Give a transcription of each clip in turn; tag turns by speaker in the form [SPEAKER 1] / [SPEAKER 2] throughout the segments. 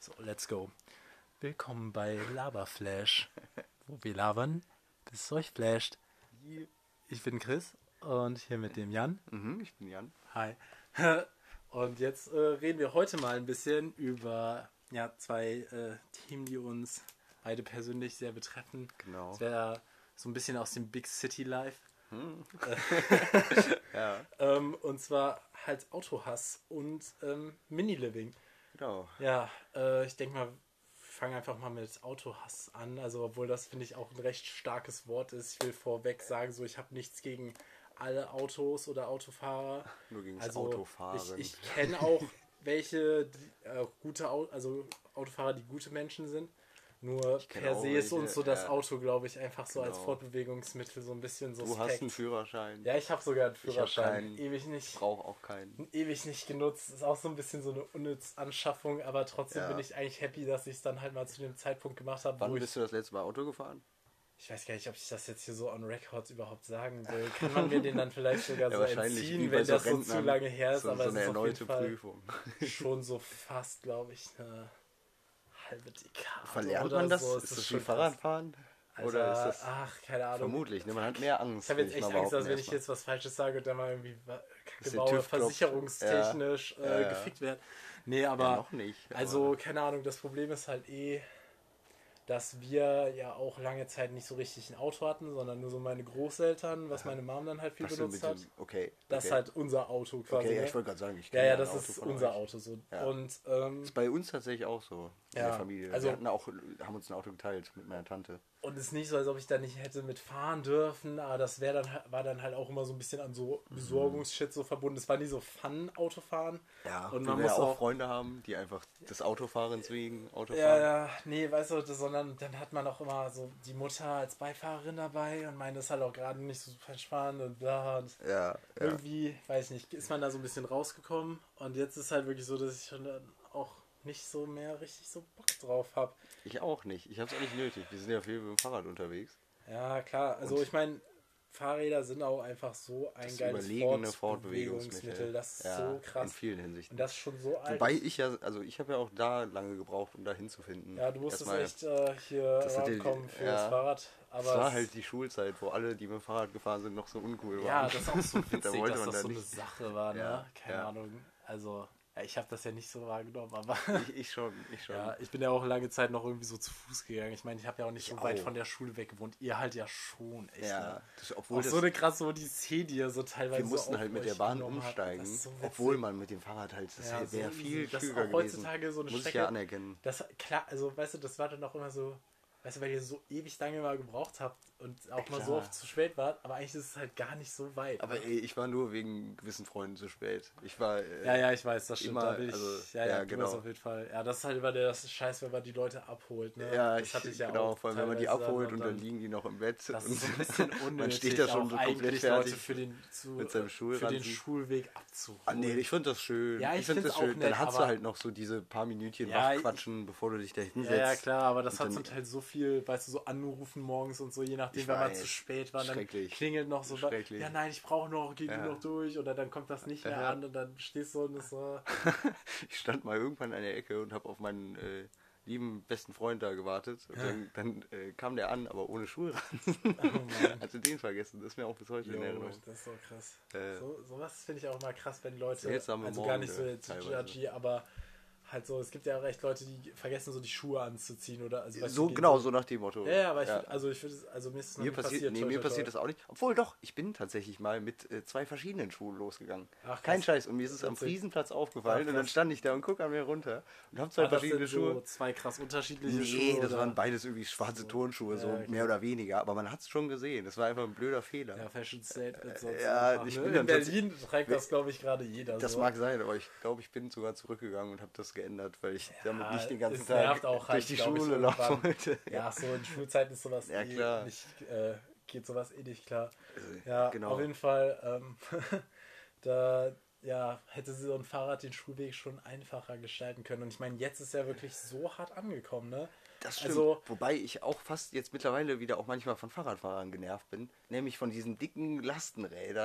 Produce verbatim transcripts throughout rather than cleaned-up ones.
[SPEAKER 1] So, let's go. Willkommen bei Laberflash, wo wir labern, bis es euch flasht. Ich bin Chris und hier mit dem Jan.
[SPEAKER 2] Mhm, ich bin Jan.
[SPEAKER 1] Hi. Und jetzt äh, reden wir heute mal ein bisschen über ja, zwei äh, Themen, die uns beide persönlich sehr betreffen.
[SPEAKER 2] Genau.
[SPEAKER 1] Das wäre so ein bisschen aus dem Big City Life.
[SPEAKER 2] Hm.
[SPEAKER 1] ja. ähm, und zwar halt Autohass und ähm, Mini-Living.
[SPEAKER 2] Genau.
[SPEAKER 1] Ja, äh, ich denke mal, wir fangen einfach mal mit Autohass an. Also, obwohl das, finde ich, auch ein recht starkes Wort ist. Ich will vorweg sagen, so ich habe nichts gegen alle Autos oder Autofahrer.
[SPEAKER 2] Nur gegen das
[SPEAKER 1] also,
[SPEAKER 2] Autofahren.
[SPEAKER 1] Ich, ich kenne auch welche, die, äh, gute Au- also Autofahrer, die gute Menschen sind. Nur per se ist uns so das
[SPEAKER 2] ja.
[SPEAKER 1] Auto, glaube ich, einfach so
[SPEAKER 2] Genau.
[SPEAKER 1] als Fortbewegungsmittel so ein bisschen so
[SPEAKER 2] Du hast einen Führerschein.
[SPEAKER 1] Ja, ich habe sogar einen Führerschein.
[SPEAKER 2] Ich keinen,
[SPEAKER 1] ewig nicht.
[SPEAKER 2] brauche auch keinen.
[SPEAKER 1] Ewig nicht genutzt. Ist auch so ein bisschen so eine unnütze Anschaffung, aber trotzdem
[SPEAKER 2] Ja.
[SPEAKER 1] bin ich eigentlich happy, dass ich es dann halt mal zu dem Zeitpunkt gemacht habe.
[SPEAKER 2] Wann
[SPEAKER 1] wo
[SPEAKER 2] bist
[SPEAKER 1] ich,
[SPEAKER 2] du das letzte Mal Auto gefahren?
[SPEAKER 1] Ich weiß gar nicht, ob ich das jetzt hier so on record überhaupt sagen will. Kann man mir den dann vielleicht sogar
[SPEAKER 2] Ja,
[SPEAKER 1] so
[SPEAKER 2] wahrscheinlich wie
[SPEAKER 1] entziehen,
[SPEAKER 2] bei
[SPEAKER 1] wenn
[SPEAKER 2] so
[SPEAKER 1] das so
[SPEAKER 2] Rentnern,
[SPEAKER 1] zu lange her ist.
[SPEAKER 2] So,
[SPEAKER 1] aber
[SPEAKER 2] so
[SPEAKER 1] es
[SPEAKER 2] eine
[SPEAKER 1] ist auf jeden
[SPEAKER 2] erneute
[SPEAKER 1] Fall
[SPEAKER 2] Prüfung.
[SPEAKER 1] schon so fast, glaube ich, eine halbe Dekade.
[SPEAKER 2] Verlernt
[SPEAKER 1] oder
[SPEAKER 2] man das?
[SPEAKER 1] So.
[SPEAKER 2] Ist
[SPEAKER 1] Es
[SPEAKER 2] das
[SPEAKER 1] schon
[SPEAKER 2] wie Fahrradfahren?
[SPEAKER 1] Also,
[SPEAKER 2] Oder ist das...
[SPEAKER 1] ach, keine Ahnung.
[SPEAKER 2] Vermutlich, ne? Man hat mehr Angst.
[SPEAKER 1] Ich habe jetzt
[SPEAKER 2] will
[SPEAKER 1] echt
[SPEAKER 2] mal
[SPEAKER 1] Angst, dass
[SPEAKER 2] behaupten,
[SPEAKER 1] wenn ich
[SPEAKER 2] erstmal.
[SPEAKER 1] jetzt was Falsches sage und dann mal irgendwie wa-
[SPEAKER 2] Dass der
[SPEAKER 1] gebaue,
[SPEAKER 2] TÜV klopft.
[SPEAKER 1] versicherungstechnisch
[SPEAKER 2] Ja.
[SPEAKER 1] äh,
[SPEAKER 2] Ja.
[SPEAKER 1] gefickt werde. Nee,
[SPEAKER 2] Ja,
[SPEAKER 1] aber
[SPEAKER 2] noch nicht. aber-
[SPEAKER 1] also, keine Ahnung, das Problem ist halt eh, dass wir ja auch lange Zeit nicht so richtig ein Auto hatten, sondern nur so meine Großeltern, was meine Mom dann halt viel
[SPEAKER 2] Was du
[SPEAKER 1] benutzt
[SPEAKER 2] mit
[SPEAKER 1] hat.
[SPEAKER 2] dem- Okay.
[SPEAKER 1] Das
[SPEAKER 2] okay.
[SPEAKER 1] ist halt unser Auto quasi.
[SPEAKER 2] Okay, ja,
[SPEAKER 1] ne?
[SPEAKER 2] ich wollte gerade sagen, ich
[SPEAKER 1] ja,
[SPEAKER 2] kenne
[SPEAKER 1] ja,
[SPEAKER 2] ein
[SPEAKER 1] das
[SPEAKER 2] Auto
[SPEAKER 1] ist
[SPEAKER 2] von
[SPEAKER 1] unser
[SPEAKER 2] euch.
[SPEAKER 1] Auto so.
[SPEAKER 2] Ja.
[SPEAKER 1] Und ähm,
[SPEAKER 2] Ist bei uns tatsächlich auch so in
[SPEAKER 1] Ja,
[SPEAKER 2] der Familie.
[SPEAKER 1] also-
[SPEAKER 2] wir hatten auch, haben uns ein Auto geteilt mit meiner Tante.
[SPEAKER 1] Und es ist nicht so, als ob ich da nicht hätte mitfahren dürfen, aber das wär dann, war dann halt auch immer so ein bisschen an so Besorgungsshit so verbunden. Es war nie so Fun-Autofahren.
[SPEAKER 2] Ja,
[SPEAKER 1] und
[SPEAKER 2] und
[SPEAKER 1] man
[SPEAKER 2] wir
[SPEAKER 1] muss
[SPEAKER 2] ja auch
[SPEAKER 1] auch,
[SPEAKER 2] Freunde haben, die einfach des Autofahrens wegen Auto
[SPEAKER 1] ja,
[SPEAKER 2] fahren.
[SPEAKER 1] ja, nee, weißt du, das, sondern dann hat man auch immer so die Mutter als Beifahrerin dabei und meine ist halt auch gerade nicht so super spannend und bla. Und
[SPEAKER 2] Ja, ja.
[SPEAKER 1] irgendwie, weiß nicht, ist man da so ein bisschen rausgekommen und jetzt ist halt wirklich so, dass ich schon dann auch nicht so mehr richtig so Bock drauf habe.
[SPEAKER 2] Ich auch nicht. Ich habe es auch nicht nötig. Wir sind ja viel mit dem Fahrrad unterwegs.
[SPEAKER 1] Ja, klar. Also
[SPEAKER 2] Und
[SPEAKER 1] ich meine, Fahrräder sind auch einfach so ein
[SPEAKER 2] Das
[SPEAKER 1] geiles
[SPEAKER 2] überlegene
[SPEAKER 1] Fortbewegungsmittel.
[SPEAKER 2] Fortbewegungsmittel.
[SPEAKER 1] Das ist
[SPEAKER 2] ja,
[SPEAKER 1] so
[SPEAKER 2] in
[SPEAKER 1] krass.
[SPEAKER 2] vielen Hinsichten.
[SPEAKER 1] Und das ist schon so alt.
[SPEAKER 2] Wobei ich ja, also ich habe ja auch da lange gebraucht, um da hinzufinden.
[SPEAKER 1] Ja, du musstest
[SPEAKER 2] Erstmal-
[SPEAKER 1] echt äh, hier
[SPEAKER 2] Das hat die-
[SPEAKER 1] rankommen für
[SPEAKER 2] ja.
[SPEAKER 1] das Fahrrad. Aber
[SPEAKER 2] Das war
[SPEAKER 1] es-
[SPEAKER 2] halt die Schulzeit, wo alle, die mit dem Fahrrad gefahren sind, noch so uncool waren.
[SPEAKER 1] ja, das ist auch so
[SPEAKER 2] Da
[SPEAKER 1] witzig,
[SPEAKER 2] wollte
[SPEAKER 1] dass
[SPEAKER 2] man
[SPEAKER 1] das
[SPEAKER 2] da
[SPEAKER 1] so eine
[SPEAKER 2] nicht-
[SPEAKER 1] Sache war, ne?
[SPEAKER 2] Ja,
[SPEAKER 1] Keine
[SPEAKER 2] ja.
[SPEAKER 1] Ahnung. Also, ja, ich habe das ja nicht so wahrgenommen, aber
[SPEAKER 2] Ich, ich schon, ich schon.
[SPEAKER 1] ja, ich bin ja auch lange Zeit noch irgendwie so zu Fuß gegangen. Ich meine, ich habe ja auch nicht
[SPEAKER 2] Ich
[SPEAKER 1] so weit
[SPEAKER 2] auch.
[SPEAKER 1] von der Schule weg gewohnt. Ihr halt ja schon, echt.
[SPEAKER 2] Ja,
[SPEAKER 1] Ne?
[SPEAKER 2] das, obwohl
[SPEAKER 1] Auch
[SPEAKER 2] das,
[SPEAKER 1] so eine krasse Odyssee, die ihr so teilweise
[SPEAKER 2] wir mussten
[SPEAKER 1] so
[SPEAKER 2] halt
[SPEAKER 1] auf
[SPEAKER 2] mit
[SPEAKER 1] euch
[SPEAKER 2] der Bahn
[SPEAKER 1] genommen habt.
[SPEAKER 2] umsteigen,
[SPEAKER 1] Das ist so witzig.
[SPEAKER 2] obwohl man mit dem Fahrrad halt, das
[SPEAKER 1] Ja,
[SPEAKER 2] wäre
[SPEAKER 1] so
[SPEAKER 2] viel
[SPEAKER 1] easy. Das ist
[SPEAKER 2] klüger
[SPEAKER 1] auch
[SPEAKER 2] gewesen.
[SPEAKER 1] heutzutage so eine
[SPEAKER 2] Muss ich
[SPEAKER 1] Strecke.
[SPEAKER 2] ja anerkennen.
[SPEAKER 1] Das, klar, also weißt du, das war dann auch immer so, weißt du, weil ihr so ewig lange mal gebraucht habt und auch
[SPEAKER 2] Ja,
[SPEAKER 1] mal so
[SPEAKER 2] klar.
[SPEAKER 1] oft zu spät wart, aber eigentlich ist es halt gar nicht so weit.
[SPEAKER 2] Aber
[SPEAKER 1] ne?
[SPEAKER 2] ey, ich war nur wegen gewissen Freunden zu spät. Ich war äh,
[SPEAKER 1] Ja, ja, ich weiß, das stimmt.
[SPEAKER 2] immer,
[SPEAKER 1] da will ich,
[SPEAKER 2] also,
[SPEAKER 1] ja, ja,
[SPEAKER 2] ja,
[SPEAKER 1] du
[SPEAKER 2] genau.
[SPEAKER 1] hast auf jeden Fall. Ja, das ist halt immer der Scheiß, wenn man die Leute abholt. Ne?
[SPEAKER 2] ja,
[SPEAKER 1] das
[SPEAKER 2] ich,
[SPEAKER 1] hatte ich ja
[SPEAKER 2] genau,
[SPEAKER 1] auch.
[SPEAKER 2] vor allem wenn man die
[SPEAKER 1] teilweise
[SPEAKER 2] abholt
[SPEAKER 1] dann
[SPEAKER 2] und dann liegen die noch im Bett.
[SPEAKER 1] Das
[SPEAKER 2] und
[SPEAKER 1] ist so ein bisschen unnötig,
[SPEAKER 2] man steht da schon
[SPEAKER 1] auch
[SPEAKER 2] so komplett
[SPEAKER 1] eigentlich
[SPEAKER 2] fertig
[SPEAKER 1] Leute für den, zu,
[SPEAKER 2] mit seinem
[SPEAKER 1] für den
[SPEAKER 2] Schulranzen.
[SPEAKER 1] Schulweg abzuholen.
[SPEAKER 2] Ah, nee, ich finde das schön.
[SPEAKER 1] Ja, ich
[SPEAKER 2] finde
[SPEAKER 1] find's
[SPEAKER 2] das schön.
[SPEAKER 1] auch nett,
[SPEAKER 2] Dann hast du
[SPEAKER 1] aber-
[SPEAKER 2] halt noch so diese paar Minütchen
[SPEAKER 1] Ja, ich-
[SPEAKER 2] wachquatschen, bevor du dich da
[SPEAKER 1] Ja,
[SPEAKER 2] hinsetzt.
[SPEAKER 1] ja, klar, aber das
[SPEAKER 2] Und
[SPEAKER 1] hat
[SPEAKER 2] dann-
[SPEAKER 1] zum Teil so viel, weißt du, so anrufen morgens und so, je nachdem,
[SPEAKER 2] Ich
[SPEAKER 1] wenn man
[SPEAKER 2] weiß.
[SPEAKER 1] zu spät war, dann
[SPEAKER 2] Schrecklich.
[SPEAKER 1] klingelt noch so,
[SPEAKER 2] Schrecklich.
[SPEAKER 1] ja nein, ich brauche noch, geh
[SPEAKER 2] Ja.
[SPEAKER 1] du noch durch, oder dann kommt das nicht mehr
[SPEAKER 2] Ja.
[SPEAKER 1] an und dann stehst du und ist so,
[SPEAKER 2] Ich stand mal irgendwann an der Ecke und habe auf meinen äh, lieben besten Freund da gewartet. Und dann, dann äh, kam der an, aber ohne Schulranzen.
[SPEAKER 1] oh Mann.
[SPEAKER 2] Hatte den vergessen. Das ist mir auch bis heute in
[SPEAKER 1] Jo,
[SPEAKER 2] Erinnerung.
[SPEAKER 1] das ist so krass.
[SPEAKER 2] Äh,
[SPEAKER 1] So, sowas finde ich auch mal krass, wenn Leute,
[SPEAKER 2] Seltsame
[SPEAKER 1] also gar nicht so
[SPEAKER 2] Morgen,
[SPEAKER 1] jetzt
[SPEAKER 2] teilweise.
[SPEAKER 1] judgy, aber halt so, es gibt ja auch echt Leute, die vergessen so die Schuhe anzuziehen oder also weißt
[SPEAKER 2] So
[SPEAKER 1] du, gehen
[SPEAKER 2] genau, so nach dem Motto.
[SPEAKER 1] Ja, ja, aber ich find, also ich finde es, also mir ist es noch
[SPEAKER 2] Mir
[SPEAKER 1] nie
[SPEAKER 2] passiert, nee,
[SPEAKER 1] toi,
[SPEAKER 2] mir
[SPEAKER 1] toi,
[SPEAKER 2] passiert
[SPEAKER 1] toi.
[SPEAKER 2] das auch nicht. Obwohl doch, ich bin tatsächlich mal mit äh, zwei verschiedenen Schuhen losgegangen.
[SPEAKER 1] Ach,
[SPEAKER 2] Kein
[SPEAKER 1] krass.
[SPEAKER 2] Scheiß. Und mir ist es am
[SPEAKER 1] Witzig.
[SPEAKER 2] Friesenplatz aufgefallen
[SPEAKER 1] Ach,
[SPEAKER 2] und dann
[SPEAKER 1] krass.
[SPEAKER 2] stand ich da und guck an mir runter und habe zwei
[SPEAKER 1] War das
[SPEAKER 2] verschiedene
[SPEAKER 1] denn
[SPEAKER 2] Schuhe.
[SPEAKER 1] so zwei krass unterschiedliche
[SPEAKER 2] Nee,
[SPEAKER 1] Schuhe?
[SPEAKER 2] das
[SPEAKER 1] oder?
[SPEAKER 2] waren beides irgendwie schwarze Turnschuhe, so
[SPEAKER 1] Ja, okay.
[SPEAKER 2] mehr oder weniger. Aber man hat es schon gesehen. Das war einfach ein blöder Fehler.
[SPEAKER 1] Ja, Fashion Statement sonst
[SPEAKER 2] ja,
[SPEAKER 1] einfach,
[SPEAKER 2] ich
[SPEAKER 1] ne?
[SPEAKER 2] bin
[SPEAKER 1] In
[SPEAKER 2] dann
[SPEAKER 1] Berlin trägt das, glaube ich, gerade jeder.
[SPEAKER 2] Das
[SPEAKER 1] so.
[SPEAKER 2] mag sein, aber ich glaube, ich bin sogar zurückgegangen und habe das geändert, weil ich damit nicht den ganzen
[SPEAKER 1] es
[SPEAKER 2] Tag
[SPEAKER 1] nervt auch halt,
[SPEAKER 2] durch die
[SPEAKER 1] glaub ich,
[SPEAKER 2] Schule laufen
[SPEAKER 1] irgendwann.
[SPEAKER 2] wollte.
[SPEAKER 1] Ja, so in Schulzeiten ist sowas
[SPEAKER 2] Ja,
[SPEAKER 1] eh
[SPEAKER 2] klar.
[SPEAKER 1] nicht, äh, geht sowas eh nicht klar.
[SPEAKER 2] Also,
[SPEAKER 1] Ja,
[SPEAKER 2] genau.
[SPEAKER 1] auf jeden Fall, ähm, da ja, hätte so ein Fahrrad den Schulweg schon einfacher gestalten können. Und ich meine, jetzt ist er wirklich so hart angekommen, ne?
[SPEAKER 2] Das stimmt.
[SPEAKER 1] Also-
[SPEAKER 2] Wobei ich auch fast jetzt mittlerweile wieder auch manchmal von Fahrradfahrern genervt bin. Nämlich von diesen dicken Lastenrädern,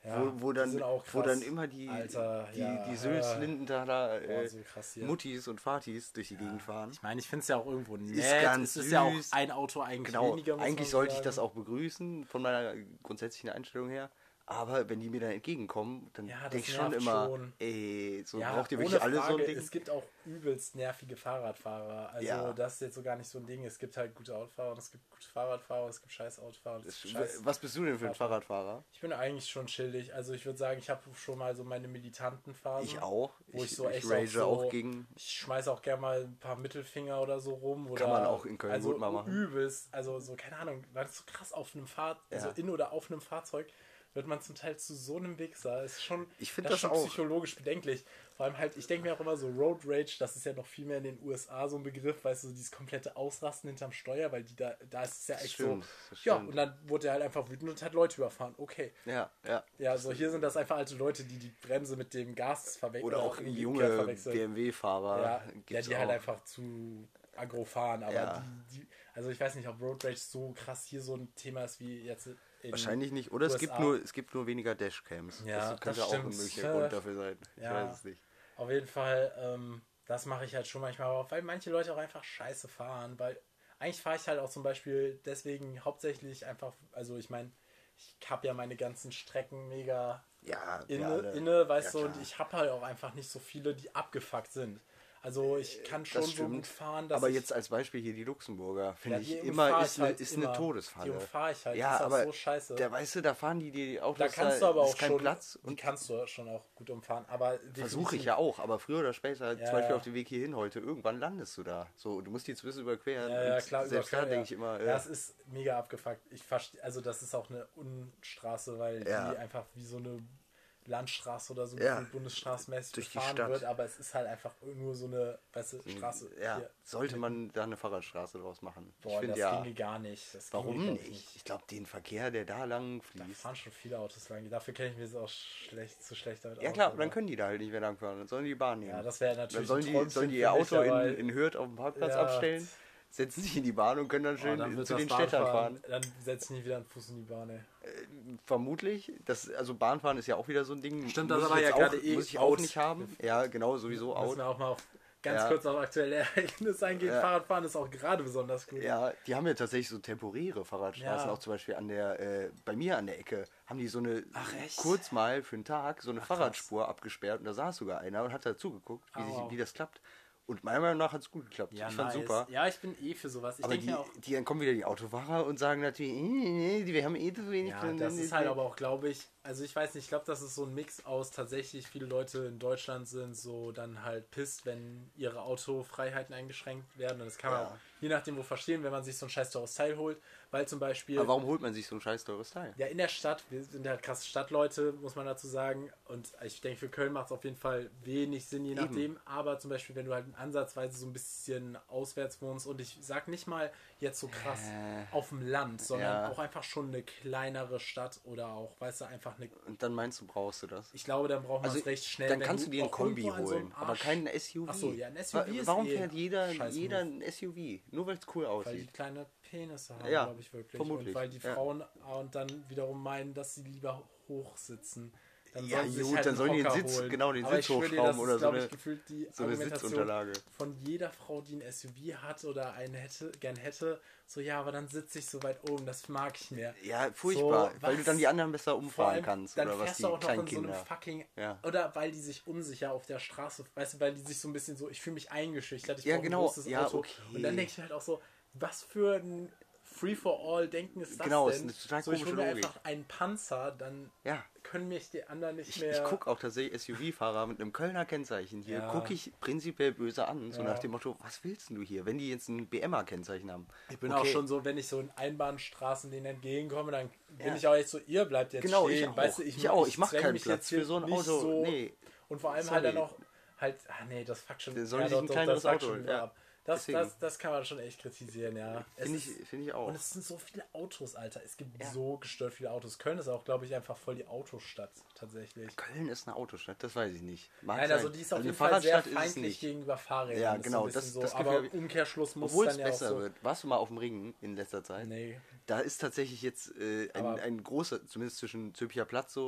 [SPEAKER 1] Ja,
[SPEAKER 2] wo, wo,
[SPEAKER 1] die
[SPEAKER 2] dann,
[SPEAKER 1] sind auch
[SPEAKER 2] wo dann
[SPEAKER 1] krass.
[SPEAKER 2] immer die,
[SPEAKER 1] Alter,
[SPEAKER 2] die,
[SPEAKER 1] ja,
[SPEAKER 2] die Sülz-Lindenthaler
[SPEAKER 1] Boah,
[SPEAKER 2] äh,
[SPEAKER 1] so krass hier.
[SPEAKER 2] Muttis und Fatis durch die Gegend fahren.
[SPEAKER 1] Ich meine, ich finde es ja auch irgendwo nett.
[SPEAKER 2] Ist ganz
[SPEAKER 1] es ist ja auch
[SPEAKER 2] süß.
[SPEAKER 1] ein Auto eigentlich
[SPEAKER 2] Genau,
[SPEAKER 1] weniger, muss
[SPEAKER 2] eigentlich
[SPEAKER 1] man
[SPEAKER 2] sollte
[SPEAKER 1] sagen.
[SPEAKER 2] ich das auch begrüßen, von meiner grundsätzlichen Einstellung her. Aber wenn die mir dann entgegenkommen, dann
[SPEAKER 1] Ja, das
[SPEAKER 2] denke ich schon
[SPEAKER 1] nervt
[SPEAKER 2] immer,
[SPEAKER 1] schon.
[SPEAKER 2] ey, so
[SPEAKER 1] Ja,
[SPEAKER 2] braucht ihr
[SPEAKER 1] ohne
[SPEAKER 2] wirklich alle
[SPEAKER 1] Frage,
[SPEAKER 2] so ein Ding?
[SPEAKER 1] es gibt auch übelst nervige Fahrradfahrer. Also
[SPEAKER 2] Ja.
[SPEAKER 1] das ist jetzt so gar nicht so ein Ding. Es gibt halt gute Autofahrer und es gibt gute Fahrradfahrer, es gibt scheiß Autofahrer. und Es gibt scheiß
[SPEAKER 2] Was bist du denn für ein
[SPEAKER 1] Fahrradfahrer.
[SPEAKER 2] Fahrradfahrer?
[SPEAKER 1] Ich bin eigentlich schon chillig. Also ich würde sagen, ich habe schon mal so meine militanten Phasen.
[SPEAKER 2] Ich auch.
[SPEAKER 1] Wo ich,
[SPEAKER 2] Ich,
[SPEAKER 1] so
[SPEAKER 2] ich
[SPEAKER 1] echt
[SPEAKER 2] rage
[SPEAKER 1] auch, so,
[SPEAKER 2] auch gegen.
[SPEAKER 1] Ich schmeiße auch gerne mal ein paar Mittelfinger oder so rum. Oder,
[SPEAKER 2] Kann man auch in Köln
[SPEAKER 1] also
[SPEAKER 2] gut mal machen.
[SPEAKER 1] Übelst. Also so, keine Ahnung, weil es so krass auf einem Fahrrad, also
[SPEAKER 2] Ja.
[SPEAKER 1] in oder auf einem Fahrzeug, wird man zum Teil zu so einem Wichser. Ist schon,
[SPEAKER 2] Ich find
[SPEAKER 1] das ist
[SPEAKER 2] das
[SPEAKER 1] schon
[SPEAKER 2] auch.
[SPEAKER 1] psychologisch bedenklich. Vor allem halt, ich denke mir auch immer so, Road Rage, das ist ja noch viel mehr in den U S A so ein Begriff, weißt du, dieses komplette Ausrasten hinterm Steuer, weil die da, da ist es ja
[SPEAKER 2] Das
[SPEAKER 1] echt
[SPEAKER 2] stimmt,
[SPEAKER 1] so.
[SPEAKER 2] das
[SPEAKER 1] Ja,
[SPEAKER 2] stimmt.
[SPEAKER 1] und dann wurde er halt einfach wütend und hat Leute überfahren. Okay.
[SPEAKER 2] Ja, ja.
[SPEAKER 1] Ja, so hier sind das einfach alte Leute, die die Bremse mit dem Gas verwechseln.
[SPEAKER 2] Oder auch junge B M W-Fahrer.
[SPEAKER 1] Ja, ja, die halt
[SPEAKER 2] auch.
[SPEAKER 1] einfach zu aggro fahren. Aber
[SPEAKER 2] Ja.
[SPEAKER 1] die, die, also ich weiß nicht, ob Road Rage so krass hier so ein Thema ist wie jetzt in
[SPEAKER 2] Wahrscheinlich nicht. Oder es
[SPEAKER 1] U S A.
[SPEAKER 2] gibt, nur, es gibt nur weniger Dashcams.
[SPEAKER 1] Ja,
[SPEAKER 2] das könnte
[SPEAKER 1] das
[SPEAKER 2] auch ein
[SPEAKER 1] stimmt.
[SPEAKER 2] möglicher Grund dafür sein. Ich
[SPEAKER 1] Ja.
[SPEAKER 2] weiß es nicht.
[SPEAKER 1] Auf jeden Fall, ähm, das mache ich halt schon manchmal, aber weil manche Leute auch einfach scheiße fahren, weil eigentlich fahre ich halt auch zum Beispiel deswegen hauptsächlich einfach, also ich meine, ich habe ja meine ganzen Strecken mega
[SPEAKER 2] Ja, wir
[SPEAKER 1] inne,
[SPEAKER 2] alle.
[SPEAKER 1] inne weißt
[SPEAKER 2] Ja,
[SPEAKER 1] du, und
[SPEAKER 2] klar.
[SPEAKER 1] ich habe halt auch einfach nicht so viele, die abgefuckt sind. Also ich kann schon
[SPEAKER 2] Das
[SPEAKER 1] so
[SPEAKER 2] stimmt.
[SPEAKER 1] gut fahren, dass
[SPEAKER 2] aber
[SPEAKER 1] ich,
[SPEAKER 2] jetzt als Beispiel hier die Luxemburger, finde
[SPEAKER 1] Ja, die
[SPEAKER 2] ich
[SPEAKER 1] umfahr
[SPEAKER 2] immer,
[SPEAKER 1] ich
[SPEAKER 2] ist, eine,
[SPEAKER 1] halt
[SPEAKER 2] ist
[SPEAKER 1] immer.
[SPEAKER 2] eine Todesfalle.
[SPEAKER 1] Die umfahre ich halt,
[SPEAKER 2] ja,
[SPEAKER 1] die ist auch
[SPEAKER 2] aber
[SPEAKER 1] so scheiße.
[SPEAKER 2] Der, weißt du, da fahren die die Autos,
[SPEAKER 1] Da kannst du aber
[SPEAKER 2] ist
[SPEAKER 1] auch
[SPEAKER 2] kein
[SPEAKER 1] schon,
[SPEAKER 2] Platz.
[SPEAKER 1] die
[SPEAKER 2] Und
[SPEAKER 1] kannst du schon auch gut umfahren, aber
[SPEAKER 2] versuche ich ja auch, aber früher oder später,
[SPEAKER 1] Ja,
[SPEAKER 2] zum Beispiel
[SPEAKER 1] ja.
[SPEAKER 2] auf dem Weg hierhin heute, irgendwann landest du da. So, du musst die Zwisse überqueren.
[SPEAKER 1] Ja, ja,
[SPEAKER 2] und
[SPEAKER 1] klar,
[SPEAKER 2] selbst
[SPEAKER 1] überquer-
[SPEAKER 2] da denke
[SPEAKER 1] ja.
[SPEAKER 2] ich immer, äh,
[SPEAKER 1] Ja, es ist mega abgefuckt. Ich verstehe, also das ist auch eine Unstraße, weil
[SPEAKER 2] Ja.
[SPEAKER 1] die einfach wie so eine Landstraße oder so
[SPEAKER 2] Ja.
[SPEAKER 1] bundesstraßmäßig
[SPEAKER 2] Durch die
[SPEAKER 1] befahren
[SPEAKER 2] Stadt.
[SPEAKER 1] wird, aber es ist halt einfach nur so eine, weißt du, Straße.
[SPEAKER 2] ja,
[SPEAKER 1] hier.
[SPEAKER 2] sollte man da eine Fahrradstraße draus machen.
[SPEAKER 1] Boah,
[SPEAKER 2] ich finde
[SPEAKER 1] das
[SPEAKER 2] ja.
[SPEAKER 1] ginge gar nicht. Das
[SPEAKER 2] Warum
[SPEAKER 1] ginge, glaub ich,
[SPEAKER 2] nicht? Ich glaube, den Verkehr, der da lang
[SPEAKER 1] Da
[SPEAKER 2] fließt.
[SPEAKER 1] fahren schon viele Autos lang. Dafür kenne ich mich jetzt auch schlecht, zu schlecht damit
[SPEAKER 2] Ja
[SPEAKER 1] aus,
[SPEAKER 2] klar,
[SPEAKER 1] aber-
[SPEAKER 2] dann können die da halt nicht mehr lang fahren. Dann sollen die die Bahn nehmen.
[SPEAKER 1] Ja, das wäre
[SPEAKER 2] dann
[SPEAKER 1] natürlich
[SPEAKER 2] sollen
[SPEAKER 1] ein
[SPEAKER 2] die,
[SPEAKER 1] Träumchen
[SPEAKER 2] sollen die
[SPEAKER 1] für
[SPEAKER 2] ihr
[SPEAKER 1] mich,
[SPEAKER 2] Auto
[SPEAKER 1] aber-
[SPEAKER 2] in, in Hürth auf dem Parkplatz
[SPEAKER 1] Ja.
[SPEAKER 2] abstellen, setzen sich in die Bahn und können dann
[SPEAKER 1] Oh,
[SPEAKER 2] schön
[SPEAKER 1] dann wird
[SPEAKER 2] zu
[SPEAKER 1] das
[SPEAKER 2] den Städtern
[SPEAKER 1] Bahnfahren-
[SPEAKER 2] fahren.
[SPEAKER 1] Dann setze ich nie wieder einen Fuß in die Bahn, ey.
[SPEAKER 2] Vermutlich. Das, also Bahnfahren ist ja auch wieder so ein Ding.
[SPEAKER 1] Stimmt,
[SPEAKER 2] Muss
[SPEAKER 1] das
[SPEAKER 2] ich
[SPEAKER 1] aber
[SPEAKER 2] jetzt
[SPEAKER 1] ja
[SPEAKER 2] auch,
[SPEAKER 1] gerade eh
[SPEAKER 2] Muss ich
[SPEAKER 1] out.
[SPEAKER 2] auch nicht haben. Ja, genau, sowieso
[SPEAKER 1] Müssen
[SPEAKER 2] out.
[SPEAKER 1] wir auch mal auf, ganz
[SPEAKER 2] Ja.
[SPEAKER 1] kurz auf aktuelle Ereignisse eingehen.
[SPEAKER 2] Ja.
[SPEAKER 1] Fahrradfahren ist auch gerade besonders gut.
[SPEAKER 2] Ja, die haben ja tatsächlich so temporäre Fahrradstraßen,
[SPEAKER 1] Ja.
[SPEAKER 2] auch zum Beispiel an der, äh, bei mir an der Ecke, haben die so eine,
[SPEAKER 1] Ach, echt?
[SPEAKER 2] kurz mal für einen Tag, so eine
[SPEAKER 1] Ach,
[SPEAKER 2] Fahrradspur abgesperrt und da saß sogar einer und hat da zugeguckt, wie,
[SPEAKER 1] Oh,
[SPEAKER 2] sich,
[SPEAKER 1] wow.
[SPEAKER 2] wie das klappt. Und meiner Meinung nach hat es gut geklappt.
[SPEAKER 1] Ja,
[SPEAKER 2] ich fand's
[SPEAKER 1] nice.
[SPEAKER 2] super.
[SPEAKER 1] Ja, ich bin eh für sowas. Ich
[SPEAKER 2] Aber
[SPEAKER 1] denke
[SPEAKER 2] die,
[SPEAKER 1] mir auch,
[SPEAKER 2] die, dann kommen wieder die Autofahrer und sagen natürlich, äh, nee, wir haben eh zu wenig.
[SPEAKER 1] ja,
[SPEAKER 2] von-
[SPEAKER 1] das ist halt aber auch, glaube ich, also ich weiß nicht, ich glaube, das ist so ein Mix aus tatsächlich, viele Leute in Deutschland sind so dann halt pisst, wenn ihre Autofreiheiten eingeschränkt werden. Und das kann man
[SPEAKER 2] Ja.
[SPEAKER 1] auch je nachdem wo verstehen, wenn man sich so ein scheiß teures Teil holt, weil zum Beispiel...
[SPEAKER 2] Aber warum holt man sich so ein scheiß teures Teil?
[SPEAKER 1] Ja, in der Stadt, wir sind halt krasse Stadtleute, muss man dazu sagen. Und ich denke, für Köln macht es auf jeden Fall wenig Sinn, je nachdem. Aber zum Beispiel, wenn du halt ansatzweise so ein bisschen auswärts wohnst und ich sag nicht mal jetzt so krass
[SPEAKER 2] Äh,
[SPEAKER 1] auf dem Land, sondern
[SPEAKER 2] ja.
[SPEAKER 1] auch einfach schon eine kleinere Stadt oder auch, weißt du, einfach eine.
[SPEAKER 2] Und dann meinst du, brauchst du das?
[SPEAKER 1] Ich glaube, dann braucht man es
[SPEAKER 2] Also,
[SPEAKER 1] recht schnell.
[SPEAKER 2] dann
[SPEAKER 1] wenn
[SPEAKER 2] kannst du dir ein
[SPEAKER 1] auch
[SPEAKER 2] Kombi
[SPEAKER 1] irgendwo an so einem
[SPEAKER 2] holen, aber
[SPEAKER 1] Arsch-
[SPEAKER 2] keinen S U V.
[SPEAKER 1] Ach so, ja, ein S U V
[SPEAKER 2] Wa-
[SPEAKER 1] ist
[SPEAKER 2] Warum
[SPEAKER 1] eh
[SPEAKER 2] fährt jeder,
[SPEAKER 1] scheiß
[SPEAKER 2] jeder
[SPEAKER 1] Move.
[SPEAKER 2] ein S U V? Nur weil es cool
[SPEAKER 1] Weil die
[SPEAKER 2] aussieht.
[SPEAKER 1] kleine Penisse haben,
[SPEAKER 2] Ja,
[SPEAKER 1] glaube ich wirklich.
[SPEAKER 2] vermutlich,
[SPEAKER 1] Und weil die
[SPEAKER 2] ja.
[SPEAKER 1] Frauen und dann wiederum meinen, dass sie lieber hoch sitzen. Dann
[SPEAKER 2] Ja,
[SPEAKER 1] sollen sie sich
[SPEAKER 2] gut,
[SPEAKER 1] halt
[SPEAKER 2] dann
[SPEAKER 1] einen
[SPEAKER 2] sollen die den
[SPEAKER 1] Hocker
[SPEAKER 2] Sitz-
[SPEAKER 1] holen.
[SPEAKER 2] genau, den
[SPEAKER 1] Aber
[SPEAKER 2] Sitz
[SPEAKER 1] ich schwöre dir,
[SPEAKER 2] hochschrauben
[SPEAKER 1] das ist,
[SPEAKER 2] oder so
[SPEAKER 1] glaub
[SPEAKER 2] eine-
[SPEAKER 1] ich, gefühlt die
[SPEAKER 2] so eine
[SPEAKER 1] Argumentation
[SPEAKER 2] Sitzunterlage.
[SPEAKER 1] von jeder Frau, die ein S U V hat oder einen hätte, gern hätte. So, ja, aber dann sitze ich so weit oben, das mag ich mehr.
[SPEAKER 2] Ja, furchtbar,
[SPEAKER 1] So,
[SPEAKER 2] weil du
[SPEAKER 1] was?
[SPEAKER 2] dann die anderen besser
[SPEAKER 1] Vor
[SPEAKER 2] umfahren
[SPEAKER 1] allem,
[SPEAKER 2] kannst.
[SPEAKER 1] dann
[SPEAKER 2] Oder was
[SPEAKER 1] fährst
[SPEAKER 2] die
[SPEAKER 1] du auch noch in so einem
[SPEAKER 2] Kleinkinder.
[SPEAKER 1] fucking...
[SPEAKER 2] Ja.
[SPEAKER 1] Oder weil die sich unsicher auf der Straße... Weißt du, weil die sich so ein bisschen so... Ich fühle mich eingeschüchtert, ich
[SPEAKER 2] Ja,
[SPEAKER 1] brauche
[SPEAKER 2] genau,
[SPEAKER 1] ein großes
[SPEAKER 2] ja,
[SPEAKER 1] Auto.
[SPEAKER 2] okay.
[SPEAKER 1] Und dann denke ich mir halt auch so, was für ein Free-for-all-Denken ist das
[SPEAKER 2] Genau, ist
[SPEAKER 1] denn?
[SPEAKER 2] eine total
[SPEAKER 1] so, ich hole
[SPEAKER 2] komische
[SPEAKER 1] mir
[SPEAKER 2] Logik.
[SPEAKER 1] einfach einen Panzer, dann
[SPEAKER 2] Ja.
[SPEAKER 1] können mich die anderen nicht
[SPEAKER 2] Ich,
[SPEAKER 1] mehr...
[SPEAKER 2] ich gucke auch tatsächlich S U V-Fahrer mit einem Kölner Kennzeichen hier,
[SPEAKER 1] Ja.
[SPEAKER 2] gucke ich prinzipiell böse an, so
[SPEAKER 1] Ja.
[SPEAKER 2] nach dem Motto, was willst denn du hier, wenn die jetzt ein B M R-Kennzeichen haben?
[SPEAKER 1] Ich bin
[SPEAKER 2] Okay.
[SPEAKER 1] auch schon so, wenn ich so in Einbahnstraßen denen entgegenkomme, dann bin
[SPEAKER 2] Ja.
[SPEAKER 1] ich auch echt so, ihr bleibt jetzt
[SPEAKER 2] Genau,
[SPEAKER 1] stehen.
[SPEAKER 2] ich auch.
[SPEAKER 1] Weißt du,
[SPEAKER 2] Ich auch. Ich mach
[SPEAKER 1] zwäng
[SPEAKER 2] keinen
[SPEAKER 1] mich
[SPEAKER 2] Platz
[SPEAKER 1] jetzt hier
[SPEAKER 2] für so ein
[SPEAKER 1] nicht
[SPEAKER 2] Auto.
[SPEAKER 1] So.
[SPEAKER 2] Nee.
[SPEAKER 1] Und vor allem
[SPEAKER 2] Sorry.
[SPEAKER 1] halt dann auch, halt, ah nee, das fuckt schon,
[SPEAKER 2] Der soll
[SPEAKER 1] ja,
[SPEAKER 2] sich
[SPEAKER 1] doch,
[SPEAKER 2] ein
[SPEAKER 1] doch,
[SPEAKER 2] kleineres
[SPEAKER 1] das fuckt
[SPEAKER 2] Auto
[SPEAKER 1] schon
[SPEAKER 2] holen,
[SPEAKER 1] wieder
[SPEAKER 2] ja.
[SPEAKER 1] ab. Das,
[SPEAKER 2] Deswegen.
[SPEAKER 1] das, das kann man schon echt kritisieren, ja. Es
[SPEAKER 2] Finde
[SPEAKER 1] ist-
[SPEAKER 2] ich, find ich auch.
[SPEAKER 1] Und es sind so viele Autos, Alter. Es gibt
[SPEAKER 2] Ja.
[SPEAKER 1] so gestört viele Autos. Köln ist auch, glaube ich, einfach voll die Autostadt, tatsächlich.
[SPEAKER 2] Köln ist eine Autostadt, das weiß ich nicht. Mag
[SPEAKER 1] Nein,
[SPEAKER 2] sein.
[SPEAKER 1] also die ist auf
[SPEAKER 2] Also
[SPEAKER 1] jeden
[SPEAKER 2] eine
[SPEAKER 1] Fall sehr
[SPEAKER 2] Fahrradstadt ist es
[SPEAKER 1] feindlich
[SPEAKER 2] nicht.
[SPEAKER 1] gegenüber Fahrrädern.
[SPEAKER 2] Ja,
[SPEAKER 1] ist so
[SPEAKER 2] genau,
[SPEAKER 1] ein bisschen
[SPEAKER 2] das-
[SPEAKER 1] so.
[SPEAKER 2] das
[SPEAKER 1] Aber
[SPEAKER 2] Gefühl-
[SPEAKER 1] Umkehrschluss muss
[SPEAKER 2] Obwohl
[SPEAKER 1] dann
[SPEAKER 2] es
[SPEAKER 1] ja auch
[SPEAKER 2] besser
[SPEAKER 1] so...
[SPEAKER 2] wird. Warst du mal auf dem Ring in letzter Zeit?
[SPEAKER 1] Nee.
[SPEAKER 2] Da ist tatsächlich jetzt äh, ein,
[SPEAKER 1] Aber-
[SPEAKER 2] ein großer, zumindest zwischen Zülpicher Platz so,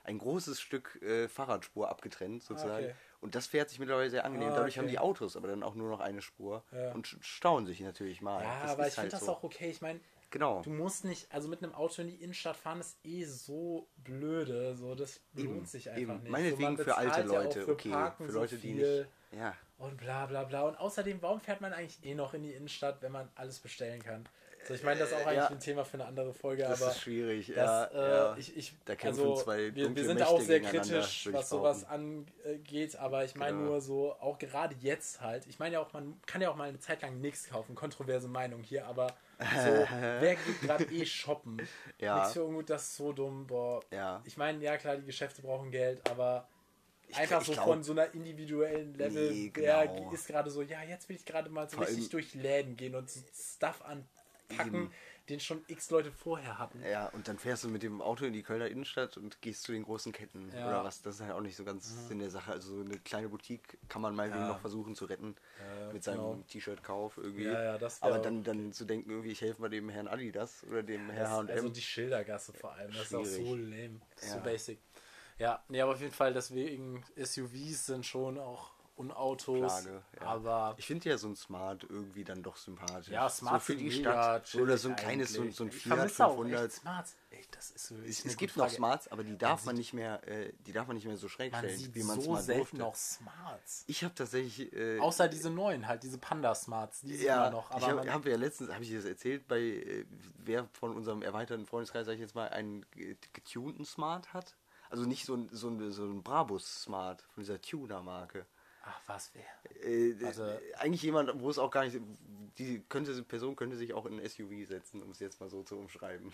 [SPEAKER 2] ein großes Stück äh, Fahrradspur abgetrennt sozusagen.
[SPEAKER 1] Okay.
[SPEAKER 2] Und das fährt sich mittlerweile sehr angenehm.
[SPEAKER 1] Ah,
[SPEAKER 2] Dadurch haben
[SPEAKER 1] okay.
[SPEAKER 2] die Autos aber dann auch nur noch eine Spur
[SPEAKER 1] Ja.
[SPEAKER 2] und sch- stauen sich natürlich mal.
[SPEAKER 1] Ja,
[SPEAKER 2] das
[SPEAKER 1] aber
[SPEAKER 2] ist
[SPEAKER 1] ich finde
[SPEAKER 2] halt
[SPEAKER 1] das
[SPEAKER 2] so.
[SPEAKER 1] auch okay. Ich meine,
[SPEAKER 2] Genau.
[SPEAKER 1] du musst nicht, also mit einem Auto in die Innenstadt fahren ist eh so blöde. So, das lohnt
[SPEAKER 2] Eben,
[SPEAKER 1] sich einfach
[SPEAKER 2] eben.
[SPEAKER 1] nicht.
[SPEAKER 2] Meinetwegen
[SPEAKER 1] so,
[SPEAKER 2] für alte
[SPEAKER 1] bezahlt ja auch
[SPEAKER 2] Leute,
[SPEAKER 1] für
[SPEAKER 2] okay.
[SPEAKER 1] Parken
[SPEAKER 2] Für
[SPEAKER 1] so
[SPEAKER 2] Leute, die
[SPEAKER 1] viel
[SPEAKER 2] nicht. Ja.
[SPEAKER 1] Und bla bla bla. Und außerdem, warum fährt man eigentlich eh noch in die Innenstadt, wenn man alles bestellen kann? So, ich meine, das ist auch
[SPEAKER 2] Äh,
[SPEAKER 1] eigentlich
[SPEAKER 2] ja.
[SPEAKER 1] ein Thema für eine andere Folge,
[SPEAKER 2] Das
[SPEAKER 1] aber
[SPEAKER 2] ist schwierig.
[SPEAKER 1] das,
[SPEAKER 2] ja,
[SPEAKER 1] äh,
[SPEAKER 2] ja.
[SPEAKER 1] ich, ich,
[SPEAKER 2] Da kämpfen
[SPEAKER 1] also,
[SPEAKER 2] zwei
[SPEAKER 1] wir, wir
[SPEAKER 2] dunkle
[SPEAKER 1] sind da auch
[SPEAKER 2] Mächte
[SPEAKER 1] sehr
[SPEAKER 2] gegeneinander,
[SPEAKER 1] kritisch,
[SPEAKER 2] würde ich
[SPEAKER 1] was sowas angeht, aber ich meine
[SPEAKER 2] Genau.
[SPEAKER 1] nur so, auch gerade jetzt halt, ich meine ja auch, man kann ja auch mal eine Zeit lang nichts kaufen, kontroverse Meinung hier, aber so, wer geht gerade eh shoppen?
[SPEAKER 2] Ja.
[SPEAKER 1] Nichts für ungut, das ist so dumm, boah.
[SPEAKER 2] Ja.
[SPEAKER 1] Ich meine, ja klar, die Geschäfte brauchen Geld, aber einfach
[SPEAKER 2] ich
[SPEAKER 1] so
[SPEAKER 2] glaub-
[SPEAKER 1] von so einer individuellen Level,
[SPEAKER 2] Nee,
[SPEAKER 1] wer
[SPEAKER 2] genau.
[SPEAKER 1] ist gerade so, ja, jetzt will ich gerade mal so
[SPEAKER 2] Vor
[SPEAKER 1] richtig
[SPEAKER 2] allem-
[SPEAKER 1] durch Läden gehen und so Stuff anpacken,
[SPEAKER 2] Eben.
[SPEAKER 1] den schon x Leute vorher hatten.
[SPEAKER 2] Ja, und dann fährst du mit dem Auto in die Kölner Innenstadt und gehst zu den großen Ketten
[SPEAKER 1] Ja.
[SPEAKER 2] oder was. Das ist halt auch nicht so ganz Sinn der Sache. Also so eine kleine Boutique kann man mal
[SPEAKER 1] Ja.
[SPEAKER 2] noch versuchen zu retten
[SPEAKER 1] Ja,
[SPEAKER 2] mit seinem
[SPEAKER 1] genau.
[SPEAKER 2] T-Shirt-Kauf irgendwie.
[SPEAKER 1] Ja, ja, das wär
[SPEAKER 2] Aber
[SPEAKER 1] auch
[SPEAKER 2] dann, dann zu denken, irgendwie, ich helfe mal dem Herrn Adidas oder dem Herr
[SPEAKER 1] Das,
[SPEAKER 2] H und M.
[SPEAKER 1] also die Schildergasse vor allem, das ist auch so
[SPEAKER 2] Schwierig.
[SPEAKER 1] lame, so
[SPEAKER 2] Ja.
[SPEAKER 1] basic. Ja, nee, aber auf jeden Fall, deswegen S U Vs sind schon auch Unautos,
[SPEAKER 2] Klage, ja.
[SPEAKER 1] aber
[SPEAKER 2] Ich finde ja so ein Smart irgendwie dann doch sympathisch.
[SPEAKER 1] ja, Smart
[SPEAKER 2] so für
[SPEAKER 1] sind
[SPEAKER 2] die
[SPEAKER 1] mega
[SPEAKER 2] Stadt. Oder so ein
[SPEAKER 1] chillig
[SPEAKER 2] kleines, so,
[SPEAKER 1] eigentlich.
[SPEAKER 2] so ein
[SPEAKER 1] Ich
[SPEAKER 2] Fiat
[SPEAKER 1] vermisse auch
[SPEAKER 2] fünfhundert.
[SPEAKER 1] echt Smarts. Ey, das ist wirklich
[SPEAKER 2] Es,
[SPEAKER 1] eine
[SPEAKER 2] es gibt
[SPEAKER 1] gute
[SPEAKER 2] noch
[SPEAKER 1] Frage.
[SPEAKER 2] Smarts, aber die darf
[SPEAKER 1] Man
[SPEAKER 2] man
[SPEAKER 1] sieht-
[SPEAKER 2] nicht mehr, äh, die darf man nicht mehr so schräg
[SPEAKER 1] Man
[SPEAKER 2] stellen,
[SPEAKER 1] sieht
[SPEAKER 2] wie man es
[SPEAKER 1] so
[SPEAKER 2] mal
[SPEAKER 1] selten
[SPEAKER 2] durfte.
[SPEAKER 1] noch Smarts.
[SPEAKER 2] Ich habe tatsächlich, äh,
[SPEAKER 1] Außer diese neuen halt, diese Panda-Smarts, die sieht
[SPEAKER 2] ja,
[SPEAKER 1] man noch.
[SPEAKER 2] ich
[SPEAKER 1] Aber
[SPEAKER 2] habe
[SPEAKER 1] man,
[SPEAKER 2] hab ja letztens, habe ich dir das erzählt, bei äh, wer von unserem erweiterten Freundeskreis, sag ich jetzt mal, einen ge- getunten Smart hat. Also nicht so ein, so ein, so ein Brabus Smart von dieser Tuner-Marke.
[SPEAKER 1] ach was, wer?
[SPEAKER 2] Äh,
[SPEAKER 1] Also-
[SPEAKER 2] eigentlich jemand, wo es auch gar nicht, die könnte, Person könnte sich auch in ein S U V setzen, um es jetzt mal so zu umschreiben.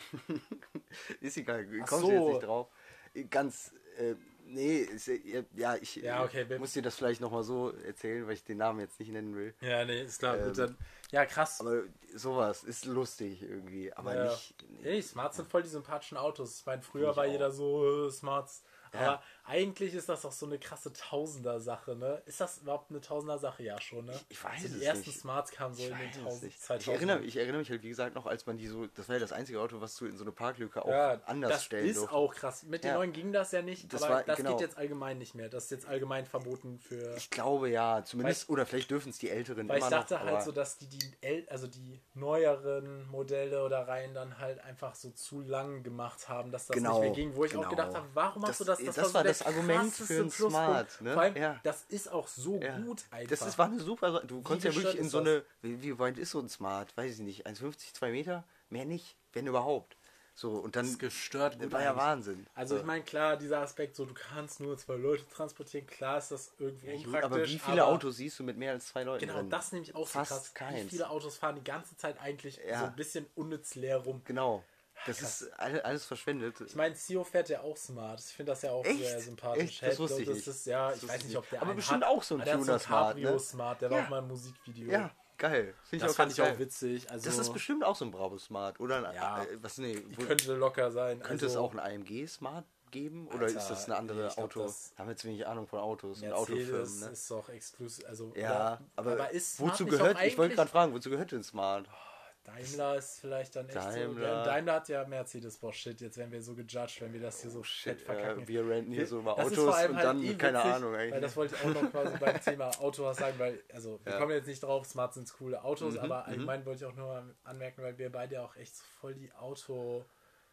[SPEAKER 2] Ist egal,
[SPEAKER 1] Ach
[SPEAKER 2] kommst du
[SPEAKER 1] so.
[SPEAKER 2] jetzt nicht drauf. Ganz, äh, nee, ist, äh, ja, ich
[SPEAKER 1] Ja, okay,
[SPEAKER 2] äh, muss dir das vielleicht nochmal so erzählen, weil ich den Namen jetzt nicht nennen will.
[SPEAKER 1] Ja, nee, ist klar.
[SPEAKER 2] Ähm,
[SPEAKER 1] gut, dann, ja, krass.
[SPEAKER 2] Aber sowas ist lustig irgendwie, aber
[SPEAKER 1] Ja.
[SPEAKER 2] nicht.
[SPEAKER 1] Hey, Smarts sind voll die sympathischen Autos. Ich meine, früher
[SPEAKER 2] ich
[SPEAKER 1] war
[SPEAKER 2] auch.
[SPEAKER 1] jeder so äh, Smarts.
[SPEAKER 2] Ja.
[SPEAKER 1] Aber eigentlich ist das doch so eine krasse Tausender-Sache, ne? Ist das überhaupt eine Tausender-Sache? Ja, schon, ne?
[SPEAKER 2] Ich- ich weiß
[SPEAKER 1] so die
[SPEAKER 2] es
[SPEAKER 1] ersten
[SPEAKER 2] nicht.
[SPEAKER 1] Smarts kamen so
[SPEAKER 2] Ich
[SPEAKER 1] in den
[SPEAKER 2] weiß es
[SPEAKER 1] tausend,
[SPEAKER 2] nicht. Ich
[SPEAKER 1] zweitausend.
[SPEAKER 2] erinnere, ich erinnere mich halt, wie gesagt, noch, als man die so, das war ja das einzige Auto, was du in so eine Parklücke auch
[SPEAKER 1] Ja,
[SPEAKER 2] anders
[SPEAKER 1] das
[SPEAKER 2] stellen
[SPEAKER 1] ist
[SPEAKER 2] durfte.
[SPEAKER 1] auch krass. Mit den
[SPEAKER 2] Ja.
[SPEAKER 1] neuen ging das ja nicht,
[SPEAKER 2] Das
[SPEAKER 1] aber
[SPEAKER 2] war-
[SPEAKER 1] das
[SPEAKER 2] genau.
[SPEAKER 1] geht jetzt allgemein nicht mehr. Das ist jetzt allgemein verboten für...
[SPEAKER 2] Ich glaube ja, zumindest, oder vielleicht dürfen es die Älteren
[SPEAKER 1] Weil
[SPEAKER 2] immer
[SPEAKER 1] ich dachte
[SPEAKER 2] noch.
[SPEAKER 1] halt
[SPEAKER 2] aber
[SPEAKER 1] so, dass die, die El also die neueren Modelle oder Reihen dann halt einfach so zu lang gemacht haben, dass das
[SPEAKER 2] Genau,
[SPEAKER 1] nicht mehr ging. Wo ich auch
[SPEAKER 2] genau.
[SPEAKER 1] gedacht habe, warum machst du
[SPEAKER 2] Das-
[SPEAKER 1] das?
[SPEAKER 2] das
[SPEAKER 1] war, so
[SPEAKER 2] war
[SPEAKER 1] der
[SPEAKER 2] das Argument
[SPEAKER 1] krasseste
[SPEAKER 2] für ein
[SPEAKER 1] Pluspunkt.
[SPEAKER 2] Smart, ne?
[SPEAKER 1] Vor allem,
[SPEAKER 2] Ja.
[SPEAKER 1] das ist auch so
[SPEAKER 2] Ja.
[SPEAKER 1] gut einfach.
[SPEAKER 2] Das ist, war eine super Sache. Du konntest ja
[SPEAKER 1] gestört
[SPEAKER 2] wirklich in
[SPEAKER 1] ist
[SPEAKER 2] so
[SPEAKER 1] das?
[SPEAKER 2] eine, wie, wie weit ist so ein Smart? Weiß ich nicht, eins Komma fünfzig, zwei Meter? Mehr nicht, wenn überhaupt. So, und dann
[SPEAKER 1] Das ist gestört
[SPEAKER 2] das
[SPEAKER 1] gut
[SPEAKER 2] war ja
[SPEAKER 1] eigentlich.
[SPEAKER 2] Wahnsinn.
[SPEAKER 1] Also
[SPEAKER 2] so.
[SPEAKER 1] ich meine, klar, dieser Aspekt, so du kannst nur zwei Leute transportieren, klar ist das irgendwo
[SPEAKER 2] Ja, gut,
[SPEAKER 1] unpraktisch.
[SPEAKER 2] aber wie viele
[SPEAKER 1] aber
[SPEAKER 2] Autos siehst du mit mehr als zwei Leuten
[SPEAKER 1] Genau,
[SPEAKER 2] drin?
[SPEAKER 1] das nämlich auch
[SPEAKER 2] Fast
[SPEAKER 1] so krass. Wie
[SPEAKER 2] keins.
[SPEAKER 1] viele Autos fahren die ganze Zeit eigentlich
[SPEAKER 2] Ja.
[SPEAKER 1] so ein bisschen unnütz leer rum.
[SPEAKER 2] Genau. Das
[SPEAKER 1] Krass.
[SPEAKER 2] ist alle- alles verschwendet.
[SPEAKER 1] Ich meine, C E O fährt ja auch smart. Ich finde das ja auch
[SPEAKER 2] Echt?
[SPEAKER 1] sehr sympathisch.
[SPEAKER 2] Echt? Das wusste ich
[SPEAKER 1] das
[SPEAKER 2] nicht.
[SPEAKER 1] Ist, ja,
[SPEAKER 2] Das
[SPEAKER 1] ich
[SPEAKER 2] wusste
[SPEAKER 1] weiß
[SPEAKER 2] ich
[SPEAKER 1] nicht, ob
[SPEAKER 2] nicht.
[SPEAKER 1] der
[SPEAKER 2] Aber
[SPEAKER 1] einen
[SPEAKER 2] bestimmt
[SPEAKER 1] hat.
[SPEAKER 2] auch so ein
[SPEAKER 1] Aber der hat
[SPEAKER 2] Tuner
[SPEAKER 1] so ein Cabrio
[SPEAKER 2] Smart, ne?
[SPEAKER 1] Smart. Der war
[SPEAKER 2] Ja.
[SPEAKER 1] auch mal im Musikvideo.
[SPEAKER 2] Ja, geil. Finde ich
[SPEAKER 1] das
[SPEAKER 2] auch
[SPEAKER 1] fand
[SPEAKER 2] ganz
[SPEAKER 1] ich auch
[SPEAKER 2] geil.
[SPEAKER 1] witzig. Also,
[SPEAKER 2] Das ist bestimmt auch so ein Bravo Smart. Oder ein,
[SPEAKER 1] Ja.
[SPEAKER 2] äh, was, nee, wo,
[SPEAKER 1] könnte locker sein.
[SPEAKER 2] könnte
[SPEAKER 1] also,
[SPEAKER 2] es auch ein A M G Smart geben? Oder
[SPEAKER 1] Alter,
[SPEAKER 2] ist das eine andere
[SPEAKER 1] nee, ich glaub,
[SPEAKER 2] Auto?
[SPEAKER 1] das-
[SPEAKER 2] Da haben wir jetzt wenig Ahnung von Autos und
[SPEAKER 1] Mercedes
[SPEAKER 2] Autofirmen, ne?
[SPEAKER 1] ist doch exklusiv. Also,
[SPEAKER 2] Ja,
[SPEAKER 1] oder,
[SPEAKER 2] aber,
[SPEAKER 1] ist Smart
[SPEAKER 2] wozu
[SPEAKER 1] nicht auch
[SPEAKER 2] gehört, ich wollte
[SPEAKER 1] eigentlich-
[SPEAKER 2] gerade fragen, wozu gehört denn Smart?
[SPEAKER 1] Daimler ist vielleicht dann echt so.
[SPEAKER 2] Daimler.
[SPEAKER 1] Daimler hat ja Mercedes, boah shit, jetzt werden wir so gejudged, wenn wir das hier so fett verkacken.
[SPEAKER 2] Ja, wir renten hier so über
[SPEAKER 1] Das ist
[SPEAKER 2] Autos
[SPEAKER 1] vor allem
[SPEAKER 2] und
[SPEAKER 1] halt
[SPEAKER 2] dann,
[SPEAKER 1] eh
[SPEAKER 2] keine
[SPEAKER 1] witzig,
[SPEAKER 2] Ahnung eigentlich.
[SPEAKER 1] Weil das wollte ich auch noch quasi beim Thema Autos sagen, weil, also wir
[SPEAKER 2] Ja.
[SPEAKER 1] kommen jetzt nicht drauf, Smart sind coole Autos,
[SPEAKER 2] Mhm,
[SPEAKER 1] aber
[SPEAKER 2] mhm.
[SPEAKER 1] allgemein wollte ich auch nur anmerken, weil wir beide auch echt so voll die Auto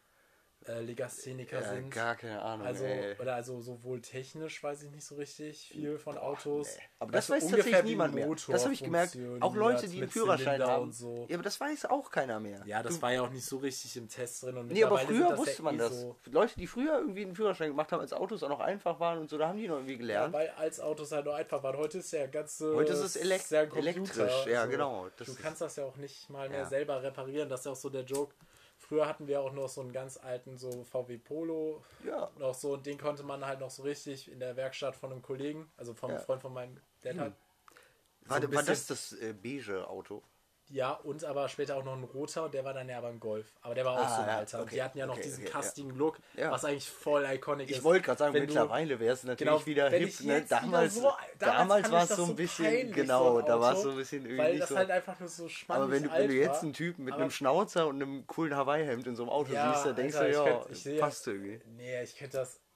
[SPEAKER 1] äh, Legastheniker
[SPEAKER 2] ja,
[SPEAKER 1] sind.
[SPEAKER 2] gar keine Ahnung,
[SPEAKER 1] Also,
[SPEAKER 2] ey.
[SPEAKER 1] oder also sowohl technisch weiß ich nicht so richtig viel von Autos.
[SPEAKER 2] Nee. Aber das
[SPEAKER 1] Weißt du,
[SPEAKER 2] weiß
[SPEAKER 1] ungefähr
[SPEAKER 2] tatsächlich
[SPEAKER 1] wie
[SPEAKER 2] niemand mehr.
[SPEAKER 1] Motor
[SPEAKER 2] Das habe ich gemerkt.
[SPEAKER 1] funktioniert
[SPEAKER 2] Auch Leute, die einen
[SPEAKER 1] mit
[SPEAKER 2] Führerschein
[SPEAKER 1] Zylinder
[SPEAKER 2] haben.
[SPEAKER 1] und so.
[SPEAKER 2] Ja, aber das weiß auch keiner mehr.
[SPEAKER 1] Ja, das
[SPEAKER 2] Du-
[SPEAKER 1] war ja auch nicht so richtig im Test drin. Und
[SPEAKER 2] Nee, aber
[SPEAKER 1] mittlerweile
[SPEAKER 2] früher
[SPEAKER 1] sind das
[SPEAKER 2] wusste
[SPEAKER 1] ja
[SPEAKER 2] man
[SPEAKER 1] eh
[SPEAKER 2] das.
[SPEAKER 1] So,
[SPEAKER 2] Leute, die früher irgendwie einen Führerschein gemacht haben, als Autos auch noch einfach waren und so, da haben die noch irgendwie
[SPEAKER 1] ja,
[SPEAKER 2] gelernt.
[SPEAKER 1] weil als Autos halt nur einfach waren. Heute ist ja ganz äh,
[SPEAKER 2] Heute ist es elekt-
[SPEAKER 1] sehr ein Computer.
[SPEAKER 2] elektrisch, ja,
[SPEAKER 1] Also,
[SPEAKER 2] genau. Das
[SPEAKER 1] du
[SPEAKER 2] ist-
[SPEAKER 1] kannst das ja auch nicht mal mehr
[SPEAKER 2] Ja.
[SPEAKER 1] selber reparieren. Das ist ja auch so der Joke. Früher hatten wir auch noch so einen ganz alten so V W Polo.
[SPEAKER 2] Ja.
[SPEAKER 1] Noch so, und den konnte man halt noch so richtig in der Werkstatt von einem Kollegen, also vom
[SPEAKER 2] Ja.
[SPEAKER 1] Freund von meinem Dad halt.
[SPEAKER 2] War,
[SPEAKER 1] so ein
[SPEAKER 2] war das
[SPEAKER 1] bisschen-
[SPEAKER 2] das äh, beige Auto?
[SPEAKER 1] Ja, und aber später auch noch ein roter, und der war dann ja aber ein Golf. Aber der war auch
[SPEAKER 2] Ah,
[SPEAKER 1] so ein
[SPEAKER 2] ja,
[SPEAKER 1] alter. Und
[SPEAKER 2] okay,
[SPEAKER 1] die hatten ja noch
[SPEAKER 2] okay,
[SPEAKER 1] diesen
[SPEAKER 2] okay,
[SPEAKER 1] castigen Look,
[SPEAKER 2] Ja.
[SPEAKER 1] was eigentlich voll iconic ist.
[SPEAKER 2] Ich wollte gerade sagen,
[SPEAKER 1] Wenn du-
[SPEAKER 2] mittlerweile wäre es natürlich
[SPEAKER 1] Genau,
[SPEAKER 2] wieder
[SPEAKER 1] wenn
[SPEAKER 2] hip.
[SPEAKER 1] ich
[SPEAKER 2] Ne?
[SPEAKER 1] jetzt wieder
[SPEAKER 2] Damals,
[SPEAKER 1] so- damals
[SPEAKER 2] damals
[SPEAKER 1] fand
[SPEAKER 2] war
[SPEAKER 1] ich
[SPEAKER 2] es
[SPEAKER 1] das
[SPEAKER 2] so
[SPEAKER 1] so
[SPEAKER 2] ein bisschen,
[SPEAKER 1] peinlich,
[SPEAKER 2] genau,
[SPEAKER 1] so ein
[SPEAKER 2] da war es
[SPEAKER 1] Auto,
[SPEAKER 2] so ein bisschen irgendwie
[SPEAKER 1] Weil
[SPEAKER 2] nicht
[SPEAKER 1] das
[SPEAKER 2] so.
[SPEAKER 1] halt einfach nur so schmannig
[SPEAKER 2] Aber wenn du,
[SPEAKER 1] alt
[SPEAKER 2] wenn du jetzt
[SPEAKER 1] war.
[SPEAKER 2] einen Typen mit
[SPEAKER 1] Aber-
[SPEAKER 2] einem Schnauzer und einem coolen Hawaii-Hemd in so einem Auto
[SPEAKER 1] Ja,
[SPEAKER 2] siehst, dann denkst
[SPEAKER 1] Alter,
[SPEAKER 2] du,
[SPEAKER 1] ich
[SPEAKER 2] ja,
[SPEAKER 1] könnt- ich sehe-
[SPEAKER 2] passt irgendwie.
[SPEAKER 1] Nee, ich könnte das.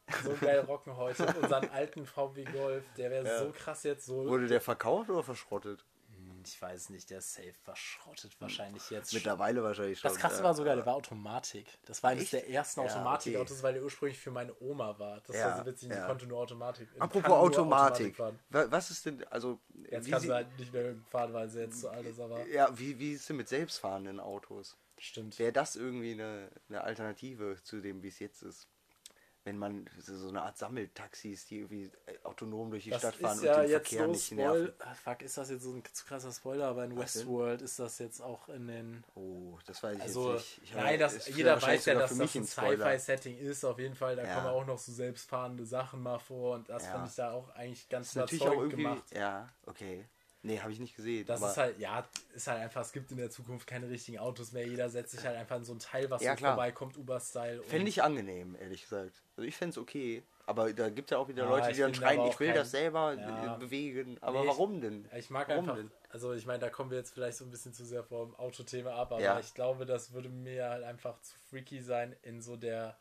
[SPEAKER 1] so geil rocken heute. Und unseren alten V W Golf, der wäre
[SPEAKER 2] Ja.
[SPEAKER 1] so krass jetzt so.
[SPEAKER 2] Wurde der verkauft oder verschrottet?
[SPEAKER 1] Ich weiß nicht, der ist safe verschrottet wahrscheinlich jetzt.
[SPEAKER 2] Mittlerweile wahrscheinlich schon.
[SPEAKER 1] Das krasse
[SPEAKER 2] ja.
[SPEAKER 1] war sogar, der war Automatik. Das war eines
[SPEAKER 2] Echt?
[SPEAKER 1] der ersten
[SPEAKER 2] Ja,
[SPEAKER 1] Automatikautos,
[SPEAKER 2] okay.
[SPEAKER 1] weil der ursprünglich für meine Oma war. Das
[SPEAKER 2] Ja,
[SPEAKER 1] war so witzig, die
[SPEAKER 2] ja.
[SPEAKER 1] konnte nur Automatik. die
[SPEAKER 2] Apropos
[SPEAKER 1] kann nur
[SPEAKER 2] Automatik.
[SPEAKER 1] fahren.
[SPEAKER 2] Wa- Was ist denn, also...
[SPEAKER 1] Jetzt
[SPEAKER 2] wie
[SPEAKER 1] kann
[SPEAKER 2] sie-
[SPEAKER 1] sie halt nicht mehr fahren, weil sie jetzt zu alt ist, aber
[SPEAKER 2] Ja, wie, wie ist es denn mit selbstfahrenden Autos?
[SPEAKER 1] stimmt.
[SPEAKER 2] Wäre das irgendwie eine, eine Alternative zu dem, wie es jetzt ist? Wenn man so so eine Art Sammeltaxis, die irgendwie äh, autonom durch die
[SPEAKER 1] Das
[SPEAKER 2] Stadt fahren
[SPEAKER 1] ist
[SPEAKER 2] und
[SPEAKER 1] ja
[SPEAKER 2] den
[SPEAKER 1] jetzt
[SPEAKER 2] Verkehr
[SPEAKER 1] so
[SPEAKER 2] nicht nerven.
[SPEAKER 1] Spoil. Ah, fuck, ist das jetzt so ein zu krasser Spoiler, aber in
[SPEAKER 2] Was denn?
[SPEAKER 1] Westworld ist das jetzt auch in den.
[SPEAKER 2] Oh, das weiß ich
[SPEAKER 1] Also,
[SPEAKER 2] jetzt nicht. Ich
[SPEAKER 1] nein,
[SPEAKER 2] habe-
[SPEAKER 1] das,
[SPEAKER 2] ist
[SPEAKER 1] jeder
[SPEAKER 2] wahrscheinlich
[SPEAKER 1] weiß ja,
[SPEAKER 2] sogar
[SPEAKER 1] dass
[SPEAKER 2] für
[SPEAKER 1] das
[SPEAKER 2] mich
[SPEAKER 1] ein
[SPEAKER 2] Spoiler.
[SPEAKER 1] Sci-Fi-Setting ist, auf jeden Fall. Da
[SPEAKER 2] Ja.
[SPEAKER 1] kommen auch noch so selbstfahrende Sachen mal vor und das
[SPEAKER 2] Ja.
[SPEAKER 1] finde ich da auch eigentlich ganz
[SPEAKER 2] Ist natürlich auch
[SPEAKER 1] überzeugend
[SPEAKER 2] irgendwie...
[SPEAKER 1] gemacht.
[SPEAKER 2] Ja, okay. Nee, habe ich nicht gesehen.
[SPEAKER 1] Das
[SPEAKER 2] aber
[SPEAKER 1] ist halt, ja, ist halt einfach, es gibt in der Zukunft keine richtigen Autos mehr. Jeder setzt sich halt einfach in so ein Teil, was
[SPEAKER 2] Ja,
[SPEAKER 1] so
[SPEAKER 2] klar.
[SPEAKER 1] vorbeikommt, Uber-Style. und-
[SPEAKER 2] Fände ich angenehm, ehrlich gesagt. Also ich fände es okay. Aber da gibt es ja auch wieder
[SPEAKER 1] Ja,
[SPEAKER 2] Leute,
[SPEAKER 1] ich
[SPEAKER 2] die dann
[SPEAKER 1] bin
[SPEAKER 2] schreien,
[SPEAKER 1] aber
[SPEAKER 2] ich
[SPEAKER 1] auch
[SPEAKER 2] will
[SPEAKER 1] kein-
[SPEAKER 2] das selber
[SPEAKER 1] Ja.
[SPEAKER 2] äh, bewegen. Aber
[SPEAKER 1] Nee, ich-
[SPEAKER 2] warum denn?
[SPEAKER 1] Ich mag
[SPEAKER 2] Warum
[SPEAKER 1] einfach,
[SPEAKER 2] denn?
[SPEAKER 1] also ich meine, da kommen wir jetzt vielleicht so ein bisschen zu sehr vom Autothema ab, aber
[SPEAKER 2] Ja.
[SPEAKER 1] ich glaube, das würde mir halt einfach zu freaky sein in so der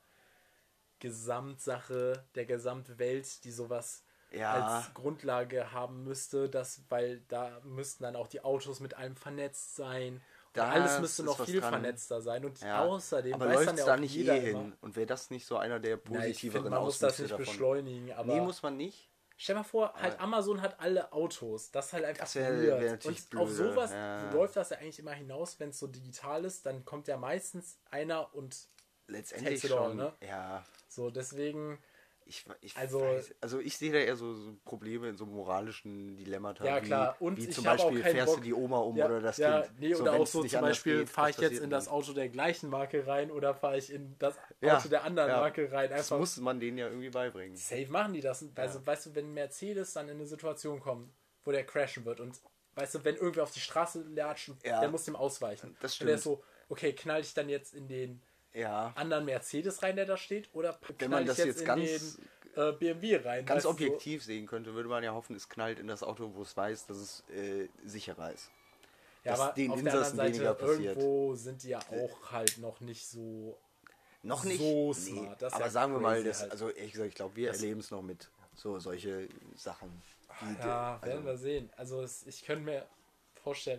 [SPEAKER 1] Gesamtsache, der Gesamtwelt, die sowas
[SPEAKER 2] Ja.
[SPEAKER 1] als Grundlage haben müsste, dass, weil da müssten dann auch die Autos mit allem vernetzt sein. Und
[SPEAKER 2] Da
[SPEAKER 1] alles müsste
[SPEAKER 2] ist
[SPEAKER 1] noch
[SPEAKER 2] was
[SPEAKER 1] viel
[SPEAKER 2] dran.
[SPEAKER 1] vernetzter sein. Und
[SPEAKER 2] Ja.
[SPEAKER 1] außerdem
[SPEAKER 2] Aber
[SPEAKER 1] weiß
[SPEAKER 2] läuft
[SPEAKER 1] dann
[SPEAKER 2] es
[SPEAKER 1] ja
[SPEAKER 2] da
[SPEAKER 1] auch
[SPEAKER 2] nicht
[SPEAKER 1] jeder
[SPEAKER 2] eh
[SPEAKER 1] immer,
[SPEAKER 2] hin? Und wäre das nicht so einer der
[SPEAKER 1] na, ich
[SPEAKER 2] positiveren
[SPEAKER 1] finde, man muss das
[SPEAKER 2] Auswüchse
[SPEAKER 1] nicht
[SPEAKER 2] davon?
[SPEAKER 1] beschleunigen, aber
[SPEAKER 2] Nee, muss man nicht.
[SPEAKER 1] stell mal vor, halt
[SPEAKER 2] Aber-
[SPEAKER 1] Amazon hat alle Autos. Das ist halt einfach
[SPEAKER 2] Das wär-
[SPEAKER 1] weird.
[SPEAKER 2] wär natürlich
[SPEAKER 1] Und auf
[SPEAKER 2] blöde,
[SPEAKER 1] sowas
[SPEAKER 2] ja.
[SPEAKER 1] läuft das ja eigentlich immer hinaus, wenn es so digital ist, dann kommt ja meistens einer und
[SPEAKER 2] Letztendlich
[SPEAKER 1] Takes it all,
[SPEAKER 2] schon.
[SPEAKER 1] ne?
[SPEAKER 2] Ja.
[SPEAKER 1] so, deswegen,
[SPEAKER 2] Ich, ich
[SPEAKER 1] Also-
[SPEAKER 2] weiß, also ich sehe da eher so, so Probleme in so moralischen Dilemmata.
[SPEAKER 1] Ja,
[SPEAKER 2] wie,
[SPEAKER 1] klar. Und
[SPEAKER 2] wie
[SPEAKER 1] ich
[SPEAKER 2] zum
[SPEAKER 1] hab auch
[SPEAKER 2] Beispiel
[SPEAKER 1] keinen
[SPEAKER 2] fährst
[SPEAKER 1] Bock-
[SPEAKER 2] du die Oma um
[SPEAKER 1] ja,
[SPEAKER 2] oder das
[SPEAKER 1] ja,
[SPEAKER 2] Kind.
[SPEAKER 1] nee,
[SPEAKER 2] So,
[SPEAKER 1] oder auch
[SPEAKER 2] wenn's
[SPEAKER 1] so
[SPEAKER 2] nicht
[SPEAKER 1] zum
[SPEAKER 2] anders
[SPEAKER 1] Beispiel,
[SPEAKER 2] geht,
[SPEAKER 1] fahre
[SPEAKER 2] was
[SPEAKER 1] ich jetzt
[SPEAKER 2] passiert
[SPEAKER 1] in das
[SPEAKER 2] denn?
[SPEAKER 1] Auto der gleichen Marke rein oder fahre ich in das Auto
[SPEAKER 2] Ja,
[SPEAKER 1] der anderen
[SPEAKER 2] ja.
[SPEAKER 1] Marke rein.
[SPEAKER 2] Das
[SPEAKER 1] Einfach
[SPEAKER 2] muss man denen ja irgendwie beibringen.
[SPEAKER 1] safe machen die das. Also, weißt du, wenn Mercedes dann in eine Situation kommt, wo der crashen wird und weißt du, wenn irgendwer auf die Straße latscht,
[SPEAKER 2] Ja.
[SPEAKER 1] der muss dem ausweichen.
[SPEAKER 2] Das
[SPEAKER 1] Und der ist
[SPEAKER 2] stimmt.
[SPEAKER 1] so, okay, knall ich dann jetzt in den
[SPEAKER 2] Ja.
[SPEAKER 1] anderen Mercedes rein, der da steht, oder
[SPEAKER 2] Wenn
[SPEAKER 1] knall
[SPEAKER 2] man
[SPEAKER 1] ich
[SPEAKER 2] das
[SPEAKER 1] jetzt,
[SPEAKER 2] jetzt
[SPEAKER 1] in
[SPEAKER 2] ganz,
[SPEAKER 1] den äh, B M W rein?
[SPEAKER 2] ganz
[SPEAKER 1] weißt du,
[SPEAKER 2] objektiv sehen könnte, würde man ja hoffen, es knallt in das Auto, wo es weiß, dass es äh, sicherer ist.
[SPEAKER 1] So. Ja,
[SPEAKER 2] dass
[SPEAKER 1] aber
[SPEAKER 2] den
[SPEAKER 1] auf der
[SPEAKER 2] Insassen
[SPEAKER 1] anderen
[SPEAKER 2] weniger
[SPEAKER 1] Seite,
[SPEAKER 2] passiert.
[SPEAKER 1] irgendwo sind die ja auch halt noch nicht so...
[SPEAKER 2] Noch nicht.
[SPEAKER 1] So
[SPEAKER 2] nee,
[SPEAKER 1] smart, das ist
[SPEAKER 2] aber
[SPEAKER 1] ja
[SPEAKER 2] sagen wir mal,
[SPEAKER 1] crazy
[SPEAKER 2] das,
[SPEAKER 1] halt.
[SPEAKER 2] also ehrlich gesagt, ich glaube, wir
[SPEAKER 1] Das-
[SPEAKER 2] erleben es noch mit. So solche Sachen. Die,
[SPEAKER 1] Ja,
[SPEAKER 2] also,
[SPEAKER 1] werden wir sehen. Also es, ich könnte mir vorstellen,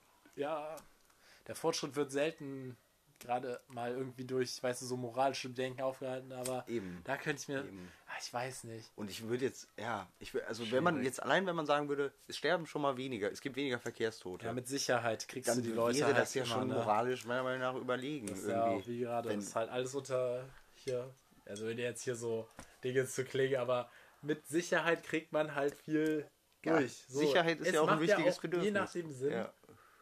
[SPEAKER 1] ja, der Fortschritt wird selten gerade mal irgendwie durch, weißt du, so moralische Bedenken aufgehalten, aber
[SPEAKER 2] Eben.
[SPEAKER 1] da könnte ich mir,
[SPEAKER 2] Eben.
[SPEAKER 1] ah, ich weiß nicht.
[SPEAKER 2] Und ich würde jetzt, ja, ich will, also wenn man
[SPEAKER 1] Schwierig.
[SPEAKER 2] jetzt allein, wenn man sagen würde, es sterben schon mal weniger, es gibt weniger Verkehrstote,
[SPEAKER 1] Ja, mit Sicherheit kriegst
[SPEAKER 2] dann
[SPEAKER 1] du die Leute
[SPEAKER 2] wäre
[SPEAKER 1] halt
[SPEAKER 2] das ja
[SPEAKER 1] immer,
[SPEAKER 2] schon
[SPEAKER 1] ne?
[SPEAKER 2] moralisch meiner Meinung nach überlegen.
[SPEAKER 1] Das ist ja
[SPEAKER 2] irgendwie.
[SPEAKER 1] auch wie gerade,
[SPEAKER 2] Wenn-
[SPEAKER 1] das ist halt alles unter hier, also wenn jetzt hier so Dinge zu klingen, aber mit Sicherheit kriegt man halt viel
[SPEAKER 2] Ja,
[SPEAKER 1] durch. So,
[SPEAKER 2] Sicherheit ist
[SPEAKER 1] es
[SPEAKER 2] ja auch ein
[SPEAKER 1] macht
[SPEAKER 2] wichtiges
[SPEAKER 1] auch
[SPEAKER 2] Bedürfnis.
[SPEAKER 1] Je nach dem Sinn,
[SPEAKER 2] Ja.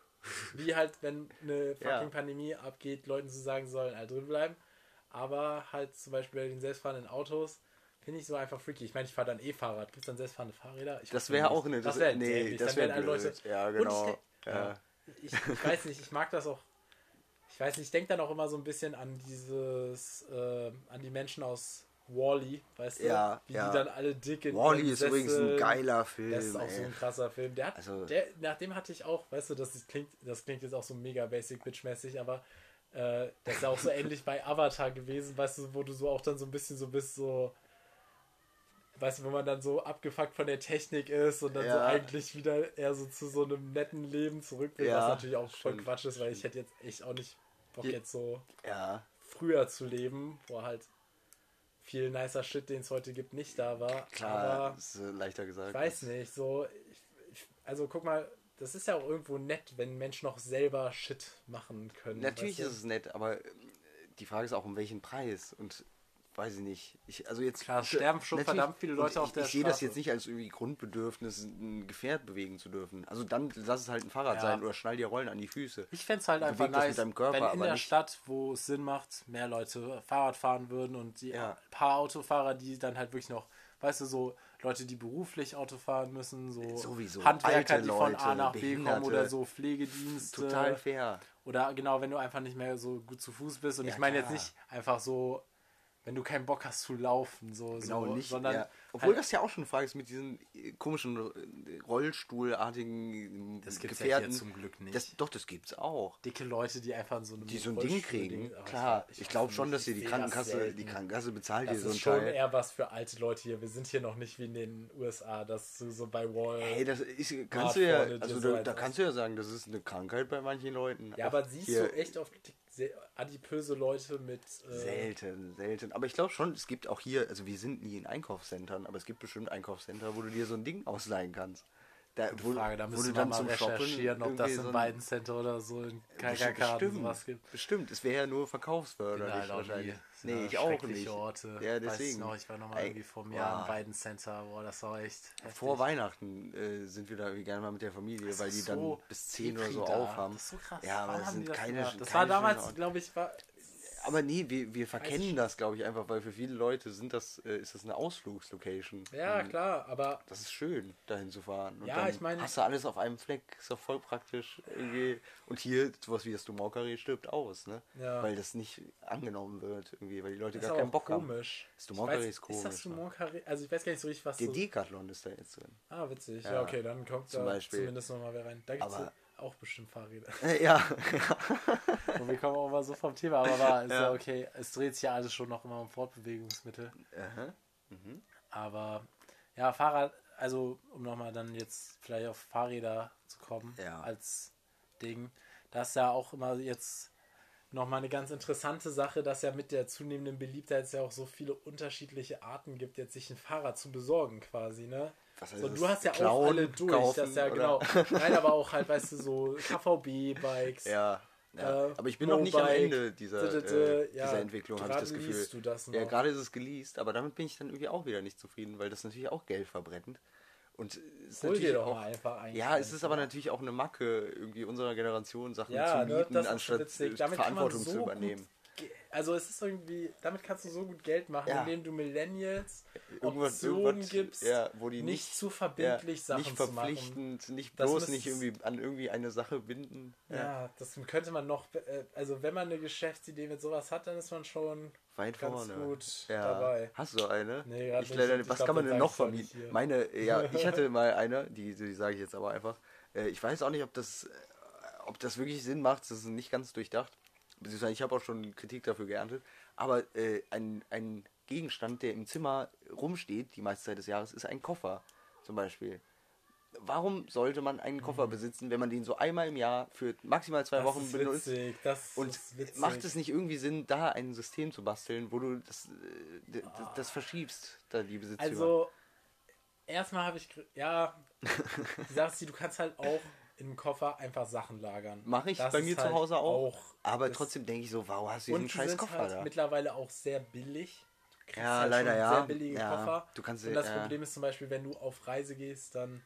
[SPEAKER 1] wie halt, wenn eine fucking
[SPEAKER 2] Ja.
[SPEAKER 1] Pandemie abgeht, Leuten zu sagen sollen, halt drin bleiben. Aber halt zum Beispiel bei den selbstfahrenden Autos finde ich so einfach freaky. Ich meine, ich fahre dann E-Fahrrad. Gibt es dann selbstfahrende Fahrräder? Ich
[SPEAKER 2] Das
[SPEAKER 1] hoffe
[SPEAKER 2] wäre
[SPEAKER 1] nicht.
[SPEAKER 2] auch eine,
[SPEAKER 1] Das
[SPEAKER 2] das,
[SPEAKER 1] wäre
[SPEAKER 2] nee,
[SPEAKER 1] dämlich.
[SPEAKER 2] das
[SPEAKER 1] Dann
[SPEAKER 2] wäre
[SPEAKER 1] werden alle
[SPEAKER 2] blöd.
[SPEAKER 1] Leute.
[SPEAKER 2] Ja,
[SPEAKER 1] Und
[SPEAKER 2] genau.
[SPEAKER 1] Ich, denk-
[SPEAKER 2] ja.
[SPEAKER 1] ich, ich weiß nicht, ich mag das auch. Ich weiß nicht, ich denke dann auch immer so ein bisschen an dieses, äh, an die Menschen aus Wall-E, weißt du?
[SPEAKER 2] Ja,
[SPEAKER 1] Wie
[SPEAKER 2] ja.
[SPEAKER 1] die dann alle dick in
[SPEAKER 2] Wall-E
[SPEAKER 1] ihren
[SPEAKER 2] ist übrigens ein
[SPEAKER 1] Sesseln-
[SPEAKER 2] geiler Film.
[SPEAKER 1] Das ist auch so
[SPEAKER 2] ey.
[SPEAKER 1] ein krasser Film. Der hat,
[SPEAKER 2] Also-
[SPEAKER 1] der, nach dem hatte ich auch, weißt du, das ist- klingt, das klingt jetzt auch so mega basic bitch-mäßig, aber äh, das ist ja auch so ähnlich bei Avatar gewesen, weißt du, wo du so auch dann so ein bisschen so bist, so, weißt du, wo man dann so abgefuckt von der Technik ist und dann so
[SPEAKER 2] Ja.
[SPEAKER 1] eigentlich wieder eher so zu so einem netten Leben zurück will,
[SPEAKER 2] Ja,
[SPEAKER 1] was natürlich auch voll
[SPEAKER 2] stimmt,
[SPEAKER 1] Quatsch ist, weil ich hätte jetzt echt auch nicht Bock
[SPEAKER 2] Je-
[SPEAKER 1] jetzt so
[SPEAKER 2] Ja,
[SPEAKER 1] früher zu leben, wo halt viel nicer Shit, den es heute gibt, nicht da war.
[SPEAKER 2] klar,
[SPEAKER 1] Aber
[SPEAKER 2] ist äh, leichter gesagt.
[SPEAKER 1] ich weiß nicht, so, ich, ich, also guck mal, das ist ja auch irgendwo nett, wenn Menschen noch selber Shit machen können.
[SPEAKER 2] Natürlich
[SPEAKER 1] weißt
[SPEAKER 2] ist es nett, aber äh, die Frage ist auch, um welchen Preis. Und weiß ich nicht. Ich, also jetzt
[SPEAKER 1] Klar, es sterben schon
[SPEAKER 2] natürlich-
[SPEAKER 1] verdammt viele
[SPEAKER 2] und
[SPEAKER 1] Leute
[SPEAKER 2] ich,
[SPEAKER 1] auf der
[SPEAKER 2] Ich sehe das
[SPEAKER 1] Straße.
[SPEAKER 2] jetzt nicht als irgendwie Grundbedürfnis, ein Gefährt bewegen zu dürfen. Also dann lass es halt ein Fahrrad
[SPEAKER 1] Ja.
[SPEAKER 2] sein oder schnall dir Rollen an die Füße.
[SPEAKER 1] Ich fände es halt
[SPEAKER 2] Beweg
[SPEAKER 1] einfach
[SPEAKER 2] das mit
[SPEAKER 1] nice,
[SPEAKER 2] deinem Körper,
[SPEAKER 1] wenn in
[SPEAKER 2] aber
[SPEAKER 1] der
[SPEAKER 2] nicht-
[SPEAKER 1] Stadt, wo es Sinn macht, mehr Leute Fahrrad fahren würden und die
[SPEAKER 2] Ja.
[SPEAKER 1] paar Autofahrer, die dann halt wirklich noch, weißt du, so Leute, die beruflich Auto fahren müssen, so
[SPEAKER 2] Sowieso.
[SPEAKER 1] Handwerker,
[SPEAKER 2] Alte
[SPEAKER 1] die von
[SPEAKER 2] Leute,
[SPEAKER 1] A nach B kommen
[SPEAKER 2] Behinderte.
[SPEAKER 1] oder so Pflegedienste.
[SPEAKER 2] Total fair.
[SPEAKER 1] Oder genau, wenn du einfach nicht mehr so gut zu Fuß bist. Und
[SPEAKER 2] Ja,
[SPEAKER 1] ich meine jetzt
[SPEAKER 2] klar.
[SPEAKER 1] nicht einfach so wenn du keinen Bock hast zu laufen, so,
[SPEAKER 2] Genau,
[SPEAKER 1] so
[SPEAKER 2] nicht,
[SPEAKER 1] sondern
[SPEAKER 2] ja. Obwohl
[SPEAKER 1] halt,
[SPEAKER 2] das ja auch schon eine Frage ist mit diesen äh, komischen äh, Rollstuhlartigen
[SPEAKER 1] das gibt's ja
[SPEAKER 2] Gefährten.
[SPEAKER 1] hier zum Glück nicht.
[SPEAKER 2] Das, doch, das gibt's auch.
[SPEAKER 1] Dicke Leute, die einfach in so einem
[SPEAKER 2] Die so ein Ding
[SPEAKER 1] Rollstuhl
[SPEAKER 2] kriegen,
[SPEAKER 1] Ding- aber
[SPEAKER 2] klar.
[SPEAKER 1] Ich,
[SPEAKER 2] Ich,
[SPEAKER 1] weiß
[SPEAKER 2] glaube
[SPEAKER 1] nicht,
[SPEAKER 2] schon, dass
[SPEAKER 1] ich
[SPEAKER 2] dir die
[SPEAKER 1] seh das
[SPEAKER 2] Krankenkasse,
[SPEAKER 1] selten.
[SPEAKER 2] die Krankenkasse bezahlt
[SPEAKER 1] Das
[SPEAKER 2] dir so
[SPEAKER 1] ist
[SPEAKER 2] ein
[SPEAKER 1] schon
[SPEAKER 2] Teil.
[SPEAKER 1] eher was für alte Leute hier. Wir sind hier noch nicht wie in den U S A, dass du so bei Wall...
[SPEAKER 2] Hey, das ist, kannst
[SPEAKER 1] Hart
[SPEAKER 2] du ja,
[SPEAKER 1] vorne dir
[SPEAKER 2] also
[SPEAKER 1] so
[SPEAKER 2] da,
[SPEAKER 1] eins
[SPEAKER 2] da
[SPEAKER 1] aus-
[SPEAKER 2] kannst du ja sagen, das ist eine Krankheit bei manchen Leuten.
[SPEAKER 1] Ja,
[SPEAKER 2] Auch
[SPEAKER 1] aber siehst
[SPEAKER 2] hier
[SPEAKER 1] du echt oft sehr adipöse Leute mit... Äh,
[SPEAKER 2] Selten, selten. Aber ich glaube schon, es gibt auch hier, also wir sind nie in Einkaufscentern, aber es gibt bestimmt Einkaufscenter, wo du dir so ein Ding ausleihen kannst. Da,
[SPEAKER 1] Gute
[SPEAKER 2] wo,
[SPEAKER 1] Frage, da
[SPEAKER 2] wo
[SPEAKER 1] müssen
[SPEAKER 2] du
[SPEAKER 1] wir
[SPEAKER 2] dann
[SPEAKER 1] mal
[SPEAKER 2] zum Shoppen
[SPEAKER 1] recherchieren, ob das
[SPEAKER 2] irgendwie
[SPEAKER 1] in
[SPEAKER 2] so ein-
[SPEAKER 1] beiden Center oder so in K K
[SPEAKER 2] Bestimmt,
[SPEAKER 1] K und
[SPEAKER 2] bestimmt,
[SPEAKER 1] sowas gibt.
[SPEAKER 2] bestimmt. Es wäre ja nur
[SPEAKER 1] Bin
[SPEAKER 2] verkaufsförderlich
[SPEAKER 1] halt auch
[SPEAKER 2] wahrscheinlich.
[SPEAKER 1] nie. Sind
[SPEAKER 2] Nee,
[SPEAKER 1] ja
[SPEAKER 2] ich auch
[SPEAKER 1] schreckliche
[SPEAKER 2] nicht.
[SPEAKER 1] Orte.
[SPEAKER 2] Ja,
[SPEAKER 1] Weiß ich
[SPEAKER 2] deswegen.
[SPEAKER 1] noch, ich war noch mal
[SPEAKER 2] Ey,
[SPEAKER 1] irgendwie vor einem Jahr
[SPEAKER 2] boah.
[SPEAKER 1] im beiden Center. Boah, das war echt heftig.
[SPEAKER 2] Vor Weihnachten äh, sind wir da irgendwie gerne mal mit der Familie,
[SPEAKER 1] Das
[SPEAKER 2] weil
[SPEAKER 1] ist
[SPEAKER 2] die dann
[SPEAKER 1] so
[SPEAKER 2] bis zehn oder so
[SPEAKER 1] Depri da.
[SPEAKER 2] aufhaben.
[SPEAKER 1] Das ist so krass.
[SPEAKER 2] Ja, aber
[SPEAKER 1] Warum
[SPEAKER 2] das
[SPEAKER 1] haben die
[SPEAKER 2] sind
[SPEAKER 1] das
[SPEAKER 2] keine,
[SPEAKER 1] gemacht? Das
[SPEAKER 2] keine
[SPEAKER 1] war damals,
[SPEAKER 2] schönen Orte.
[SPEAKER 1] glaube ich, war...
[SPEAKER 2] Aber nee, wir, wir
[SPEAKER 1] ich
[SPEAKER 2] verkennen
[SPEAKER 1] schon.
[SPEAKER 2] das, glaube ich, einfach, weil für viele Leute sind das, äh, ist das eine Ausflugslocation.
[SPEAKER 1] Ja,
[SPEAKER 2] Und
[SPEAKER 1] klar, aber
[SPEAKER 2] das ist schön, dahin zu fahren. Und
[SPEAKER 1] Ja,
[SPEAKER 2] dann
[SPEAKER 1] ich meine-
[SPEAKER 2] hast du alles auf einem Fleck, ist doch voll praktisch irgendwie. Und hier, sowas wie das Dumont-Carré stirbt aus, ne?
[SPEAKER 1] Ja.
[SPEAKER 2] Weil das nicht angenommen wird, irgendwie, weil die Leute
[SPEAKER 1] das ist
[SPEAKER 2] gar
[SPEAKER 1] aber
[SPEAKER 2] keinen
[SPEAKER 1] auch
[SPEAKER 2] Bock haben.
[SPEAKER 1] komisch.
[SPEAKER 2] Das Dumont-Carré
[SPEAKER 1] Ich weiß-
[SPEAKER 2] ist komisch,
[SPEAKER 1] Ist das
[SPEAKER 2] ne?
[SPEAKER 1] Dumont-Carré? Also ich weiß gar nicht so richtig, was
[SPEAKER 2] Der
[SPEAKER 1] so...
[SPEAKER 2] Decathlon ist da jetzt drin.
[SPEAKER 1] Ah, witzig.
[SPEAKER 2] Ja.
[SPEAKER 1] Ja, okay, dann kommt
[SPEAKER 2] Zum
[SPEAKER 1] da
[SPEAKER 2] Beispiel.
[SPEAKER 1] zumindest nochmal wer rein. Da gibt es
[SPEAKER 2] Aber-
[SPEAKER 1] auch bestimmt Fahrräder.
[SPEAKER 2] Äh, ja.
[SPEAKER 1] Und wir kommen auch mal so vom Thema, aber war, ist ja.
[SPEAKER 2] Ja.
[SPEAKER 1] okay. Es dreht sich ja alles schon noch immer um Fortbewegungsmittel.
[SPEAKER 2] Aha.
[SPEAKER 1] Aber ja, Fahrrad, also um nochmal dann jetzt vielleicht auf Fahrräder zu kommen
[SPEAKER 2] Ja.
[SPEAKER 1] als Ding, das ist ja auch immer jetzt nochmal eine ganz interessante Sache, dass ja mit der zunehmenden Beliebtheit es ja auch so viele unterschiedliche Arten gibt, jetzt sich ein Fahrrad zu besorgen quasi, ne?
[SPEAKER 2] Was heißt
[SPEAKER 1] So,
[SPEAKER 2] das?
[SPEAKER 1] du hast ja auch
[SPEAKER 2] Klauen,
[SPEAKER 1] alle durch,
[SPEAKER 2] kaufen,
[SPEAKER 1] das ist ja
[SPEAKER 2] oder?
[SPEAKER 1] genau. Nein, aber auch halt, weißt du, so K V B-Bikes.
[SPEAKER 2] Ja. Ja.
[SPEAKER 1] Äh,
[SPEAKER 2] aber ich bin noch nicht am
[SPEAKER 1] Mobike,
[SPEAKER 2] Ende dieser,
[SPEAKER 1] d- d-
[SPEAKER 2] äh,
[SPEAKER 1] d- ja,
[SPEAKER 2] dieser Entwicklung, habe ich
[SPEAKER 1] gerade
[SPEAKER 2] das Gefühl.
[SPEAKER 1] liest du das
[SPEAKER 2] Ja,
[SPEAKER 1] noch.
[SPEAKER 2] gerade ist es geleast, aber damit bin ich dann irgendwie auch wieder nicht zufrieden, weil das natürlich auch Geld verbrennt. Und es ist
[SPEAKER 1] Hol dir
[SPEAKER 2] natürlich
[SPEAKER 1] doch
[SPEAKER 2] auch,
[SPEAKER 1] mal einfach ein.
[SPEAKER 2] ja, es ist aber natürlich auch eine Macke irgendwie unserer Generation, Sachen
[SPEAKER 1] Ja,
[SPEAKER 2] zu
[SPEAKER 1] ne,
[SPEAKER 2] mieten,
[SPEAKER 1] das ist
[SPEAKER 2] anstatt
[SPEAKER 1] witzig.
[SPEAKER 2] äh,
[SPEAKER 1] Damit kann man
[SPEAKER 2] Verantwortung
[SPEAKER 1] so
[SPEAKER 2] zu
[SPEAKER 1] gut
[SPEAKER 2] übernehmen.
[SPEAKER 1] Ge- Also es ist irgendwie, damit kannst du so gut Geld machen,
[SPEAKER 2] Ja.
[SPEAKER 1] indem du Millennials
[SPEAKER 2] Irgendwas,
[SPEAKER 1] Optionen
[SPEAKER 2] irgendwas
[SPEAKER 1] gibst,
[SPEAKER 2] ja, wo die
[SPEAKER 1] nicht,
[SPEAKER 2] nicht,
[SPEAKER 1] zu verbindlich
[SPEAKER 2] ja,
[SPEAKER 1] Sachen
[SPEAKER 2] nicht
[SPEAKER 1] zu machen.
[SPEAKER 2] verpflichtend, nicht
[SPEAKER 1] Das
[SPEAKER 2] bloß
[SPEAKER 1] müsste-
[SPEAKER 2] nicht irgendwie an irgendwie eine Sache binden.
[SPEAKER 1] Ja, das könnte man noch, äh, also wenn man eine Geschäftsidee mit sowas hat, dann ist man schon
[SPEAKER 2] Weit
[SPEAKER 1] ganz
[SPEAKER 2] vorne.
[SPEAKER 1] gut
[SPEAKER 2] Ja.
[SPEAKER 1] dabei.
[SPEAKER 2] Hast du eine?
[SPEAKER 1] Nee, grad
[SPEAKER 2] ich
[SPEAKER 1] nicht.
[SPEAKER 2] leider,
[SPEAKER 1] Ich
[SPEAKER 2] was
[SPEAKER 1] glaub,
[SPEAKER 2] kann man
[SPEAKER 1] den
[SPEAKER 2] denn
[SPEAKER 1] sag
[SPEAKER 2] noch
[SPEAKER 1] ich doch nicht
[SPEAKER 2] vermieten?
[SPEAKER 1] hier.
[SPEAKER 2] Meine, ja, ich hatte mal eine, die, die sage ich jetzt aber einfach. Äh, ich weiß auch nicht, ob das, äh, ob das wirklich Sinn macht. Das ist nicht ganz durchdacht. Beziehungsweise ich habe auch schon Kritik dafür geerntet. Aber äh, ein, ein Gegenstand, der im Zimmer rumsteht, die meiste Zeit des Jahres, ist ein Koffer zum Beispiel. Warum sollte man einen Koffer besitzen, wenn man den so einmal im Jahr für maximal zwei
[SPEAKER 1] Das
[SPEAKER 2] Wochen
[SPEAKER 1] ist
[SPEAKER 2] benutzt?
[SPEAKER 1] witzig, das
[SPEAKER 2] Und
[SPEAKER 1] ist witzig.
[SPEAKER 2] macht es nicht irgendwie Sinn, da ein System zu basteln, wo du das, äh, d- das, das verschiebst, da die Besitztümer?
[SPEAKER 1] Also, erstmal habe ich, gr- ja, die Sache ist die, du kannst halt auch im Koffer einfach Sachen lagern.
[SPEAKER 2] Mache ich
[SPEAKER 1] Das
[SPEAKER 2] bei
[SPEAKER 1] ist
[SPEAKER 2] mir
[SPEAKER 1] halt
[SPEAKER 2] zu Hause auch. aber
[SPEAKER 1] das-
[SPEAKER 2] trotzdem denke ich so, wow, hast du diesen
[SPEAKER 1] Und die
[SPEAKER 2] scheiß
[SPEAKER 1] sind
[SPEAKER 2] Koffer
[SPEAKER 1] halt
[SPEAKER 2] da?
[SPEAKER 1] mittlerweile auch sehr billig. Du kriegst
[SPEAKER 2] Ja,
[SPEAKER 1] halt
[SPEAKER 2] leider
[SPEAKER 1] schon
[SPEAKER 2] ja.
[SPEAKER 1] Sehr billige
[SPEAKER 2] Ja,
[SPEAKER 1] Koffer.
[SPEAKER 2] du kannst-
[SPEAKER 1] Und das
[SPEAKER 2] ja.
[SPEAKER 1] Problem ist zum Beispiel, wenn du auf Reise gehst, dann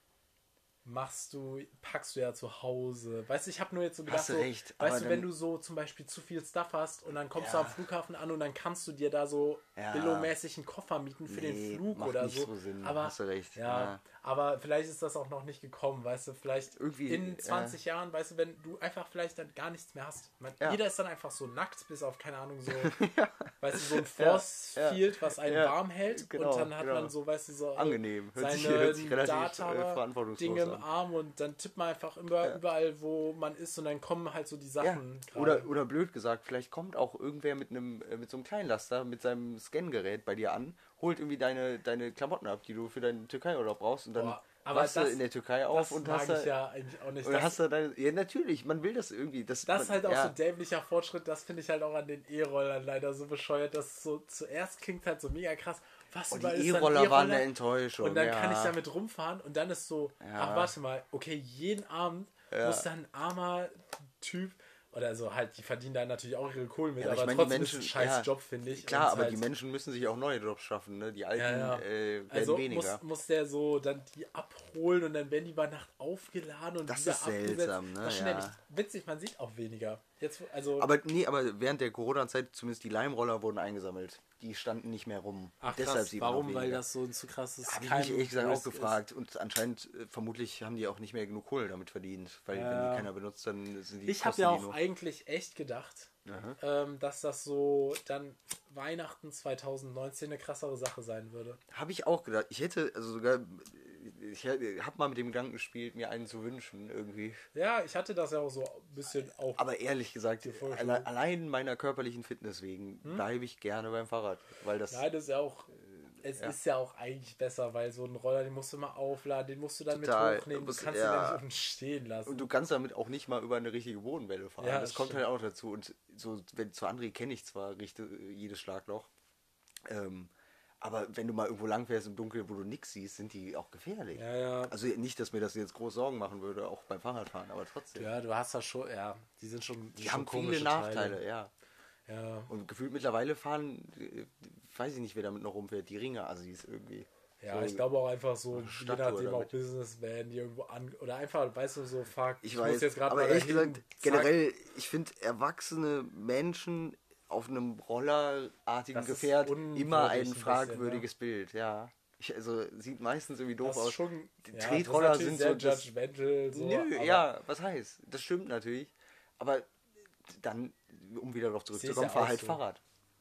[SPEAKER 1] machst du, packst du ja zu Hause. Weißt du, ich habe nur jetzt so gedacht,
[SPEAKER 2] Hast du
[SPEAKER 1] so,
[SPEAKER 2] recht, aber
[SPEAKER 1] weißt du,
[SPEAKER 2] dann-
[SPEAKER 1] wenn du so zum Beispiel zu viel Stuff hast und dann kommst
[SPEAKER 2] Ja.
[SPEAKER 1] du am Flughafen an und dann kannst du dir da so
[SPEAKER 2] Ja.
[SPEAKER 1] billomäßig einen Koffer mieten für
[SPEAKER 2] Nee,
[SPEAKER 1] den Flug
[SPEAKER 2] macht
[SPEAKER 1] oder
[SPEAKER 2] nicht
[SPEAKER 1] so.
[SPEAKER 2] so Sinn,
[SPEAKER 1] aber
[SPEAKER 2] hast du recht,
[SPEAKER 1] Ja,
[SPEAKER 2] ja.
[SPEAKER 1] aber vielleicht ist das auch noch nicht gekommen, weißt du, vielleicht
[SPEAKER 2] Irgendwie,
[SPEAKER 1] in zwanzig Jahren, weißt du, wenn du einfach vielleicht dann gar nichts mehr hast. Man,
[SPEAKER 2] Ja.
[SPEAKER 1] Jeder ist dann einfach so nackt, bis auf, keine Ahnung, so, weißt du, so ein
[SPEAKER 2] Ja,
[SPEAKER 1] Force
[SPEAKER 2] ja.
[SPEAKER 1] Field, was einen
[SPEAKER 2] Ja,
[SPEAKER 1] warm hält
[SPEAKER 2] genau,
[SPEAKER 1] und dann hat
[SPEAKER 2] genau.
[SPEAKER 1] man so, weißt du, so
[SPEAKER 2] Angenehm. Hört sich-
[SPEAKER 1] seine
[SPEAKER 2] hört sich relativ, äh,
[SPEAKER 1] Data
[SPEAKER 2] verantwortungslos
[SPEAKER 1] Dinge im
[SPEAKER 2] an.
[SPEAKER 1] Arm und dann tippt man einfach über,
[SPEAKER 2] Ja.
[SPEAKER 1] überall, wo man ist und dann kommen halt so die
[SPEAKER 2] Ja.
[SPEAKER 1] Sachen. gerade.
[SPEAKER 2] Oder, oder blöd gesagt, vielleicht kommt auch irgendwer mit einem äh, mit so einem Kleinlaster mit seinem Scangerät bei dir an, holt irgendwie deine, deine Klamotten ab, die du für deinen Türkei-Urlaub brauchst und dann
[SPEAKER 1] Boah, aber
[SPEAKER 2] wachst du
[SPEAKER 1] das-
[SPEAKER 2] in der Türkei auf
[SPEAKER 1] das
[SPEAKER 2] und
[SPEAKER 1] mag
[SPEAKER 2] hast
[SPEAKER 1] ich
[SPEAKER 2] da,
[SPEAKER 1] ja eigentlich auch nicht.
[SPEAKER 2] und
[SPEAKER 1] Das-
[SPEAKER 2] hast da deine, ja natürlich, man will das irgendwie. Das,
[SPEAKER 1] Das ist
[SPEAKER 2] man,
[SPEAKER 1] halt auch
[SPEAKER 2] ja,
[SPEAKER 1] so dämlicher Fortschritt, das finde ich halt auch an den E-Rollern leider so bescheuert, dass so zuerst klingt halt so mega krass. Was
[SPEAKER 2] Und
[SPEAKER 1] überall
[SPEAKER 2] die
[SPEAKER 1] ist dann
[SPEAKER 2] E-Roller waren
[SPEAKER 1] E-Roller?
[SPEAKER 2] eine Enttäuschung.
[SPEAKER 1] Und dann
[SPEAKER 2] ja.
[SPEAKER 1] kann ich damit rumfahren und dann ist so,
[SPEAKER 2] Ja.
[SPEAKER 1] ach warte mal, okay, jeden Abend
[SPEAKER 2] Ja.
[SPEAKER 1] muss dann ein armer Typ, oder so halt, die verdienen da natürlich auch ihre Kohlen mit,
[SPEAKER 2] Ja,
[SPEAKER 1] aber,
[SPEAKER 2] ich meine, die
[SPEAKER 1] trotzdem
[SPEAKER 2] Menschen,
[SPEAKER 1] ist es ein scheiß
[SPEAKER 2] ja,
[SPEAKER 1] Job, finde ich.
[SPEAKER 2] Klar,
[SPEAKER 1] Und
[SPEAKER 2] aber
[SPEAKER 1] halt,
[SPEAKER 2] die Menschen müssen sich auch neue Jobs schaffen, ne? Die alten
[SPEAKER 1] Ja, ja.
[SPEAKER 2] Äh, werden
[SPEAKER 1] also
[SPEAKER 2] weniger.
[SPEAKER 1] muss, muss der so dann die abholen und dann werden die über Nacht aufgeladen und
[SPEAKER 2] Das
[SPEAKER 1] wieder
[SPEAKER 2] ist
[SPEAKER 1] abgesetzt.
[SPEAKER 2] seltsam, ne?
[SPEAKER 1] Das ist schon
[SPEAKER 2] Ja.
[SPEAKER 1] nämlich witzig, man sieht auch weniger. Jetzt, also,
[SPEAKER 2] Aber nee, aber während der Corona-Zeit zumindest die Leimroller wurden eingesammelt. Die standen nicht mehr rum.
[SPEAKER 1] ach,
[SPEAKER 2] Deshalb
[SPEAKER 1] krass,
[SPEAKER 2] sieht man
[SPEAKER 1] warum?
[SPEAKER 2] auch
[SPEAKER 1] Weil
[SPEAKER 2] weniger.
[SPEAKER 1] das so ein zu krasses
[SPEAKER 2] Habe ich mich ehrlich gesagt auch
[SPEAKER 1] Risk ist.
[SPEAKER 2] gefragt. Und anscheinend, äh, vermutlich haben die auch nicht mehr genug Kohle damit verdient. Weil wenn
[SPEAKER 1] Ja.
[SPEAKER 2] die keiner benutzt, dann sind die
[SPEAKER 1] Ich habe
[SPEAKER 2] kosten
[SPEAKER 1] ja
[SPEAKER 2] die
[SPEAKER 1] auch
[SPEAKER 2] nur.
[SPEAKER 1] eigentlich echt gedacht, ähm, dass das so dann Weihnachten zwanzig neunzehn eine krassere Sache sein würde.
[SPEAKER 2] Habe ich auch gedacht. Ich hätte, also sogar, ich habe mal mit dem Gedanken gespielt, mir einen zu wünschen, irgendwie.
[SPEAKER 1] Ja, ich hatte das ja auch so ein bisschen auch.
[SPEAKER 2] Aber ehrlich gesagt, alle, allein meiner körperlichen Fitness wegen hm? bleibe ich gerne beim Fahrrad. Weil das,
[SPEAKER 1] Nein, das ist ja auch, es ja. ist ja auch eigentlich besser, weil so ein Roller, den musst du mal aufladen, den musst du dann Total. mit hochnehmen, du kannst ja. den ja nicht unten stehen lassen.
[SPEAKER 2] Und du kannst damit auch nicht mal über eine richtige Bodenwelle fahren. Ja, das, das kommt stimmt. halt auch dazu. Und so, wenn zu André kenne ich zwar richtig, jedes Schlagloch, ähm, aber wenn du mal irgendwo lang fährst im Dunkeln, wo du nichts siehst, sind die auch gefährlich.
[SPEAKER 1] Ja, ja.
[SPEAKER 2] Also nicht, dass mir das jetzt groß Sorgen machen würde, auch beim Fahrradfahren, aber trotzdem.
[SPEAKER 1] Ja, du hast das schon, ja, die sind schon
[SPEAKER 2] Die
[SPEAKER 1] schon
[SPEAKER 2] haben viele Nachteile, Teile. ja.
[SPEAKER 1] Ja.
[SPEAKER 2] Und gefühlt mittlerweile fahren, weiß ich nicht, wer damit noch rumfährt, die Ringer, also die ist irgendwie...
[SPEAKER 1] Ja, so ich glaube auch einfach so, je nachdem auch Businessman, die irgendwo an... Oder einfach, weißt du, so, fuck,
[SPEAKER 2] ich, ich weiß, muss jetzt gerade aber ehrlich gesagt, generell, ich finde erwachsene Menschen auf einem rollerartigen das Gefährt immer ein fragwürdiges ein bisschen, ja. Bild, ja. Ich, also sieht meistens irgendwie doof aus.
[SPEAKER 1] Schon,
[SPEAKER 2] die
[SPEAKER 1] ja,
[SPEAKER 2] Tretroller sind
[SPEAKER 1] sehr
[SPEAKER 2] so... Das,
[SPEAKER 1] judgmental, so,
[SPEAKER 2] nö, ja, was heißt? Das stimmt natürlich. Aber dann, um wieder darauf zurückzukommen, fahr halt so. Fahrrad.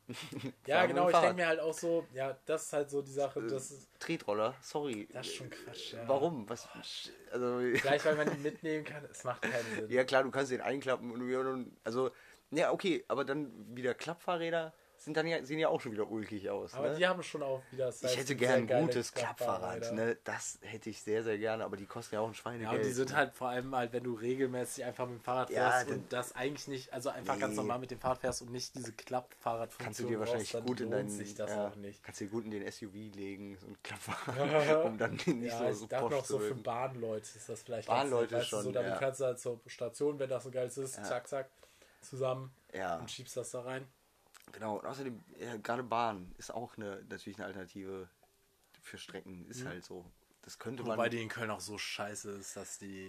[SPEAKER 1] Ja, genau, ich denke mir halt auch so, ja, das ist halt so die Sache, das ist...
[SPEAKER 2] Tretroller, sorry.
[SPEAKER 1] Das ist schon Quatsch, ja.
[SPEAKER 2] Warum? Was, also,
[SPEAKER 1] Gleich, weil man ihn mitnehmen kann, es macht keinen Sinn.
[SPEAKER 2] Ja klar, du kannst den einklappen und... Also, ja, okay, aber dann wieder Klappfahrräder sind dann ja, sehen ja auch schon wieder ulkig aus.
[SPEAKER 1] Aber
[SPEAKER 2] ne?
[SPEAKER 1] die haben schon auch wieder... Das
[SPEAKER 2] heißt, ich hätte gern ein gutes Klappfahrrad, ne? Das hätte ich sehr, sehr gerne, aber die kosten ja auch ein Schweinegeld.
[SPEAKER 1] Ja, und die sind ne? halt vor allem halt, wenn du regelmäßig einfach mit dem Fahrrad fährst ja, und das eigentlich nicht, also einfach nee. ganz normal mit dem Fahrrad fährst und nicht diese Klappfahrradfunktion
[SPEAKER 2] kannst du dir wahrscheinlich
[SPEAKER 1] brauchst,
[SPEAKER 2] gut in deinen,
[SPEAKER 1] sich das
[SPEAKER 2] ja,
[SPEAKER 1] auch nicht.
[SPEAKER 2] Kannst du dir gut in den S U V legen, so ein Klappfahrrad, um dann nicht
[SPEAKER 1] ja,
[SPEAKER 2] so, so
[SPEAKER 1] posch
[SPEAKER 2] noch
[SPEAKER 1] so für Bahnleute ist das vielleicht
[SPEAKER 2] Bahnleute
[SPEAKER 1] ganz,
[SPEAKER 2] schon,
[SPEAKER 1] weißt du, so, damit
[SPEAKER 2] ja.
[SPEAKER 1] kannst du halt zur Station, wenn das so geil ist, ja. zack, zack, zusammen
[SPEAKER 2] ja.
[SPEAKER 1] und schiebst das da rein.
[SPEAKER 2] Genau, und außerdem, ja, gerade Bahn ist auch eine, natürlich eine Alternative für Strecken, ist mhm. halt so. Das könnte man...
[SPEAKER 1] Wobei die in Köln auch so scheiße ist, dass die...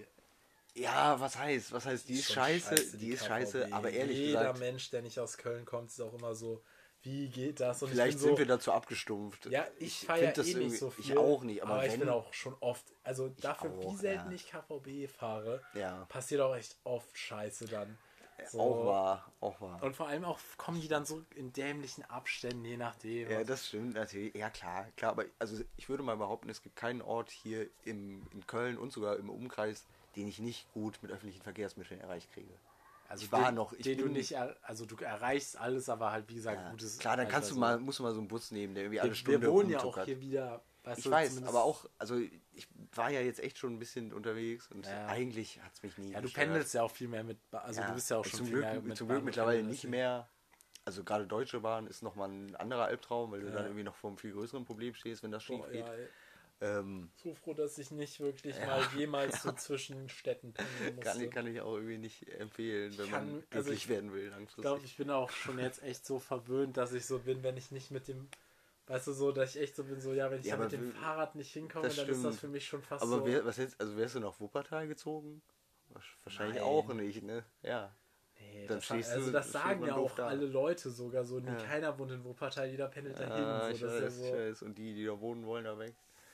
[SPEAKER 2] Ja, was heißt, was heißt, die, die ist scheiße, scheiße die, die ist scheiße, aber ehrlich
[SPEAKER 1] Jeder
[SPEAKER 2] gesagt...
[SPEAKER 1] Jeder Mensch, der nicht aus Köln kommt, ist auch immer so, wie geht das? Und
[SPEAKER 2] vielleicht
[SPEAKER 1] ich bin
[SPEAKER 2] sind
[SPEAKER 1] so,
[SPEAKER 2] wir dazu abgestumpft.
[SPEAKER 1] Ja, ich fahre ja eh nicht so viel.
[SPEAKER 2] Ich auch nicht, aber,
[SPEAKER 1] aber
[SPEAKER 2] wenn,
[SPEAKER 1] ich bin auch schon oft, also dafür,
[SPEAKER 2] auch,
[SPEAKER 1] wie selten
[SPEAKER 2] ja.
[SPEAKER 1] ich K V B fahre,
[SPEAKER 2] ja.
[SPEAKER 1] passiert auch echt oft Scheiße dann. So.
[SPEAKER 2] Auch wahr, auch wahr.
[SPEAKER 1] Und vor allem auch kommen die dann so in dämlichen Abständen, je nachdem.
[SPEAKER 2] Ja, das stimmt natürlich. Ja, klar, klar. Aber also ich würde mal behaupten, es gibt keinen Ort hier im, in Köln und sogar im Umkreis, den ich nicht gut mit öffentlichen Verkehrsmitteln erreicht kriege.
[SPEAKER 1] Also
[SPEAKER 2] ich war
[SPEAKER 1] den,
[SPEAKER 2] noch, ich
[SPEAKER 1] den
[SPEAKER 2] bin,
[SPEAKER 1] du nicht, er, also du erreichst alles, aber halt wie gesagt,
[SPEAKER 2] ja,
[SPEAKER 1] gutes.
[SPEAKER 2] Klar, dann kannst du mal, musst du mal so einen Bus nehmen, der irgendwie alle
[SPEAKER 1] wir,
[SPEAKER 2] Stunde
[SPEAKER 1] wir wohnen ja auch
[SPEAKER 2] hat.
[SPEAKER 1] hier wieder. Weißt
[SPEAKER 2] ich
[SPEAKER 1] du,
[SPEAKER 2] weiß, aber auch, also ich war ja jetzt echt schon ein bisschen unterwegs und
[SPEAKER 1] ja.
[SPEAKER 2] eigentlich hat es mich nie
[SPEAKER 1] Ja, du
[SPEAKER 2] gestört.
[SPEAKER 1] pendelst ja auch viel mehr mit, also
[SPEAKER 2] ja.
[SPEAKER 1] du bist ja auch schon
[SPEAKER 2] zum
[SPEAKER 1] viel
[SPEAKER 2] Glück,
[SPEAKER 1] mehr mit
[SPEAKER 2] Zum Glück mittlerweile nicht mehr, also gerade Deutsche Bahn ist nochmal ein anderer Albtraum, weil du ja. dann irgendwie noch vor einem viel größeren Problem stehst, wenn das schief
[SPEAKER 1] Boah,
[SPEAKER 2] geht.
[SPEAKER 1] Ja,
[SPEAKER 2] ähm,
[SPEAKER 1] so froh, dass ich nicht wirklich
[SPEAKER 2] ja.
[SPEAKER 1] mal jemals so zwischen Städten pendeln musste.
[SPEAKER 2] Kann, kann ich auch irgendwie nicht empfehlen, wenn
[SPEAKER 1] kann,
[SPEAKER 2] man glücklich
[SPEAKER 1] also ich,
[SPEAKER 2] werden will langfristig.
[SPEAKER 1] Ich glaube, ich bin auch schon jetzt echt so verwöhnt, dass ich so bin, wenn ich nicht mit dem, weißt du so, dass ich echt so bin, so ja, wenn ich ja, mit dem Fahrrad nicht hinkomme, dann stimmt. ist das für mich schon fast
[SPEAKER 2] aber
[SPEAKER 1] so.
[SPEAKER 2] Aber was jetzt, also wärst du nach Wuppertal gezogen? Wahrscheinlich Nein. auch nicht, ne? Ja.
[SPEAKER 1] Nee,
[SPEAKER 2] dann
[SPEAKER 1] das,
[SPEAKER 2] stehst
[SPEAKER 1] also
[SPEAKER 2] du,
[SPEAKER 1] das sagen ja auch
[SPEAKER 2] da.
[SPEAKER 1] alle Leute sogar so, nee,
[SPEAKER 2] ja.
[SPEAKER 1] keiner wohnt in Wuppertal, jeder pendelt dahin.
[SPEAKER 2] Ah,
[SPEAKER 1] so,
[SPEAKER 2] ich
[SPEAKER 1] das
[SPEAKER 2] weiß,
[SPEAKER 1] ist ja so.
[SPEAKER 2] ich weiß. Und die, die da wohnen, wollen da weg.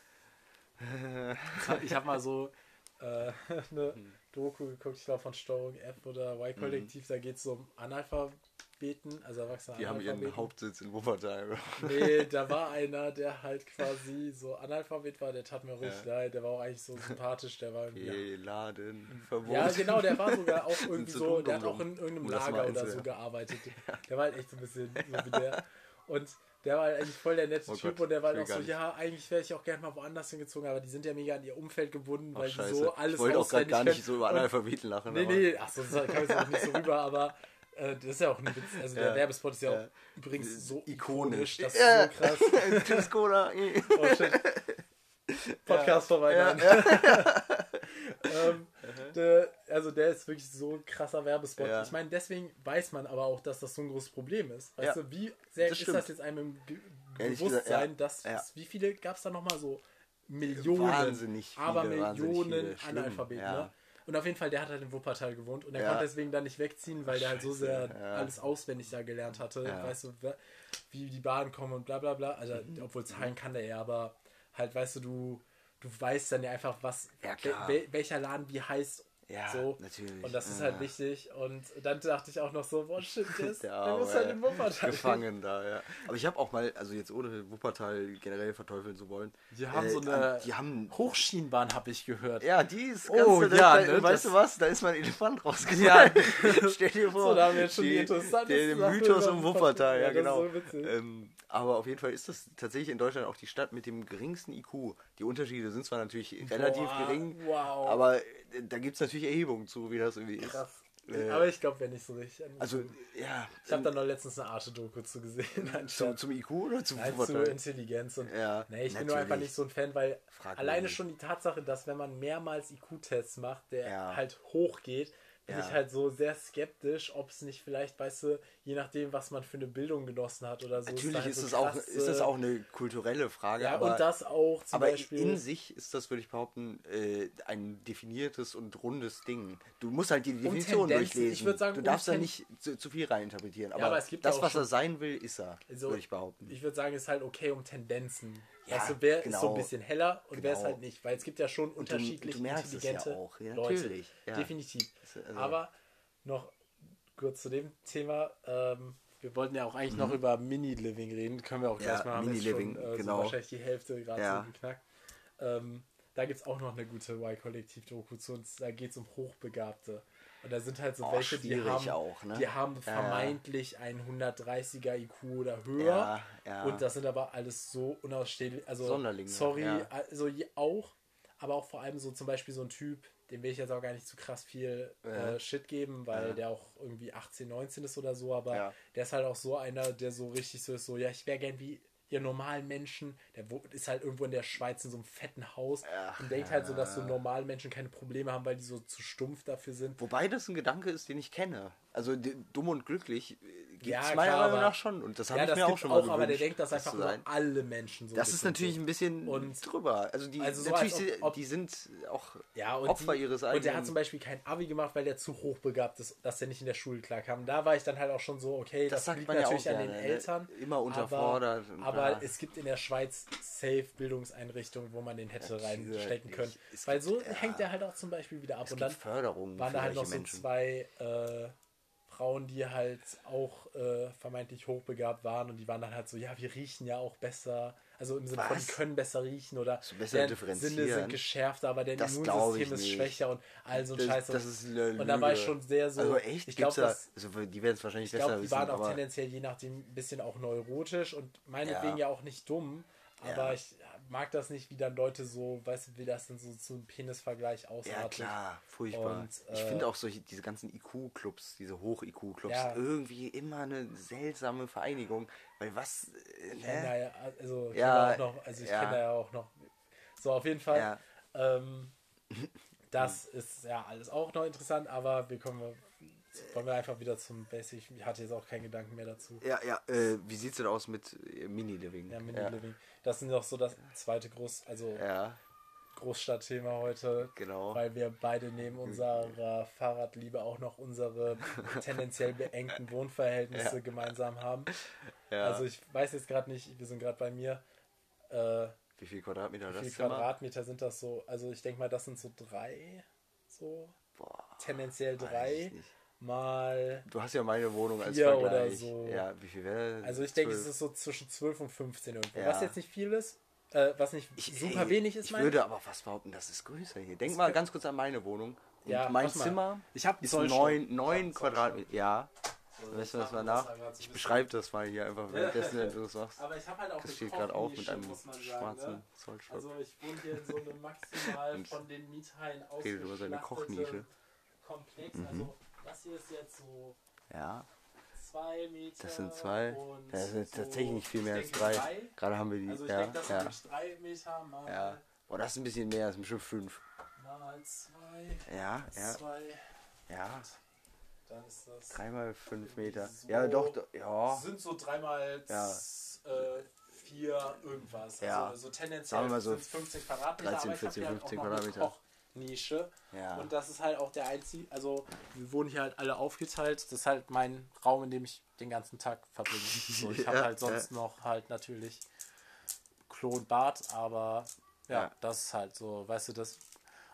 [SPEAKER 1] Ich habe mal so äh, eine hm. Doku geguckt, ich glaube von Steuerung F oder Y-Kollektiv, hm. da geht es so um Analphabeten, also erwachsene
[SPEAKER 2] Die haben ihren Hauptsitz in Wuppertal.
[SPEAKER 1] Nee, da war einer, der halt quasi so Analphabet war, der tat mir richtig ja. leid, der war auch eigentlich so sympathisch, der war irgendwie...
[SPEAKER 2] Laden, Verbot.
[SPEAKER 1] Ja, genau, der war sogar auch irgendwie so,
[SPEAKER 2] dumm,
[SPEAKER 1] der hat
[SPEAKER 2] dumm.
[SPEAKER 1] auch in irgendeinem
[SPEAKER 2] um
[SPEAKER 1] Lager oder so ja. gearbeitet. Der war halt echt so ein bisschen so wie der. Und der war halt eigentlich voll der nette oh Typ Gott, und der war halt auch so, ja, eigentlich wäre ich auch gerne mal woanders hingezogen, aber die sind ja mega an ihr Umfeld gebunden, weil
[SPEAKER 2] Ach,
[SPEAKER 1] die so alles
[SPEAKER 2] Ich wollte auch gerade gar nicht
[SPEAKER 1] können.
[SPEAKER 2] so über Analphabeten lachen.
[SPEAKER 1] Nee, nee, ach so, das kam jetzt auch nicht so rüber, aber äh, das ist ja auch ein Witz, also der ja. Werbespot ist ja, ja auch übrigens so ikonisch, das
[SPEAKER 2] ja.
[SPEAKER 1] ist so krass.
[SPEAKER 2] Tschüss, Cola.
[SPEAKER 1] Oh shit. Podcast ja. vorbei. Ja. Ja. ähm, der, also der ist wirklich so ein krasser Werbespot. Ja. Ich meine, deswegen weiß man aber auch, dass das so ein großes Problem ist. Weißt ja. du, wie sehr das ist stimmt. das jetzt einem im Ge
[SPEAKER 2] Ehrlich
[SPEAKER 1] Bewusstsein,
[SPEAKER 2] gesagt, ja.
[SPEAKER 1] dass,
[SPEAKER 2] ja.
[SPEAKER 1] wie viele gab es da nochmal so? Millionen,
[SPEAKER 2] wahnsinnig viele,
[SPEAKER 1] aber Millionen
[SPEAKER 2] viele.
[SPEAKER 1] Analphabeten.
[SPEAKER 2] Ja.
[SPEAKER 1] Ne? Und auf jeden Fall, der hat halt in Wuppertal gewohnt und er
[SPEAKER 2] ja.
[SPEAKER 1] konnte deswegen da nicht wegziehen, weil Ach, der halt so sehr
[SPEAKER 2] ja.
[SPEAKER 1] alles auswendig da gelernt hatte.
[SPEAKER 2] Ja.
[SPEAKER 1] Weißt du, wie die Bahnen kommen und bla bla bla. Also, mhm. obwohl Zahlen kann der ja, aber halt, weißt du, du, du weißt dann ja einfach, was
[SPEAKER 2] ja,
[SPEAKER 1] wel, welcher Laden wie heißt
[SPEAKER 2] Ja,
[SPEAKER 1] so.
[SPEAKER 2] natürlich.
[SPEAKER 1] Und das ist
[SPEAKER 2] ja.
[SPEAKER 1] halt wichtig. Und dann dachte ich auch noch so, boah, shit, der ist,
[SPEAKER 2] Der
[SPEAKER 1] der
[SPEAKER 2] Arme,
[SPEAKER 1] muss halt
[SPEAKER 2] ja.
[SPEAKER 1] in Wuppertal.
[SPEAKER 2] Gefangen da, ja. Aber ich habe auch mal, also jetzt ohne Wuppertal generell verteufeln zu wollen.
[SPEAKER 1] Die haben
[SPEAKER 2] äh,
[SPEAKER 1] so eine
[SPEAKER 2] die haben,
[SPEAKER 1] Hochschienbahn, habe ich gehört.
[SPEAKER 2] ja, die ist
[SPEAKER 1] Oh,
[SPEAKER 2] ganz,
[SPEAKER 1] ja,
[SPEAKER 2] da,
[SPEAKER 1] ne,
[SPEAKER 2] weißt
[SPEAKER 1] das-
[SPEAKER 2] du was, da ist mein Elefant rausgefallen.
[SPEAKER 1] Ja.
[SPEAKER 2] Stell dir vor.
[SPEAKER 1] So, da haben wir jetzt schon die
[SPEAKER 2] die,
[SPEAKER 1] interessantesten
[SPEAKER 2] der
[SPEAKER 1] Sachen
[SPEAKER 2] Mythos
[SPEAKER 1] über
[SPEAKER 2] um Wuppertal, ja,
[SPEAKER 1] Ja, das ist
[SPEAKER 2] genau.
[SPEAKER 1] so witzig.
[SPEAKER 2] Ähm, aber auf jeden Fall ist das tatsächlich in Deutschland auch die Stadt mit dem geringsten I Q. Die Unterschiede sind zwar natürlich relativ
[SPEAKER 1] Boah,
[SPEAKER 2] gering,
[SPEAKER 1] wow.
[SPEAKER 2] aber äh, da gibt es natürlich Erhebungen zu, wie das irgendwie ist.
[SPEAKER 1] Krass.
[SPEAKER 2] Äh,
[SPEAKER 1] Aber ich glaube, wenn nicht so richtig.
[SPEAKER 2] Also, ja.
[SPEAKER 1] ich habe da noch letztens eine Arte-Doku zu gesehen. Nein,
[SPEAKER 2] zum,
[SPEAKER 1] Scherz.
[SPEAKER 2] zum I Q oder zum
[SPEAKER 1] Nein, zu
[SPEAKER 2] Wuppertal?
[SPEAKER 1] Intelligenz. Und
[SPEAKER 2] Ja,
[SPEAKER 1] nee, ich bin nur einfach
[SPEAKER 2] natürlich.
[SPEAKER 1] nicht so ein Fan, weil
[SPEAKER 2] Fragwürdig.
[SPEAKER 1] alleine schon die Tatsache, dass wenn man mehrmals I Q-Tests macht, der
[SPEAKER 2] Ja.
[SPEAKER 1] halt hochgeht, bin
[SPEAKER 2] Ja.
[SPEAKER 1] ich halt so sehr skeptisch, ob es nicht vielleicht, weißt du, je nachdem, was man für eine Bildung genossen hat oder so.
[SPEAKER 2] Natürlich
[SPEAKER 1] da halt
[SPEAKER 2] ist
[SPEAKER 1] so
[SPEAKER 2] es auch,
[SPEAKER 1] krasse-
[SPEAKER 2] ist das auch eine kulturelle Frage,
[SPEAKER 1] Ja,
[SPEAKER 2] aber,
[SPEAKER 1] und das auch zum
[SPEAKER 2] aber
[SPEAKER 1] Beispiel.
[SPEAKER 2] in sich ist das, würde ich behaupten, äh, ein definiertes und rundes Ding. Du musst halt die Definition
[SPEAKER 1] Tendenzen,
[SPEAKER 2] durchlesen.
[SPEAKER 1] ich würd sagen,
[SPEAKER 2] du darfst
[SPEAKER 1] um
[SPEAKER 2] da
[SPEAKER 1] Ten-
[SPEAKER 2] nicht zu, zu viel reininterpretieren. Aber,
[SPEAKER 1] aber es gibt
[SPEAKER 2] das,
[SPEAKER 1] ja auch
[SPEAKER 2] was er
[SPEAKER 1] schon-
[SPEAKER 2] sein will, ist er,
[SPEAKER 1] Also,
[SPEAKER 2] würde ich behaupten.
[SPEAKER 1] Ich würde sagen, es ist halt okay um Tendenzen.
[SPEAKER 2] Ja,
[SPEAKER 1] weißt du, wer ist so
[SPEAKER 2] genau.
[SPEAKER 1] ein bisschen heller und wer ist
[SPEAKER 2] Genau.
[SPEAKER 1] halt nicht? Weil es gibt ja schon
[SPEAKER 2] du-
[SPEAKER 1] unterschiedlich
[SPEAKER 2] du merkst es ja
[SPEAKER 1] intelligente
[SPEAKER 2] auch, ja,
[SPEAKER 1] Leute.
[SPEAKER 2] natürlich, ja.
[SPEAKER 1] Definitiv.
[SPEAKER 2] Das- also-
[SPEAKER 1] Aber noch kurz zu dem Thema. Ähm, wir wollten ja auch eigentlich noch über Mini-Living reden. Können wir auch gleich
[SPEAKER 2] Ja,
[SPEAKER 1] mal. Haben jetzt
[SPEAKER 2] Mini-Living,
[SPEAKER 1] schon, äh,
[SPEAKER 2] genau.
[SPEAKER 1] so wahrscheinlich die Hälfte gerade
[SPEAKER 2] Ja.
[SPEAKER 1] so geknackt. Ähm, da gibt es auch noch eine gute Y-Kollektiv-Doku zu uns. Da geht es um Hochbegabte. Und da sind halt so
[SPEAKER 2] Oh,
[SPEAKER 1] welche, die
[SPEAKER 2] schwierig
[SPEAKER 1] haben,
[SPEAKER 2] auch, ne?
[SPEAKER 1] die haben
[SPEAKER 2] Ja.
[SPEAKER 1] vermeintlich ein hundertdreißiger I Q oder höher.
[SPEAKER 2] Ja, ja.
[SPEAKER 1] Und das sind aber alles so unausstehlich. Also,
[SPEAKER 2] Sonderlinge,
[SPEAKER 1] sorry,
[SPEAKER 2] ja.
[SPEAKER 1] also je- auch, aber auch vor allem so zum Beispiel so ein Typ, dem will ich jetzt auch gar nicht zu krass viel
[SPEAKER 2] Ja.
[SPEAKER 1] äh, Shit geben, weil
[SPEAKER 2] Ja.
[SPEAKER 1] der auch irgendwie achtzehn, neunzehn ist oder so, aber
[SPEAKER 2] Ja.
[SPEAKER 1] der ist halt auch so einer, der so richtig so ist, so, ja, ich wäre gern wie ihr normalen Menschen, der wo- ist halt irgendwo in der Schweiz in so einem fetten Haus
[SPEAKER 2] Ach,
[SPEAKER 1] und denkt halt so, dass so
[SPEAKER 2] ja.
[SPEAKER 1] normale Menschen keine Probleme haben, weil die so zu stumpf dafür sind.
[SPEAKER 2] Wobei das ein Gedanke ist, den ich kenne. Also die, dumm und glücklich gibt es
[SPEAKER 1] Ja,
[SPEAKER 2] meiner
[SPEAKER 1] klar,
[SPEAKER 2] Meinung
[SPEAKER 1] aber-
[SPEAKER 2] nach schon. Und das habe
[SPEAKER 1] Ja,
[SPEAKER 2] ich
[SPEAKER 1] das
[SPEAKER 2] mir auch
[SPEAKER 1] gibt's
[SPEAKER 2] schon mal
[SPEAKER 1] auch, aber der
[SPEAKER 2] gewünscht,
[SPEAKER 1] denkt, dass
[SPEAKER 2] das
[SPEAKER 1] einfach
[SPEAKER 2] zu
[SPEAKER 1] nur
[SPEAKER 2] sein.
[SPEAKER 1] alle Menschen so
[SPEAKER 2] Das ist
[SPEAKER 1] sind
[SPEAKER 2] natürlich
[SPEAKER 1] so.
[SPEAKER 2] ein bisschen
[SPEAKER 1] Und-
[SPEAKER 2] drüber. Also die
[SPEAKER 1] Also so,
[SPEAKER 2] natürlich,
[SPEAKER 1] als ob-
[SPEAKER 2] die-
[SPEAKER 1] ob-
[SPEAKER 2] die sind auch
[SPEAKER 1] Ja, und
[SPEAKER 2] Opfer
[SPEAKER 1] die,
[SPEAKER 2] ihres
[SPEAKER 1] Und der hat
[SPEAKER 2] eigenen-
[SPEAKER 1] zum Beispiel kein Abi gemacht, weil der zu hochbegabt ist, dass er nicht in der Schule klarkam. Da war ich dann halt auch schon so, okay,
[SPEAKER 2] Das
[SPEAKER 1] das,
[SPEAKER 2] sagt
[SPEAKER 1] liegt
[SPEAKER 2] man ja
[SPEAKER 1] natürlich
[SPEAKER 2] auch
[SPEAKER 1] an den
[SPEAKER 2] gerne, ne?
[SPEAKER 1] Eltern.
[SPEAKER 2] Immer unterfordert und
[SPEAKER 1] Aber, aber
[SPEAKER 2] bla.
[SPEAKER 1] es gibt in der Schweiz safe Bildungseinrichtungen, wo man den hätte
[SPEAKER 2] Natürlich.
[SPEAKER 1] reinstecken können.
[SPEAKER 2] Es
[SPEAKER 1] Weil
[SPEAKER 2] gibt-
[SPEAKER 1] so
[SPEAKER 2] ja.
[SPEAKER 1] hängt der halt auch zum Beispiel wieder ab.
[SPEAKER 2] es
[SPEAKER 1] Und
[SPEAKER 2] gibt
[SPEAKER 1] dann
[SPEAKER 2] Förderungen
[SPEAKER 1] waren
[SPEAKER 2] für
[SPEAKER 1] da halt noch
[SPEAKER 2] solche
[SPEAKER 1] so
[SPEAKER 2] Menschen.
[SPEAKER 1] zwei äh, Frauen, die halt auch äh, vermeintlich hochbegabt waren und die waren dann halt so, ja, wir riechen ja auch besser. Also im Sinne von, die
[SPEAKER 2] Was?
[SPEAKER 1] können besser riechen oder
[SPEAKER 2] So besser
[SPEAKER 1] deren
[SPEAKER 2] differenzieren?
[SPEAKER 1] Sinne sind geschärfter, aber deren
[SPEAKER 2] Das glaub ich
[SPEAKER 1] Immunsystem ist
[SPEAKER 2] nicht.
[SPEAKER 1] schwächer und all so ein
[SPEAKER 2] Das,
[SPEAKER 1] Scheiß.
[SPEAKER 2] das ist eine
[SPEAKER 1] und da war ich
[SPEAKER 2] Lüge.
[SPEAKER 1] schon sehr so.
[SPEAKER 2] Also echt?
[SPEAKER 1] Ich glaube,
[SPEAKER 2] Gibt's da,
[SPEAKER 1] dass
[SPEAKER 2] also die werden es wahrscheinlich
[SPEAKER 1] ich
[SPEAKER 2] besser
[SPEAKER 1] glaube, die
[SPEAKER 2] wissen,
[SPEAKER 1] waren auch
[SPEAKER 2] aber
[SPEAKER 1] tendenziell je nachdem ein bisschen auch neurotisch und meinetwegen
[SPEAKER 2] Ja.
[SPEAKER 1] ja auch nicht dumm.
[SPEAKER 2] Ja.
[SPEAKER 1] Aber ich mag das nicht, wie dann Leute so, weißt du, wie das dann so zum Penisvergleich
[SPEAKER 2] ja
[SPEAKER 1] ausartet.
[SPEAKER 2] klar, furchtbar.
[SPEAKER 1] Und,
[SPEAKER 2] ich
[SPEAKER 1] äh,
[SPEAKER 2] finde auch solche, diese ganzen I Q-Clubs, diese Hoch-I Q-Clubs,
[SPEAKER 1] Ja.
[SPEAKER 2] irgendwie immer eine seltsame Vereinigung. Weil was, äh,
[SPEAKER 1] Ich kenn
[SPEAKER 2] ne?
[SPEAKER 1] da ja, also ich
[SPEAKER 2] Ja,
[SPEAKER 1] kenne da auch noch, also ich
[SPEAKER 2] ja.
[SPEAKER 1] kenne da ja auch noch. So, auf jeden Fall.
[SPEAKER 2] Ja.
[SPEAKER 1] Ähm, das ist ja alles auch noch interessant, aber wir kommen, wollen wir einfach wieder zum Basic. Ich hatte jetzt auch keinen Gedanken mehr dazu.
[SPEAKER 2] Ja, ja, äh, wie sieht's denn aus mit äh, Mini-Living?
[SPEAKER 1] Ja, Mini-Living. Das sind doch so das zweite Groß, also
[SPEAKER 2] Ja,
[SPEAKER 1] Großstadtthema heute.
[SPEAKER 2] genau.
[SPEAKER 1] Weil wir beide neben unserer Fahrradliebe auch noch unsere tendenziell beengten Wohnverhältnisse
[SPEAKER 2] Ja.
[SPEAKER 1] gemeinsam haben.
[SPEAKER 2] Ja.
[SPEAKER 1] Also ich weiß jetzt gerade nicht, wir sind gerade bei mir. Äh,
[SPEAKER 2] Wie viel Quadratmeter
[SPEAKER 1] wie
[SPEAKER 2] das
[SPEAKER 1] viele
[SPEAKER 2] Zimmer?
[SPEAKER 1] Quadratmeter sind das so? Also ich denke mal, das sind so drei. So
[SPEAKER 2] Boah,
[SPEAKER 1] tendenziell
[SPEAKER 2] weiß
[SPEAKER 1] drei.
[SPEAKER 2] ich nicht.
[SPEAKER 1] Mal.
[SPEAKER 2] Du hast ja meine Wohnung als
[SPEAKER 1] Vier
[SPEAKER 2] Vergleich.
[SPEAKER 1] oder so.
[SPEAKER 2] Ja, wie viel wäre
[SPEAKER 1] Also ich denke, es
[SPEAKER 2] zwölf?
[SPEAKER 1] ist so zwischen zwölf und fünfzehn irgendwo.
[SPEAKER 2] Ja.
[SPEAKER 1] Was jetzt nicht viel ist, äh, was nicht
[SPEAKER 2] Ich,
[SPEAKER 1] super
[SPEAKER 2] ey,
[SPEAKER 1] wenig ist,
[SPEAKER 2] Ich
[SPEAKER 1] meine
[SPEAKER 2] würde aber fast behaupten, das ist größer hier. Denk
[SPEAKER 1] Das
[SPEAKER 2] mal
[SPEAKER 1] kö-
[SPEAKER 2] ganz kurz an meine Wohnung. Und
[SPEAKER 1] Ja,
[SPEAKER 2] mein
[SPEAKER 1] mach mal.
[SPEAKER 2] Zimmer
[SPEAKER 1] Ich hab
[SPEAKER 2] ist
[SPEAKER 1] Zollstock.
[SPEAKER 2] neun,
[SPEAKER 1] Ich hab
[SPEAKER 2] neun
[SPEAKER 1] Zollstock.
[SPEAKER 2] Quadratmeter. Ja,
[SPEAKER 1] So,
[SPEAKER 2] weißt du
[SPEAKER 1] ich
[SPEAKER 2] das mal
[SPEAKER 1] hab
[SPEAKER 2] nach?
[SPEAKER 1] das grad so ein
[SPEAKER 2] Ich
[SPEAKER 1] bisschen-
[SPEAKER 2] beschreibe das mal hier einfach, währenddessen wenn du das machst.
[SPEAKER 1] Aber ich habe halt auch
[SPEAKER 2] Das
[SPEAKER 1] eine
[SPEAKER 2] steht gerade auf mit
[SPEAKER 1] Kochnische,
[SPEAKER 2] einem
[SPEAKER 1] muss man sagen,
[SPEAKER 2] schwarzen
[SPEAKER 1] ne?
[SPEAKER 2] Zollstock.
[SPEAKER 1] Also ich wohne hier in so einem maximal
[SPEAKER 2] Und
[SPEAKER 1] von den Miethaien
[SPEAKER 2] redet über seine
[SPEAKER 1] ausgeschlachteten
[SPEAKER 2] Kochnische.
[SPEAKER 1] Komplex.
[SPEAKER 2] Mhm.
[SPEAKER 1] Also das hier ist jetzt so
[SPEAKER 2] Ja,
[SPEAKER 1] zwei Meter.
[SPEAKER 2] das sind zwei.
[SPEAKER 1] Und
[SPEAKER 2] Das ist
[SPEAKER 1] so,
[SPEAKER 2] tatsächlich nicht viel mehr
[SPEAKER 1] ich
[SPEAKER 2] als
[SPEAKER 1] denke,
[SPEAKER 2] drei. Gerade haben wir die.
[SPEAKER 1] Also ich
[SPEAKER 2] ja,
[SPEAKER 1] denke, das
[SPEAKER 2] ja,
[SPEAKER 1] sind nämlich drei Meter mal,
[SPEAKER 2] ja. Boah, das ist ein bisschen mehr, das sind bestimmt fünf.
[SPEAKER 1] mal zwei.
[SPEAKER 2] Ja, ja,
[SPEAKER 1] Zwei.
[SPEAKER 2] ja.
[SPEAKER 1] Dann ist das.
[SPEAKER 2] Dreimal fünf Meter.
[SPEAKER 1] So.
[SPEAKER 2] Ja, doch, doch ja.
[SPEAKER 1] Sind so dreimal
[SPEAKER 2] Ja.
[SPEAKER 1] z- äh, vier irgendwas.
[SPEAKER 2] Ja.
[SPEAKER 1] Also so tendenziell
[SPEAKER 2] Sagen wir mal so
[SPEAKER 1] sind fünfzig Quadratmeter,
[SPEAKER 2] dreizehn,
[SPEAKER 1] aber ich hab
[SPEAKER 2] vierzehn,
[SPEAKER 1] hier
[SPEAKER 2] fünfzehn
[SPEAKER 1] halt auch noch
[SPEAKER 2] Quadratmeter.
[SPEAKER 1] eine Kochnische.
[SPEAKER 2] Ja.
[SPEAKER 1] Und das ist halt auch der einzige, also wir wohnen hier halt alle aufgeteilt. Das ist halt mein Raum, in dem ich den ganzen Tag verbringe. So, ich habe
[SPEAKER 2] Ja,
[SPEAKER 1] halt sonst
[SPEAKER 2] ja.
[SPEAKER 1] noch halt natürlich Klo und Bad, aber ja,
[SPEAKER 2] Ja.
[SPEAKER 1] das ist halt so, weißt du, das.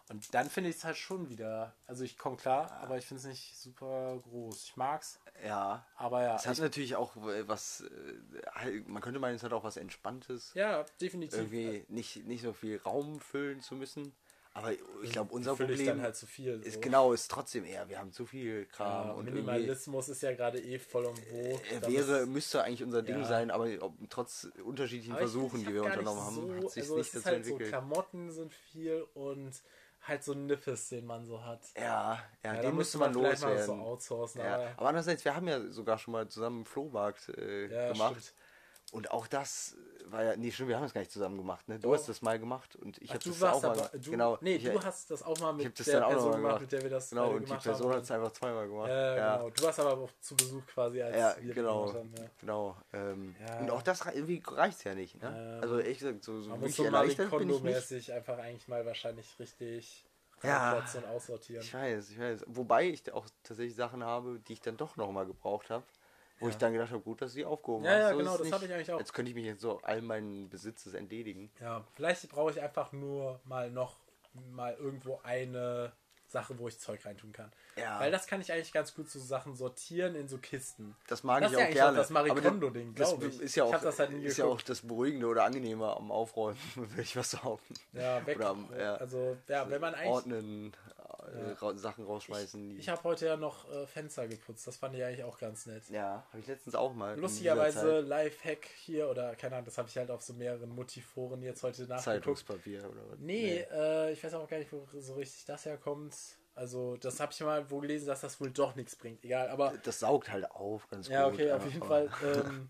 [SPEAKER 1] Und dann finde ich es halt schon wieder, also ich komme klar, ja. aber ich finde es nicht super groß. Ich mag's.
[SPEAKER 2] Ja.
[SPEAKER 1] Aber ja.
[SPEAKER 2] Es hat natürlich auch was, äh, man könnte meinen, es hat auch was Entspanntes.
[SPEAKER 1] Ja, definitiv.
[SPEAKER 2] Irgendwie nicht, nicht so viel Raum füllen zu müssen. Aber ich glaube, unser
[SPEAKER 1] Füll
[SPEAKER 2] Problem
[SPEAKER 1] ich dann halt zu viel, so.
[SPEAKER 2] ist genau, ist trotzdem eher, wir haben zu viel Kram.
[SPEAKER 1] Ja,
[SPEAKER 2] und
[SPEAKER 1] Minimalismus ist ja gerade eh voll und wo.
[SPEAKER 2] Äh, wäre, müsste eigentlich unser Ding
[SPEAKER 1] ja.
[SPEAKER 2] sein, aber ob, trotz unterschiedlichen
[SPEAKER 1] aber
[SPEAKER 2] Versuchen,
[SPEAKER 1] ich, ich
[SPEAKER 2] die wir unternommen
[SPEAKER 1] so,
[SPEAKER 2] haben, hat sich
[SPEAKER 1] also
[SPEAKER 2] nicht
[SPEAKER 1] es ist
[SPEAKER 2] dazu
[SPEAKER 1] halt
[SPEAKER 2] entwickelt.
[SPEAKER 1] So, Klamotten sind viel und halt so ein Nippes, den man so hat.
[SPEAKER 2] Ja, ja,
[SPEAKER 1] ja
[SPEAKER 2] den müsste man, man loswerden.
[SPEAKER 1] So outsourcen,
[SPEAKER 2] ja.
[SPEAKER 1] aber,
[SPEAKER 2] aber andererseits, wir haben ja sogar schon mal zusammen einen Flohmarkt äh,
[SPEAKER 1] ja,
[SPEAKER 2] gemacht.
[SPEAKER 1] Stimmt.
[SPEAKER 2] Und auch das war ja, nee, stimmt, wir haben es gar nicht zusammen gemacht, ne? Du oh. hast das mal gemacht und ich habe das
[SPEAKER 1] auch
[SPEAKER 2] mal
[SPEAKER 1] gemacht. Du,
[SPEAKER 2] genau,
[SPEAKER 1] nee,
[SPEAKER 2] ich,
[SPEAKER 1] du hast das auch mal mit
[SPEAKER 2] das
[SPEAKER 1] der
[SPEAKER 2] auch
[SPEAKER 1] Person
[SPEAKER 2] gemacht,
[SPEAKER 1] gemacht, mit der wir das
[SPEAKER 2] genau, und
[SPEAKER 1] gemacht
[SPEAKER 2] die Person
[SPEAKER 1] haben.
[SPEAKER 2] hat es einfach zweimal gemacht.
[SPEAKER 1] Ja,
[SPEAKER 2] ja,
[SPEAKER 1] genau. Du warst aber auch zu Besuch quasi, als
[SPEAKER 2] ja,
[SPEAKER 1] wir
[SPEAKER 2] genau,
[SPEAKER 1] das gemacht haben. Ja,
[SPEAKER 2] genau. Ähm,
[SPEAKER 1] ja.
[SPEAKER 2] Und auch das irgendwie reicht ja nicht, ne?
[SPEAKER 1] Ähm,
[SPEAKER 2] also ehrlich gesagt, so, so
[SPEAKER 1] man
[SPEAKER 2] wirklich
[SPEAKER 1] muss so
[SPEAKER 2] erleichtert bin ich nicht.
[SPEAKER 1] mäßig einfach eigentlich mal wahrscheinlich richtig
[SPEAKER 2] ja,
[SPEAKER 1] und aussortieren.
[SPEAKER 2] Ich weiß, ich weiß. Wobei ich auch tatsächlich Sachen habe, die ich dann doch nochmal gebraucht habe. Wo
[SPEAKER 1] ja.
[SPEAKER 2] ich dann gedacht habe, gut, dass du die aufgehoben
[SPEAKER 1] ja,
[SPEAKER 2] hast.
[SPEAKER 1] Ja,
[SPEAKER 2] so
[SPEAKER 1] genau, das habe ich eigentlich auch.
[SPEAKER 2] Jetzt könnte ich mich jetzt so all meinen Besitzes entledigen.
[SPEAKER 1] Ja, vielleicht brauche ich einfach nur mal noch mal irgendwo eine Sache, wo ich Zeug reintun kann.
[SPEAKER 2] Ja.
[SPEAKER 1] Weil das kann ich eigentlich ganz gut so Sachen sortieren in so Kisten.
[SPEAKER 2] Das mag
[SPEAKER 1] das
[SPEAKER 2] ich
[SPEAKER 1] ist
[SPEAKER 2] auch
[SPEAKER 1] ja
[SPEAKER 2] gerne.
[SPEAKER 1] Auch das Marie Kondo-Ding, glaube ich.
[SPEAKER 2] Ist ja, auch,
[SPEAKER 1] ich das halt nie
[SPEAKER 2] ist ja auch das Beruhigende oder Angenehme am Aufräumen, würde ich was behaupten.
[SPEAKER 1] Ja, weg.
[SPEAKER 2] Oder am, ja,
[SPEAKER 1] also, ja, wenn man eigentlich...
[SPEAKER 2] Ordnen, ja. Sachen rausschmeißen.
[SPEAKER 1] Ich, ich habe heute ja noch äh, Fenster geputzt. Das fand ich eigentlich auch ganz nett.
[SPEAKER 2] Ja, habe ich letztens auch mal.
[SPEAKER 1] Lustigerweise Lifehack hier, oder keine Ahnung, das habe ich halt auf so mehreren Motiforen jetzt heute nachgeguckt.
[SPEAKER 2] Zeitungspapier oder was?
[SPEAKER 1] Nee, nee. Äh, ich weiß auch gar nicht, wo so richtig das herkommt. Also, das habe ich mal wo gelesen, dass das wohl doch nichts bringt. Egal, aber...
[SPEAKER 2] Das saugt halt auf, ganz
[SPEAKER 1] ja,
[SPEAKER 2] gut.
[SPEAKER 1] Ja, okay, auf jeden Fall ähm,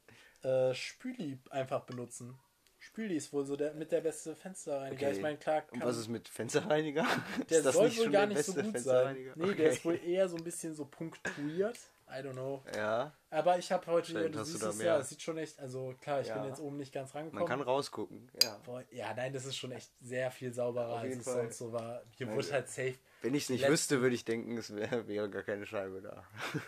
[SPEAKER 1] äh, Spüli einfach benutzen. Spüli ist wohl so der, mit der beste Fensterreiniger.
[SPEAKER 2] Okay.
[SPEAKER 1] Ich meine, klar...
[SPEAKER 2] Und was ist mit Fensterreiniger?
[SPEAKER 1] Der
[SPEAKER 2] ist das
[SPEAKER 1] soll
[SPEAKER 2] nicht
[SPEAKER 1] wohl
[SPEAKER 2] schon
[SPEAKER 1] gar
[SPEAKER 2] der
[SPEAKER 1] nicht
[SPEAKER 2] beste
[SPEAKER 1] so gut sein. Nee,
[SPEAKER 2] okay.
[SPEAKER 1] der ist wohl eher so ein bisschen so punktuiert. I don't know.
[SPEAKER 2] Ja.
[SPEAKER 1] Aber ich habe heute, ja, du
[SPEAKER 2] hast
[SPEAKER 1] siehst
[SPEAKER 2] du da
[SPEAKER 1] es
[SPEAKER 2] mehr.
[SPEAKER 1] ja, es sieht schon echt, also klar, ich
[SPEAKER 2] ja.
[SPEAKER 1] bin jetzt oben nicht ganz rangekommen.
[SPEAKER 2] Man kann rausgucken, ja.
[SPEAKER 1] Boah, ja, nein, das ist schon echt sehr viel sauberer,
[SPEAKER 2] Auf
[SPEAKER 1] als
[SPEAKER 2] jeden
[SPEAKER 1] es
[SPEAKER 2] Fall.
[SPEAKER 1] sonst so war. Hier
[SPEAKER 2] Nein,
[SPEAKER 1] wurde halt safe.
[SPEAKER 2] Wenn ich es nicht
[SPEAKER 1] Letzten...
[SPEAKER 2] wüsste, würde ich denken, es wäre wär gar keine Scheibe da.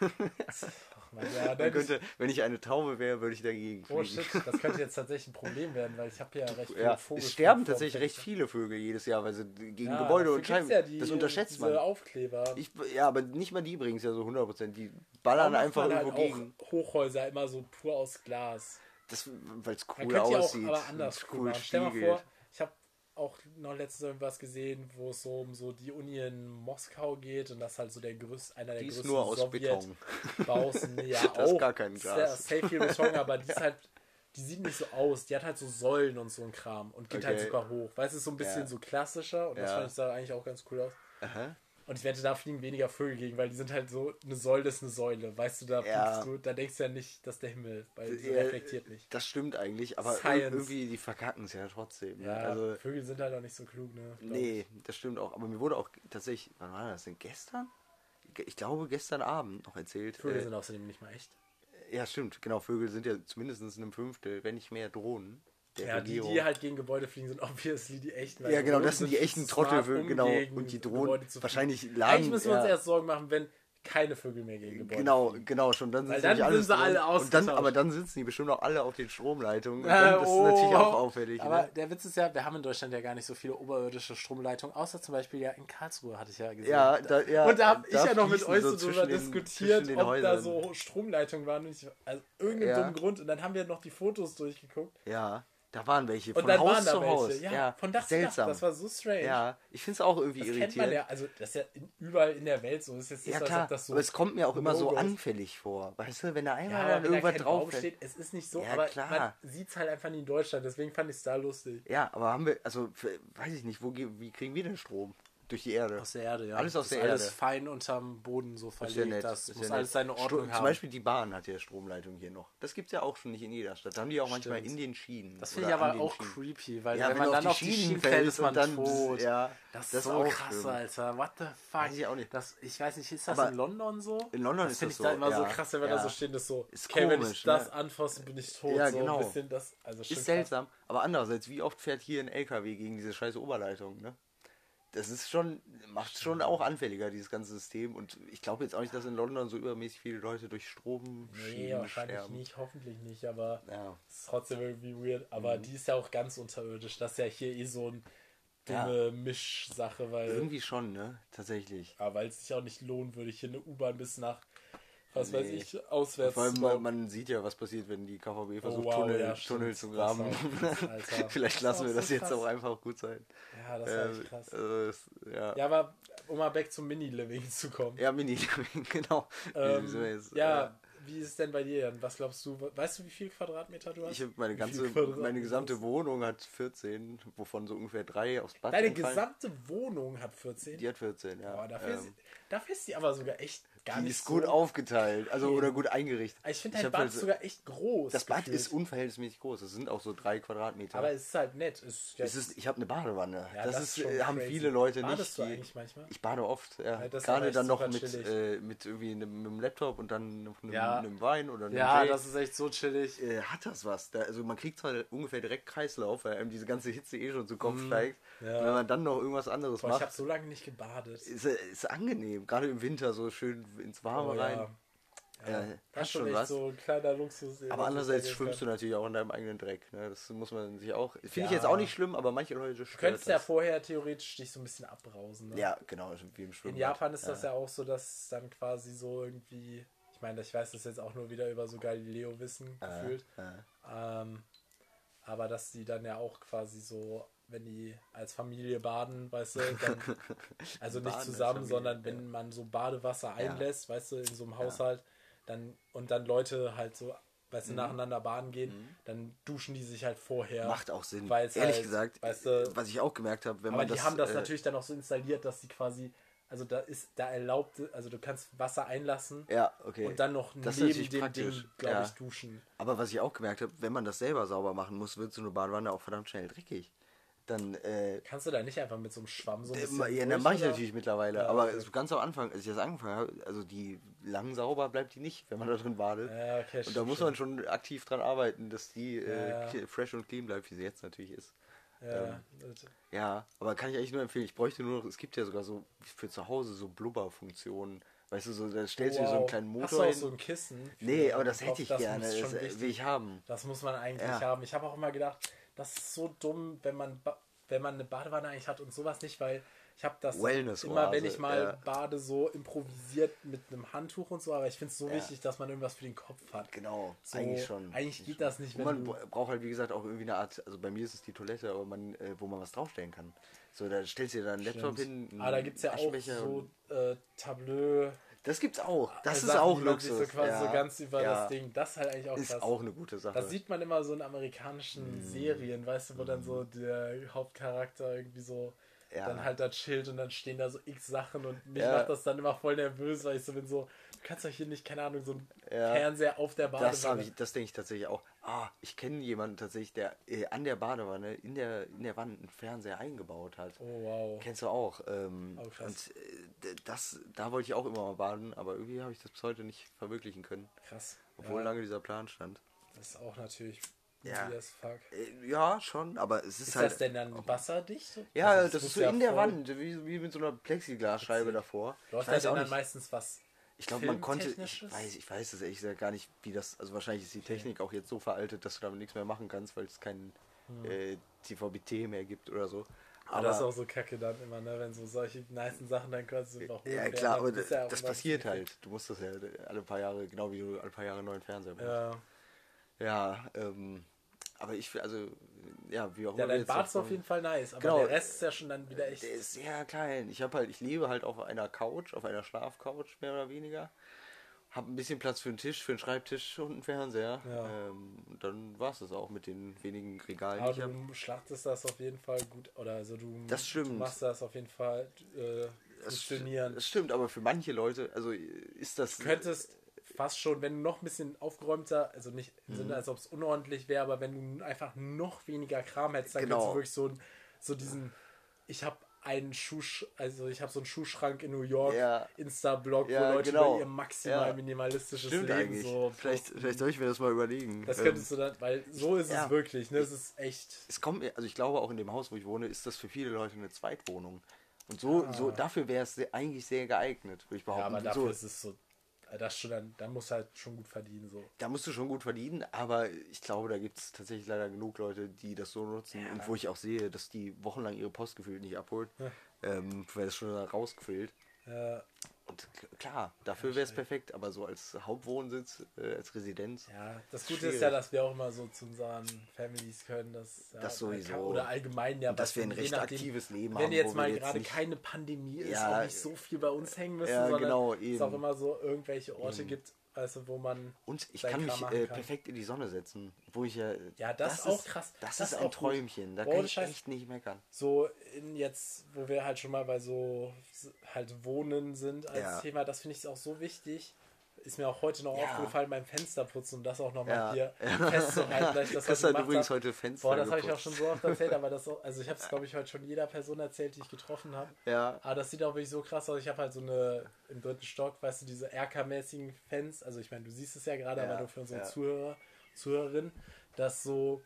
[SPEAKER 1] Ach man, ja,
[SPEAKER 2] Man könnte, wenn ich eine Taube wäre, würde ich dagegen fliegen.
[SPEAKER 1] Oh shit, das könnte jetzt tatsächlich ein Problem werden, weil ich habe ja recht viele
[SPEAKER 2] ja,
[SPEAKER 1] Vogel.
[SPEAKER 2] Es sterben tatsächlich recht viele Vögel jedes Jahr, weil sie gegen
[SPEAKER 1] ja,
[SPEAKER 2] Gebäude und Scheiben...
[SPEAKER 1] Ja die,
[SPEAKER 2] das unterschätzt
[SPEAKER 1] diese
[SPEAKER 2] man.
[SPEAKER 1] Aufkleber.
[SPEAKER 2] Ich, ja, aber nicht mal die bringen es ja so hundert Prozent. Die ballern einfach
[SPEAKER 1] man
[SPEAKER 2] irgendwo
[SPEAKER 1] halt
[SPEAKER 2] gegen.
[SPEAKER 1] Auch Hochhäuser immer so pur aus Glas.
[SPEAKER 2] Weil es cool
[SPEAKER 1] man
[SPEAKER 2] aussieht.
[SPEAKER 1] Auch, aber anders cool machen. Stell mal vor, ich habe auch noch letztens irgendwas gesehen, wo es so um so die Uni in Moskau geht und das halt so der größte, einer der
[SPEAKER 2] die
[SPEAKER 1] größten
[SPEAKER 2] ist nur aus Beton.
[SPEAKER 1] Baus, ja,
[SPEAKER 2] das
[SPEAKER 1] auch.
[SPEAKER 2] ist gar kein Glas.
[SPEAKER 1] Safe viel Beton, aber die ist halt, die sieht nicht so aus. Die hat halt so Säulen und so ein Kram und geht
[SPEAKER 2] okay.
[SPEAKER 1] halt super hoch. Weißt du, ist so ein bisschen
[SPEAKER 2] ja.
[SPEAKER 1] so klassischer und
[SPEAKER 2] ja.
[SPEAKER 1] das fand ich da eigentlich auch ganz cool aus.
[SPEAKER 2] Aha.
[SPEAKER 1] Und ich wette, da fliegen weniger Vögel gegen, weil die sind halt so, eine Säule ist eine Säule. Weißt du, da
[SPEAKER 2] ja.
[SPEAKER 1] du, da denkst du ja nicht, dass der Himmel, weil sie
[SPEAKER 2] ja,
[SPEAKER 1] reflektiert nicht.
[SPEAKER 2] Das stimmt eigentlich, aber
[SPEAKER 1] Science.
[SPEAKER 2] irgendwie, die verkacken es ja trotzdem.
[SPEAKER 1] Ja,
[SPEAKER 2] ne? Also,
[SPEAKER 1] Vögel sind halt auch nicht so klug, ne?
[SPEAKER 2] Nee, ich. Das stimmt auch. Aber mir wurde auch tatsächlich, wann war das denn, gestern? Ich glaube, gestern Abend noch erzählt.
[SPEAKER 1] Vögel
[SPEAKER 2] äh,
[SPEAKER 1] sind außerdem nicht mal echt.
[SPEAKER 2] Ja, stimmt, genau. Vögel sind ja zumindest in einem Fünftel, wenn nicht mehr Drohnen.
[SPEAKER 1] Ja,
[SPEAKER 2] Regierung.
[SPEAKER 1] die, die halt gegen Gebäude fliegen, sind obviously die echten.
[SPEAKER 2] Ja, genau, das sind die echten Trottel,
[SPEAKER 1] um
[SPEAKER 2] genau. Und die Drohnen wahrscheinlich lagen.
[SPEAKER 1] Eigentlich müssen wir uns
[SPEAKER 2] ja.
[SPEAKER 1] erst Sorgen machen, wenn keine Vögel mehr gegen Gebäude
[SPEAKER 2] Genau,
[SPEAKER 1] fliegen.
[SPEAKER 2] genau, schon dann
[SPEAKER 1] Weil
[SPEAKER 2] sind
[SPEAKER 1] dann
[SPEAKER 2] sie alles
[SPEAKER 1] sind sie alle
[SPEAKER 2] und dann, aber dann sitzen die bestimmt auch alle auf den Stromleitungen. Und dann, das
[SPEAKER 1] oh,
[SPEAKER 2] ist natürlich auch auffällig.
[SPEAKER 1] Aber
[SPEAKER 2] ne?
[SPEAKER 1] der Witz ist ja, wir haben in Deutschland ja gar nicht so viele oberirdische Stromleitungen, außer zum Beispiel ja in Karlsruhe, hatte ich ja gesehen.
[SPEAKER 2] Ja, da, ja,
[SPEAKER 1] und da habe ich
[SPEAKER 2] da
[SPEAKER 1] ja noch mit euch so
[SPEAKER 2] so
[SPEAKER 1] drüber
[SPEAKER 2] den,
[SPEAKER 1] diskutiert,
[SPEAKER 2] den
[SPEAKER 1] ob
[SPEAKER 2] Häusern.
[SPEAKER 1] da so Stromleitungen waren. Und ich, also irgendeinen
[SPEAKER 2] ja.
[SPEAKER 1] dummen Grund. Und dann haben wir noch die Fotos durchgeguckt.
[SPEAKER 2] Ja. Da waren welche,
[SPEAKER 1] von
[SPEAKER 2] und dann
[SPEAKER 1] Haus
[SPEAKER 2] waren da
[SPEAKER 1] zu
[SPEAKER 2] welche.
[SPEAKER 1] Haus. Ja,
[SPEAKER 2] ja,
[SPEAKER 1] von Dach
[SPEAKER 2] seltsam.
[SPEAKER 1] zu Dach. Das war so strange.
[SPEAKER 2] Ja, ich finde es auch irgendwie
[SPEAKER 1] das
[SPEAKER 2] irritierend.
[SPEAKER 1] Kennt man ja, also das ist ja in, überall in der Welt so. Das ist jetzt nicht
[SPEAKER 2] ja,
[SPEAKER 1] so,
[SPEAKER 2] klar,
[SPEAKER 1] als ob das so
[SPEAKER 2] aber es kommt mir auch immer so
[SPEAKER 1] Logos.
[SPEAKER 2] anfällig vor. Weißt du, wenn da einmal
[SPEAKER 1] ja,
[SPEAKER 2] dann
[SPEAKER 1] wenn
[SPEAKER 2] irgendwas
[SPEAKER 1] da kein
[SPEAKER 2] drauf
[SPEAKER 1] Baum steht, es ist nicht so,
[SPEAKER 2] ja,
[SPEAKER 1] aber
[SPEAKER 2] klar.
[SPEAKER 1] man sieht es halt einfach nie in Deutschland. Deswegen fand ich es da lustig.
[SPEAKER 2] Ja, aber haben wir, also weiß ich nicht, wo wie kriegen wir den Strom? Durch die Erde.
[SPEAKER 1] Aus der Erde, ja.
[SPEAKER 2] Alles aus
[SPEAKER 1] das
[SPEAKER 2] der Erde.
[SPEAKER 1] Alles fein unterm Boden so verlegt.
[SPEAKER 2] Das,
[SPEAKER 1] das,
[SPEAKER 2] das
[SPEAKER 1] muss
[SPEAKER 2] ja
[SPEAKER 1] alles seine Ordnung
[SPEAKER 2] Stro-
[SPEAKER 1] haben.
[SPEAKER 2] Zum Beispiel die Bahn hat ja Stromleitung hier noch. Das gibt es ja auch schon nicht in jeder Stadt. Da haben die auch
[SPEAKER 1] Stimmt.
[SPEAKER 2] manchmal in den Schienen.
[SPEAKER 1] Das finde ich aber auch
[SPEAKER 2] Schienen.
[SPEAKER 1] creepy, weil
[SPEAKER 2] ja,
[SPEAKER 1] wenn, wenn man dann auf die Schienen fällt, ist man
[SPEAKER 2] dann,
[SPEAKER 1] tot.
[SPEAKER 2] Ja,
[SPEAKER 1] das ist
[SPEAKER 2] das
[SPEAKER 1] so
[SPEAKER 2] auch
[SPEAKER 1] krass,
[SPEAKER 2] schlimm.
[SPEAKER 1] Alter. What the fuck?
[SPEAKER 2] Weiß ich auch nicht.
[SPEAKER 1] Das, ich weiß nicht, ist das
[SPEAKER 2] aber
[SPEAKER 1] in London so?
[SPEAKER 2] In London
[SPEAKER 1] das
[SPEAKER 2] ist
[SPEAKER 1] finde
[SPEAKER 2] das
[SPEAKER 1] ich da
[SPEAKER 2] so.
[SPEAKER 1] immer
[SPEAKER 2] ja.
[SPEAKER 1] so krass, wenn
[SPEAKER 2] ja.
[SPEAKER 1] da so stehen, das so,
[SPEAKER 2] ist
[SPEAKER 1] okay,
[SPEAKER 2] komisch,
[SPEAKER 1] wenn ich das
[SPEAKER 2] ne?
[SPEAKER 1] anfasse, bin ich tot.
[SPEAKER 2] Ja,
[SPEAKER 1] so
[SPEAKER 2] genau.
[SPEAKER 1] ein bisschen das, also
[SPEAKER 2] ist seltsam. Aber andererseits, wie oft fährt hier ein L K W gegen diese scheiß Oberleitung, ne? Das ist schon, macht schon auch anfälliger, dieses ganze System. Und ich glaube jetzt auch nicht, dass in London so übermäßig viele Leute durch Strom
[SPEAKER 1] Nee, wahrscheinlich
[SPEAKER 2] sterben.
[SPEAKER 1] nicht, hoffentlich nicht, aber
[SPEAKER 2] ja.
[SPEAKER 1] es ist trotzdem irgendwie weird. Aber mhm. die ist ja auch ganz unterirdisch. Das ist ja hier eh so ein, dumme Mischsache, weil...
[SPEAKER 2] Irgendwie schon, ne? Tatsächlich.
[SPEAKER 1] Ja, weil es sich auch nicht lohnen würde, hier eine U-Bahn bis nach, was
[SPEAKER 2] Nee.
[SPEAKER 1] weiß ich, auswärts
[SPEAKER 2] Vor allem,
[SPEAKER 1] zu
[SPEAKER 2] man,
[SPEAKER 1] bauen.
[SPEAKER 2] man sieht ja, was passiert, wenn die K V B versucht,
[SPEAKER 1] wow,
[SPEAKER 2] Tunnel,
[SPEAKER 1] ja,
[SPEAKER 2] Tunnel
[SPEAKER 1] stimmt.
[SPEAKER 2] zu
[SPEAKER 1] Das
[SPEAKER 2] graben.
[SPEAKER 1] ist auch krass, Alter.
[SPEAKER 2] Vielleicht
[SPEAKER 1] Das ist
[SPEAKER 2] lassen
[SPEAKER 1] auch
[SPEAKER 2] wir das
[SPEAKER 1] so
[SPEAKER 2] jetzt
[SPEAKER 1] krass.
[SPEAKER 2] auch einfach gut sein.
[SPEAKER 1] Ja, das war echt
[SPEAKER 2] Ähm,
[SPEAKER 1] krass.
[SPEAKER 2] also es- ja.
[SPEAKER 1] Ja, aber um mal back zum Mini-Living zu kommen.
[SPEAKER 2] Ja, Mini, genau.
[SPEAKER 1] Ähm,
[SPEAKER 2] Wieso jetzt,
[SPEAKER 1] ja,
[SPEAKER 2] äh,
[SPEAKER 1] wie ist es denn bei dir, Jan? Was glaubst du, weißt du, wie viel Quadratmeter du hast?
[SPEAKER 2] Ich habe meine
[SPEAKER 1] Wie
[SPEAKER 2] ganze,
[SPEAKER 1] viel Quadratmeter
[SPEAKER 2] meine gesamte
[SPEAKER 1] hast du?
[SPEAKER 2] Wohnung hat vierzehn, wovon so ungefähr drei aufs Bad
[SPEAKER 1] Deine
[SPEAKER 2] entfallen.
[SPEAKER 1] gesamte Wohnung hat vierzehn?
[SPEAKER 2] Die hat vierzehn, ja.
[SPEAKER 1] Boah, dafür,
[SPEAKER 2] Ähm,
[SPEAKER 1] ist, dafür ist die aber sogar echt gar
[SPEAKER 2] die
[SPEAKER 1] nicht
[SPEAKER 2] ist gut
[SPEAKER 1] so...
[SPEAKER 2] aufgeteilt, also
[SPEAKER 1] Okay.
[SPEAKER 2] oder gut eingerichtet.
[SPEAKER 1] Ich finde
[SPEAKER 2] Ich
[SPEAKER 1] dein
[SPEAKER 2] hab
[SPEAKER 1] Bad
[SPEAKER 2] halt so-
[SPEAKER 1] sogar echt groß.
[SPEAKER 2] Das Bad
[SPEAKER 1] gefühlt.
[SPEAKER 2] ist unverhältnismäßig groß. Das sind auch so drei Quadratmeter.
[SPEAKER 1] Aber es ist halt nett. Es ist,
[SPEAKER 2] es ist, ich habe eine Badewanne.
[SPEAKER 1] Ja,
[SPEAKER 2] das,
[SPEAKER 1] das
[SPEAKER 2] ist,
[SPEAKER 1] ist schon
[SPEAKER 2] äh, haben
[SPEAKER 1] crazy.
[SPEAKER 2] viele Leute
[SPEAKER 1] Badest
[SPEAKER 2] nicht.
[SPEAKER 1] du
[SPEAKER 2] die-
[SPEAKER 1] eigentlich manchmal?
[SPEAKER 2] Ich bade oft, ja.
[SPEAKER 1] Ja, das ist
[SPEAKER 2] Gerade
[SPEAKER 1] aber echt
[SPEAKER 2] dann noch
[SPEAKER 1] super
[SPEAKER 2] mit,
[SPEAKER 1] chillig.
[SPEAKER 2] äh, mit irgendwie einem, einem Laptop und dann noch einem,
[SPEAKER 1] Ja.
[SPEAKER 2] einem Wein oder einem
[SPEAKER 1] Ja,
[SPEAKER 2] Tee.
[SPEAKER 1] das ist echt so chillig.
[SPEAKER 2] äh, hat das was. Da, also man kriegt zwar ungefähr direkt Kreislauf, weil einem diese ganze Hitze eh schon zu Kopf steigt.
[SPEAKER 1] ja.
[SPEAKER 2] Und wenn man dann noch irgendwas anderes
[SPEAKER 1] Boah, ich habe
[SPEAKER 2] macht,
[SPEAKER 1] so lange nicht gebadet.
[SPEAKER 2] ist, äh, ist angenehm. Gerade im Winter so schön ins Warme
[SPEAKER 1] Oh,
[SPEAKER 2] rein.
[SPEAKER 1] ja.
[SPEAKER 2] Ja,
[SPEAKER 1] Ja,
[SPEAKER 2] hat
[SPEAKER 1] das ist
[SPEAKER 2] schon
[SPEAKER 1] schon echt
[SPEAKER 2] was.
[SPEAKER 1] so ein kleiner Luxus.
[SPEAKER 2] Aber andererseits schwimmst du natürlich auch in deinem eigenen Dreck. Ne? Das muss man sich auch. Finde ich
[SPEAKER 1] Ja.
[SPEAKER 2] jetzt auch nicht schlimm, aber manche Leute
[SPEAKER 1] Du
[SPEAKER 2] stört
[SPEAKER 1] könntest ja
[SPEAKER 2] das.
[SPEAKER 1] vorher theoretisch dich so ein bisschen abbrausen. Ne?
[SPEAKER 2] Ja, genau, wie im
[SPEAKER 1] In
[SPEAKER 2] Schwimmbad.
[SPEAKER 1] Japan ist das
[SPEAKER 2] ja.
[SPEAKER 1] ja auch so, dass dann quasi so irgendwie, ich meine, ich weiß das jetzt auch nur wieder über so Galileo-Wissen
[SPEAKER 2] Äh,
[SPEAKER 1] gefühlt,
[SPEAKER 2] äh.
[SPEAKER 1] ähm, aber dass die dann ja auch quasi so, wenn die als Familie baden, weißt du, dann, also nicht
[SPEAKER 2] Baden als
[SPEAKER 1] zusammen,
[SPEAKER 2] Familie,
[SPEAKER 1] sondern wenn
[SPEAKER 2] ja.
[SPEAKER 1] man so Badewasser
[SPEAKER 2] Ja.
[SPEAKER 1] einlässt, weißt du, in so einem Haushalt, dann und dann Leute halt so, weißt du,
[SPEAKER 2] Mhm.
[SPEAKER 1] nacheinander baden gehen, dann duschen die sich halt vorher.
[SPEAKER 2] Macht auch Sinn.
[SPEAKER 1] Weil's
[SPEAKER 2] Ehrlich
[SPEAKER 1] halt,
[SPEAKER 2] gesagt,
[SPEAKER 1] weißt du,
[SPEAKER 2] was ich auch gemerkt habe, wenn
[SPEAKER 1] aber
[SPEAKER 2] man
[SPEAKER 1] die
[SPEAKER 2] das.
[SPEAKER 1] haben das
[SPEAKER 2] äh,
[SPEAKER 1] natürlich dann auch so installiert, dass sie quasi, also da ist, da erlaubt, also du kannst Wasser einlassen
[SPEAKER 2] Ja, okay.
[SPEAKER 1] und dann noch
[SPEAKER 2] Das ist
[SPEAKER 1] neben
[SPEAKER 2] natürlich
[SPEAKER 1] dem
[SPEAKER 2] praktisch.
[SPEAKER 1] Ding, glaube
[SPEAKER 2] Ja.
[SPEAKER 1] ich, duschen.
[SPEAKER 2] Aber was ich auch gemerkt habe, wenn man das selber sauber machen muss, wird so eine Badewanne auch verdammt schnell dreckig. Dann, äh,
[SPEAKER 1] Kannst du da nicht einfach mit so einem Schwamm so ein
[SPEAKER 2] äh,
[SPEAKER 1] bisschen
[SPEAKER 2] ja,
[SPEAKER 1] durch,
[SPEAKER 2] dann mache ich
[SPEAKER 1] oder?
[SPEAKER 2] natürlich mittlerweile.
[SPEAKER 1] Ja,
[SPEAKER 2] aber
[SPEAKER 1] okay.
[SPEAKER 2] so ganz am Anfang, als ich das angefangen habe, also die lang sauber bleibt die nicht, wenn man da drin badet.
[SPEAKER 1] Ja, okay,
[SPEAKER 2] Und da muss man schon aktiv dran arbeiten, dass die äh,
[SPEAKER 1] Ja.
[SPEAKER 2] k- fresh und clean bleibt, wie sie jetzt natürlich ist.
[SPEAKER 1] Ja,
[SPEAKER 2] ähm,
[SPEAKER 1] das-
[SPEAKER 2] Ja, aber kann ich eigentlich nur empfehlen. Ich bräuchte nur noch, es gibt ja sogar so für zu Hause so Blubberfunktionen. Weißt du, so, da stellst du dir so einen
[SPEAKER 1] wow.
[SPEAKER 2] kleinen
[SPEAKER 1] Hast du
[SPEAKER 2] Motor
[SPEAKER 1] auch
[SPEAKER 2] hin.
[SPEAKER 1] so ein Kissen? für
[SPEAKER 2] Nee,
[SPEAKER 1] den
[SPEAKER 2] aber das
[SPEAKER 1] Kopf?
[SPEAKER 2] hätte ich
[SPEAKER 1] Das
[SPEAKER 2] gerne.
[SPEAKER 1] muss schon
[SPEAKER 2] Das äh,
[SPEAKER 1] wichtig-
[SPEAKER 2] will ich haben.
[SPEAKER 1] Das muss man eigentlich
[SPEAKER 2] Ja.
[SPEAKER 1] haben. Ich habe auch immer gedacht, das ist so dumm, wenn man ba wenn man eine Badewanne eigentlich hat und sowas nicht, weil ich habe das
[SPEAKER 2] Wellness-Oase,
[SPEAKER 1] immer, wenn ich mal
[SPEAKER 2] ja.
[SPEAKER 1] bade, so improvisiert mit einem Handtuch und so, aber ich finde es so
[SPEAKER 2] Ja.
[SPEAKER 1] wichtig, dass man irgendwas für den Kopf hat.
[SPEAKER 2] Genau,
[SPEAKER 1] So,
[SPEAKER 2] eigentlich schon.
[SPEAKER 1] Eigentlich geht das nicht,
[SPEAKER 2] Und
[SPEAKER 1] wenn
[SPEAKER 2] man
[SPEAKER 1] du...
[SPEAKER 2] bra- braucht halt, wie gesagt, auch irgendwie eine Art, also bei mir ist es die Toilette, aber man, äh, wo man was draufstellen kann. So, da stellst du dir dann einen Laptop
[SPEAKER 1] Stimmt.
[SPEAKER 2] hin,
[SPEAKER 1] Ah, da gibt es ja auch
[SPEAKER 2] Aschenbecher
[SPEAKER 1] so
[SPEAKER 2] und-
[SPEAKER 1] äh, Tableau.
[SPEAKER 2] Das gibt's auch. Das
[SPEAKER 1] äh,
[SPEAKER 2] ist
[SPEAKER 1] Sachen,
[SPEAKER 2] auch
[SPEAKER 1] die man sich
[SPEAKER 2] Luxus.
[SPEAKER 1] So quasi
[SPEAKER 2] ja.
[SPEAKER 1] so ganz über
[SPEAKER 2] ja.
[SPEAKER 1] das Ding. Das ist halt eigentlich auch
[SPEAKER 2] Ist
[SPEAKER 1] krass.
[SPEAKER 2] auch eine gute Sache.
[SPEAKER 1] Das sieht man immer so in amerikanischen
[SPEAKER 2] Mm.
[SPEAKER 1] Serien, weißt du, wo dann so der Hauptcharakter irgendwie so
[SPEAKER 2] Ja.
[SPEAKER 1] dann halt da chillt und dann stehen da so x Sachen und mich
[SPEAKER 2] Ja.
[SPEAKER 1] macht das dann immer voll nervös, weil ich so bin so, du kannst doch hier nicht, keine Ahnung, so ein
[SPEAKER 2] Ja.
[SPEAKER 1] Fernseher auf der
[SPEAKER 2] Das, hab
[SPEAKER 1] Badewanne.
[SPEAKER 2] ich, das denke ich tatsächlich auch. Ah, ich kenne jemanden tatsächlich, der äh, an der Badewanne in der, in der Wand einen Fernseher eingebaut hat.
[SPEAKER 1] Oh wow.
[SPEAKER 2] Kennst du auch. Ähm,
[SPEAKER 1] Oh, krass.
[SPEAKER 2] und äh, d- das, da wollte ich auch immer mal baden, aber irgendwie habe ich das bis heute nicht verwirklichen können.
[SPEAKER 1] Krass.
[SPEAKER 2] Obwohl
[SPEAKER 1] ja,
[SPEAKER 2] lange dieser Plan stand.
[SPEAKER 1] das ist auch natürlich
[SPEAKER 2] Ja.
[SPEAKER 1] easy as fuck.
[SPEAKER 2] Äh, ja, schon, aber es ist,
[SPEAKER 1] Ist
[SPEAKER 2] halt.
[SPEAKER 1] das denn dann wasserdicht?
[SPEAKER 2] Ja,
[SPEAKER 1] Also,
[SPEAKER 2] das
[SPEAKER 1] muss
[SPEAKER 2] ist so
[SPEAKER 1] ja
[SPEAKER 2] in der
[SPEAKER 1] voll-
[SPEAKER 2] Wand, wie, wie mit so einer Plexiglasscheibe
[SPEAKER 1] Witzig.
[SPEAKER 2] davor.
[SPEAKER 1] Läuft
[SPEAKER 2] ich
[SPEAKER 1] da
[SPEAKER 2] weiß
[SPEAKER 1] denn
[SPEAKER 2] auch
[SPEAKER 1] dann
[SPEAKER 2] nicht.
[SPEAKER 1] meistens was?
[SPEAKER 2] Ich glaube, man konnte. Ich
[SPEAKER 1] Filmtechnisches?
[SPEAKER 2] weiß, ich weiß es ehrlich gesagt gar nicht, wie das. Also wahrscheinlich ist die Technik auch jetzt so veraltet, dass du damit nichts mehr machen kannst, weil es keinen äh, T V B T mehr gibt oder so.
[SPEAKER 1] Aber
[SPEAKER 2] Aber
[SPEAKER 1] das ist auch so kacke dann immer, ne? Wenn so solche nicen Sachen dann quasi so überholt
[SPEAKER 2] ja
[SPEAKER 1] werden,
[SPEAKER 2] klar,
[SPEAKER 1] dann
[SPEAKER 2] aber
[SPEAKER 1] bist du ja auch
[SPEAKER 2] das
[SPEAKER 1] immer
[SPEAKER 2] passiert
[SPEAKER 1] ziemlich-
[SPEAKER 2] halt. Du musst das ja alle paar Jahre, genau wie du alle paar Jahre einen neuen Fernseher brauchst.
[SPEAKER 1] Ja.
[SPEAKER 2] Ja, ähm, aber ich, also, ja, wie auch
[SPEAKER 1] Ja,
[SPEAKER 2] immer. wir
[SPEAKER 1] dein
[SPEAKER 2] jetzt
[SPEAKER 1] Bad
[SPEAKER 2] drauf
[SPEAKER 1] ist auf
[SPEAKER 2] kommen.
[SPEAKER 1] jeden Fall nice, aber
[SPEAKER 2] Genau.
[SPEAKER 1] der Rest ist ja schon dann wieder echt.
[SPEAKER 2] Der ist sehr klein. Ich habe halt, ich lebe halt auf einer Couch, auf einer Schlafcouch mehr oder weniger. Hab ein bisschen Platz für einen Tisch, für einen Schreibtisch und einen Fernseher.
[SPEAKER 1] Ja.
[SPEAKER 2] Ähm, und dann war es das auch mit den wenigen Regalen,
[SPEAKER 1] Aber
[SPEAKER 2] die ich habe.
[SPEAKER 1] du schlachtest das auf jeden Fall gut, oder also du,
[SPEAKER 2] Das stimmt.
[SPEAKER 1] du machst das auf jeden Fall äh,
[SPEAKER 2] Das,
[SPEAKER 1] funktionieren.
[SPEAKER 2] das stimmt, aber für manche Leute, also ist das.
[SPEAKER 1] Du könntest fast schon, wenn du noch ein bisschen aufgeräumter, also nicht im
[SPEAKER 2] Mhm.
[SPEAKER 1] Sinne, als ob es unordentlich wäre, aber wenn du einfach noch weniger Kram hättest, dann
[SPEAKER 2] Genau.
[SPEAKER 1] könntest du wirklich so, ein- so diesen, ich habe einen Schuh, also ich habe so einen Schuhschrank in New York,
[SPEAKER 2] Ja.
[SPEAKER 1] Insta-Blog,
[SPEAKER 2] Ja,
[SPEAKER 1] wo Leute
[SPEAKER 2] genau.
[SPEAKER 1] über ihr maximal
[SPEAKER 2] Ja.
[SPEAKER 1] minimalistisches
[SPEAKER 2] Stimmt
[SPEAKER 1] Leben
[SPEAKER 2] eigentlich.
[SPEAKER 1] so
[SPEAKER 2] vielleicht,
[SPEAKER 1] posten.
[SPEAKER 2] vielleicht soll ich mir das mal überlegen.
[SPEAKER 1] Das
[SPEAKER 2] Ähm,
[SPEAKER 1] könntest du dann, weil so ist
[SPEAKER 2] ja.
[SPEAKER 1] es wirklich, ne? Es ist echt.
[SPEAKER 2] Es kommt mir, also ich glaube auch in dem Haus, wo ich wohne, ist das für viele Leute eine Zweitwohnung. Und so,
[SPEAKER 1] Ah.
[SPEAKER 2] so dafür wäre es sehr- eigentlich sehr geeignet, würde ich
[SPEAKER 1] Ja,
[SPEAKER 2] behaupten.
[SPEAKER 1] aber dafür
[SPEAKER 2] so,
[SPEAKER 1] ist es so. Das schon, dann, dann musst du halt schon gut verdienen. So.
[SPEAKER 2] Da musst du schon gut verdienen, aber ich glaube, da gibt es tatsächlich leider genug Leute, die das so nutzen. Ja. Und wo ich auch sehe, dass die wochenlang ihre Post gefühlt nicht abholt, ja. ähm, weil es schon rausgefüllt.
[SPEAKER 1] Ja.
[SPEAKER 2] Und klar, dafür wäre es perfekt, aber so als Hauptwohnsitz, äh, als Residenz.
[SPEAKER 1] Ja, das Gute schwierig. Ist ja, dass wir auch immer so zu unseren Families können. Dass, ja,
[SPEAKER 2] das sowieso.
[SPEAKER 1] Oder allgemein ja.
[SPEAKER 2] Dass wir ein recht nachdem, aktives Leben
[SPEAKER 1] wenn
[SPEAKER 2] haben.
[SPEAKER 1] Wenn jetzt mal gerade keine Pandemie ist,
[SPEAKER 2] ja,
[SPEAKER 1] auch nicht so viel bei uns hängen müssen,
[SPEAKER 2] ja,
[SPEAKER 1] sondern
[SPEAKER 2] genau,
[SPEAKER 1] es auch immer so irgendwelche Orte
[SPEAKER 2] eben.
[SPEAKER 1] gibt, also wo man.
[SPEAKER 2] Und ich kann mich äh, perfekt in die Sonne setzen. Wo ich ja.
[SPEAKER 1] Ja, das, das ist auch krass.
[SPEAKER 2] Das, das ist ein Träumchen. Da
[SPEAKER 1] Boah,
[SPEAKER 2] kann ich echt nicht meckern.
[SPEAKER 1] So in jetzt, wo wir halt schon mal bei so halt Wohnen sind als
[SPEAKER 2] ja.
[SPEAKER 1] Thema, das finde ich auch so wichtig. Ist mir auch heute noch
[SPEAKER 2] ja.
[SPEAKER 1] aufgefallen beim Fensterputzen, um das auch nochmal
[SPEAKER 2] ja.
[SPEAKER 1] hier festzuhalten. Dass ich das
[SPEAKER 2] Chris hat übrigens heute Fenster
[SPEAKER 1] Boah, das habe ich auch schon so oft erzählt, aber das auch, also ich habe es glaube ich heute schon jeder Person erzählt, die ich getroffen habe.
[SPEAKER 2] Ja.
[SPEAKER 1] Aber das sieht auch wirklich so krass aus. Ich habe halt so eine, im dritten Stock, weißt du, diese R K-mäßigen Fenster, also ich meine, du siehst es ja gerade, ja. aber nur für unsere ja. Zuhörer, Zuhörerinnen, dass so,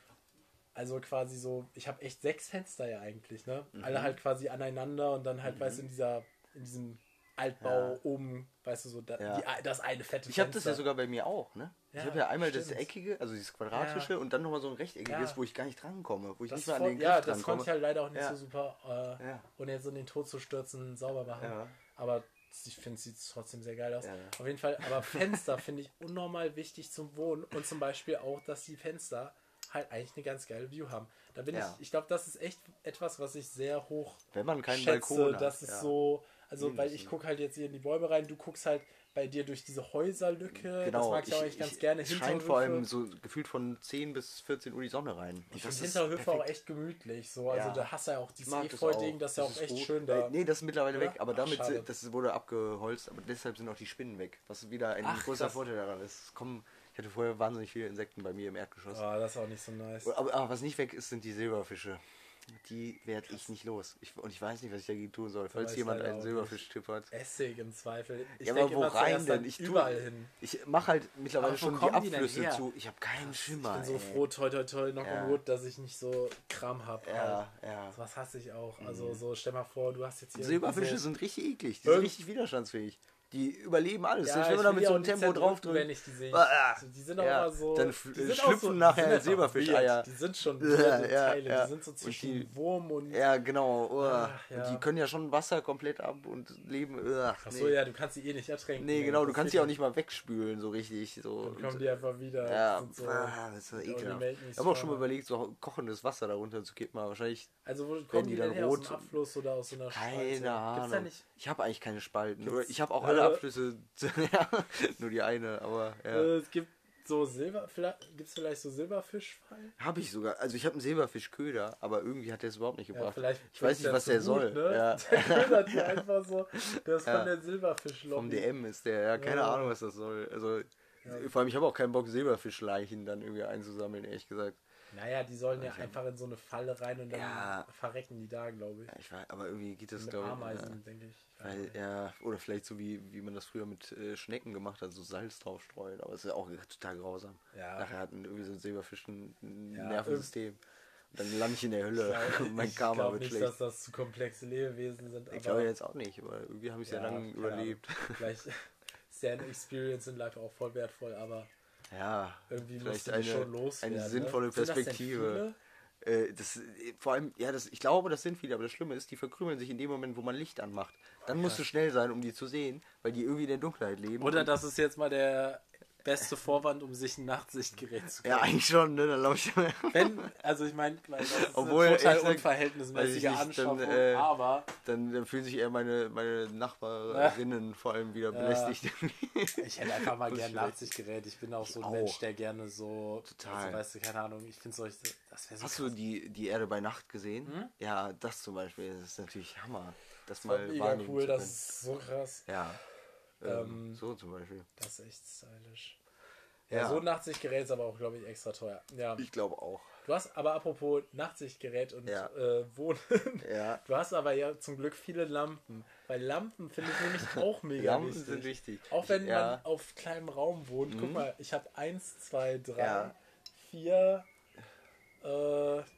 [SPEAKER 1] also quasi so, ich habe echt sechs Fenster ja eigentlich, ne? Mhm. Alle halt quasi aneinander und dann halt, mhm. weißt du, in dieser, in diesem Altbau ja. oben, weißt du, so da,
[SPEAKER 2] ja.
[SPEAKER 1] die, das eine fette
[SPEAKER 2] Ich habe das ja sogar bei mir auch, ne?
[SPEAKER 1] Ja,
[SPEAKER 2] ich habe ja einmal
[SPEAKER 1] stimmt.
[SPEAKER 2] das eckige, also dieses quadratische ja. und dann nochmal so ein rechteckiges, ja. wo ich gar nicht drankomme, wo ich
[SPEAKER 1] das
[SPEAKER 2] nicht mehr
[SPEAKER 1] voll,
[SPEAKER 2] an den Griff
[SPEAKER 1] Ja,
[SPEAKER 2] drankomme.
[SPEAKER 1] das konnte ich halt leider auch nicht
[SPEAKER 2] ja.
[SPEAKER 1] so super, äh,
[SPEAKER 2] ja.
[SPEAKER 1] ohne jetzt in den Tod zu stürzen, sauber machen.
[SPEAKER 2] Ja.
[SPEAKER 1] Aber ich finde, es sieht trotzdem sehr geil aus.
[SPEAKER 2] Ja.
[SPEAKER 1] Auf jeden Fall, aber Fenster finde ich unnormal wichtig zum Wohnen und zum Beispiel auch, dass die Fenster halt eigentlich eine ganz geile View haben. Da bin ja. ich, ich glaube, das ist echt etwas, was ich sehr hoch
[SPEAKER 2] Wenn man keinen
[SPEAKER 1] schätze,
[SPEAKER 2] Balkon hat.
[SPEAKER 1] Das ist
[SPEAKER 2] ja.
[SPEAKER 1] so, also weil ich gucke halt jetzt hier in die Bäume rein, du guckst halt bei dir durch diese Häuserlücke,
[SPEAKER 2] genau.
[SPEAKER 1] das mag ich auch eigentlich ganz gerne.
[SPEAKER 2] Es scheint vor allem so gefühlt von zehn bis vierzehn Uhr die Sonne rein.
[SPEAKER 1] Und das ist Hinterhöfe auch echt gemütlich, so, also ja. da hast du ja auch dieses Efeu-Ding, das ist ja auch echt
[SPEAKER 2] gut.
[SPEAKER 1] schön da.
[SPEAKER 2] Nee, das ist mittlerweile
[SPEAKER 1] Oder?
[SPEAKER 2] weg, aber damit,
[SPEAKER 1] Ach,
[SPEAKER 2] das wurde abgeholzt, aber deshalb sind auch die Spinnen weg, was wieder ein
[SPEAKER 1] Ach,
[SPEAKER 2] großer
[SPEAKER 1] krass.
[SPEAKER 2] Vorteil daran ist. Kommen, ich hatte vorher wahnsinnig viele Insekten bei mir im Erdgeschoss.
[SPEAKER 1] Ah, das ist auch nicht so nice.
[SPEAKER 2] Aber, aber was nicht weg ist, sind die Silberfische. Die werde ich nicht los. Ich, und ich weiß nicht, was ich dagegen tun soll. Falls jemand einen Silberfisch-Tipp hat.
[SPEAKER 1] Essig im Zweifel. Ich
[SPEAKER 2] ja, aber wo rein denn? Ich
[SPEAKER 1] überall hin.
[SPEAKER 2] Ich mache halt mittlerweile schon die Abflüsse
[SPEAKER 1] die
[SPEAKER 2] zu. Ich habe keinen Schimmer.
[SPEAKER 1] Ich bin so froh, toi toi toi, noch
[SPEAKER 2] ja.
[SPEAKER 1] gut, dass ich nicht so Kram habe.
[SPEAKER 2] Ja, halt. ja.
[SPEAKER 1] So was hasse ich auch. Also so, stell mal vor, du hast jetzt hier...
[SPEAKER 2] Silberfische so sind richtig eklig. Die sind richtig widerstandsfähig. Die überleben alles.
[SPEAKER 1] Ja,
[SPEAKER 2] wenn man da mit so einem Tempo draufdrückt.
[SPEAKER 1] Wenn ich die sehe. Also die sind auch
[SPEAKER 2] ja,
[SPEAKER 1] immer so.
[SPEAKER 2] Dann
[SPEAKER 1] die sind
[SPEAKER 2] schlüpfen
[SPEAKER 1] so,
[SPEAKER 2] nachher Silberfischeier.
[SPEAKER 1] Die sind schon wilde
[SPEAKER 2] ja,
[SPEAKER 1] Teile.
[SPEAKER 2] Ja.
[SPEAKER 1] Die sind so zwischen
[SPEAKER 2] und die,
[SPEAKER 1] Wurm und.
[SPEAKER 2] Ja, genau. Oh. Ach,
[SPEAKER 1] ja.
[SPEAKER 2] Und die können ja schon Wasser komplett ab und leben. Ach,
[SPEAKER 1] Achso,
[SPEAKER 2] nee.
[SPEAKER 1] ja, du kannst sie eh nicht ertränken.
[SPEAKER 2] Nee, genau. Du kannst sie auch nicht mal wegspülen, so richtig. So.
[SPEAKER 1] Dann kommen die einfach wieder.
[SPEAKER 2] Ja,
[SPEAKER 1] sind so,
[SPEAKER 2] ah, das ist so ekelhaft. Ich habe auch schon mal überlegt, so kochendes Wasser darunter zu kippen, aber wahrscheinlich.
[SPEAKER 1] Also, wo kommen die, die dann her, rot? Aus dem Abfluss oder aus so einer
[SPEAKER 2] Spalte?
[SPEAKER 1] Keine
[SPEAKER 2] Ahnung.
[SPEAKER 1] Da nicht?
[SPEAKER 2] Ich habe eigentlich keine Spalten. Oder ich habe auch alle Abflüsse. Ja, nur die eine, aber ja.
[SPEAKER 1] Äh, es gibt so Silber, gibt es vielleicht so Silberfischfallen?
[SPEAKER 2] Habe ich sogar. Also ich habe einen Silberfischköder, aber irgendwie hat der es überhaupt nicht gebracht.
[SPEAKER 1] Ja,
[SPEAKER 2] ich weiß nicht, was der
[SPEAKER 1] so
[SPEAKER 2] soll.
[SPEAKER 1] Gut, ne?
[SPEAKER 2] Ja.
[SPEAKER 1] Der ködert ja einfach so. Der ist
[SPEAKER 2] ja.
[SPEAKER 1] von der Silberfischlobby.
[SPEAKER 2] Vom D M ist der, ja, keine ja. Ahnung, was das soll. Also ja. Vor allem, ich habe auch keinen Bock, Silberfischleichen dann irgendwie einzusammeln, ehrlich gesagt.
[SPEAKER 1] Naja, die sollen ja einfach in so eine Falle rein und dann
[SPEAKER 2] ja.
[SPEAKER 1] verrecken die da, glaube ich.
[SPEAKER 2] Ja, ich weiß, aber irgendwie geht das,
[SPEAKER 1] glaube
[SPEAKER 2] ich.
[SPEAKER 1] Ameisen,
[SPEAKER 2] ja.
[SPEAKER 1] denke ich.
[SPEAKER 2] Weil, ja, oder vielleicht so wie, wie man das früher mit äh, Schnecken gemacht hat, so Salz drauf streuen, aber es ist ja auch total grausam.
[SPEAKER 1] Ja.
[SPEAKER 2] Nachher hat ein, irgendwie so ein Silberfisch ein
[SPEAKER 1] ja,
[SPEAKER 2] Nervensystem. Und dann lande ich in der Hölle und mein Karma wird
[SPEAKER 1] nicht,
[SPEAKER 2] schlecht.
[SPEAKER 1] Ich glaube nicht, dass das zu komplexe Lebewesen sind.
[SPEAKER 2] Ich glaube jetzt auch nicht, aber irgendwie habe ich es ja, ja lange überlebt.
[SPEAKER 1] Vielleicht ist ja eine Experience in Life auch voll wertvoll, aber
[SPEAKER 2] ja,
[SPEAKER 1] irgendwie
[SPEAKER 2] vielleicht
[SPEAKER 1] eine, schon
[SPEAKER 2] loswerden, eine sinnvolle ne? Perspektive. Äh, das, vor allem, ja, das, ich glaube, das sind viele, aber das Schlimme ist, die verkrümeln sich in dem Moment, wo man Licht anmacht. Dann musst du schnell sein, um die zu sehen, weil die irgendwie in der Dunkelheit leben.
[SPEAKER 1] Oder das ist jetzt mal der beste Vorwand, um sich ein Nachtsichtgerät zu kaufen.
[SPEAKER 2] Ja, eigentlich schon, ne? Dann glaube ich.
[SPEAKER 1] Wenn, also ich meine, das ist
[SPEAKER 2] Obwohl,
[SPEAKER 1] eine total
[SPEAKER 2] sag,
[SPEAKER 1] unverhältnismäßige
[SPEAKER 2] nicht,
[SPEAKER 1] Anschaffung,
[SPEAKER 2] dann, äh,
[SPEAKER 1] aber...
[SPEAKER 2] Dann, dann fühlen sich eher meine, meine Nachbarinnen ja. vor allem wieder belästigt.
[SPEAKER 1] Ja. Ich hätte einfach mal gern ein Nachtsichtgerät. Ich bin auch so ein
[SPEAKER 2] auch.
[SPEAKER 1] Mensch, der gerne so...
[SPEAKER 2] Total.
[SPEAKER 1] Also, weißt du, keine Ahnung, ich finde solche... Das wäre so
[SPEAKER 2] Hast
[SPEAKER 1] krass.
[SPEAKER 2] du die, die Erde bei Nacht gesehen?
[SPEAKER 1] Hm?
[SPEAKER 2] Ja, das zum Beispiel, das ist natürlich Hammer. Das,
[SPEAKER 1] das
[SPEAKER 2] mal
[SPEAKER 1] mega cool, das ist so krass.
[SPEAKER 2] Ja, ähm,
[SPEAKER 1] ähm,
[SPEAKER 2] so zum Beispiel.
[SPEAKER 1] Das ist echt stylisch. Ja,
[SPEAKER 2] ja.
[SPEAKER 1] So ein Nachtsichtgerät ist aber auch, glaube ich, extra teuer. Ja.
[SPEAKER 2] Ich glaube auch.
[SPEAKER 1] Du hast aber apropos Nachtsichtgerät und
[SPEAKER 2] ja.
[SPEAKER 1] äh, Wohnen,
[SPEAKER 2] ja.
[SPEAKER 1] du hast aber ja zum Glück viele Lampen. Weil Lampen finde ich nämlich auch mega
[SPEAKER 2] Lampen
[SPEAKER 1] wichtig.
[SPEAKER 2] sind wichtig.
[SPEAKER 1] Auch wenn
[SPEAKER 2] ja.
[SPEAKER 1] man auf kleinem Raum wohnt.
[SPEAKER 2] Mhm.
[SPEAKER 1] Guck mal, ich habe eins, zwei, drei,
[SPEAKER 2] ja.
[SPEAKER 1] vier, äh,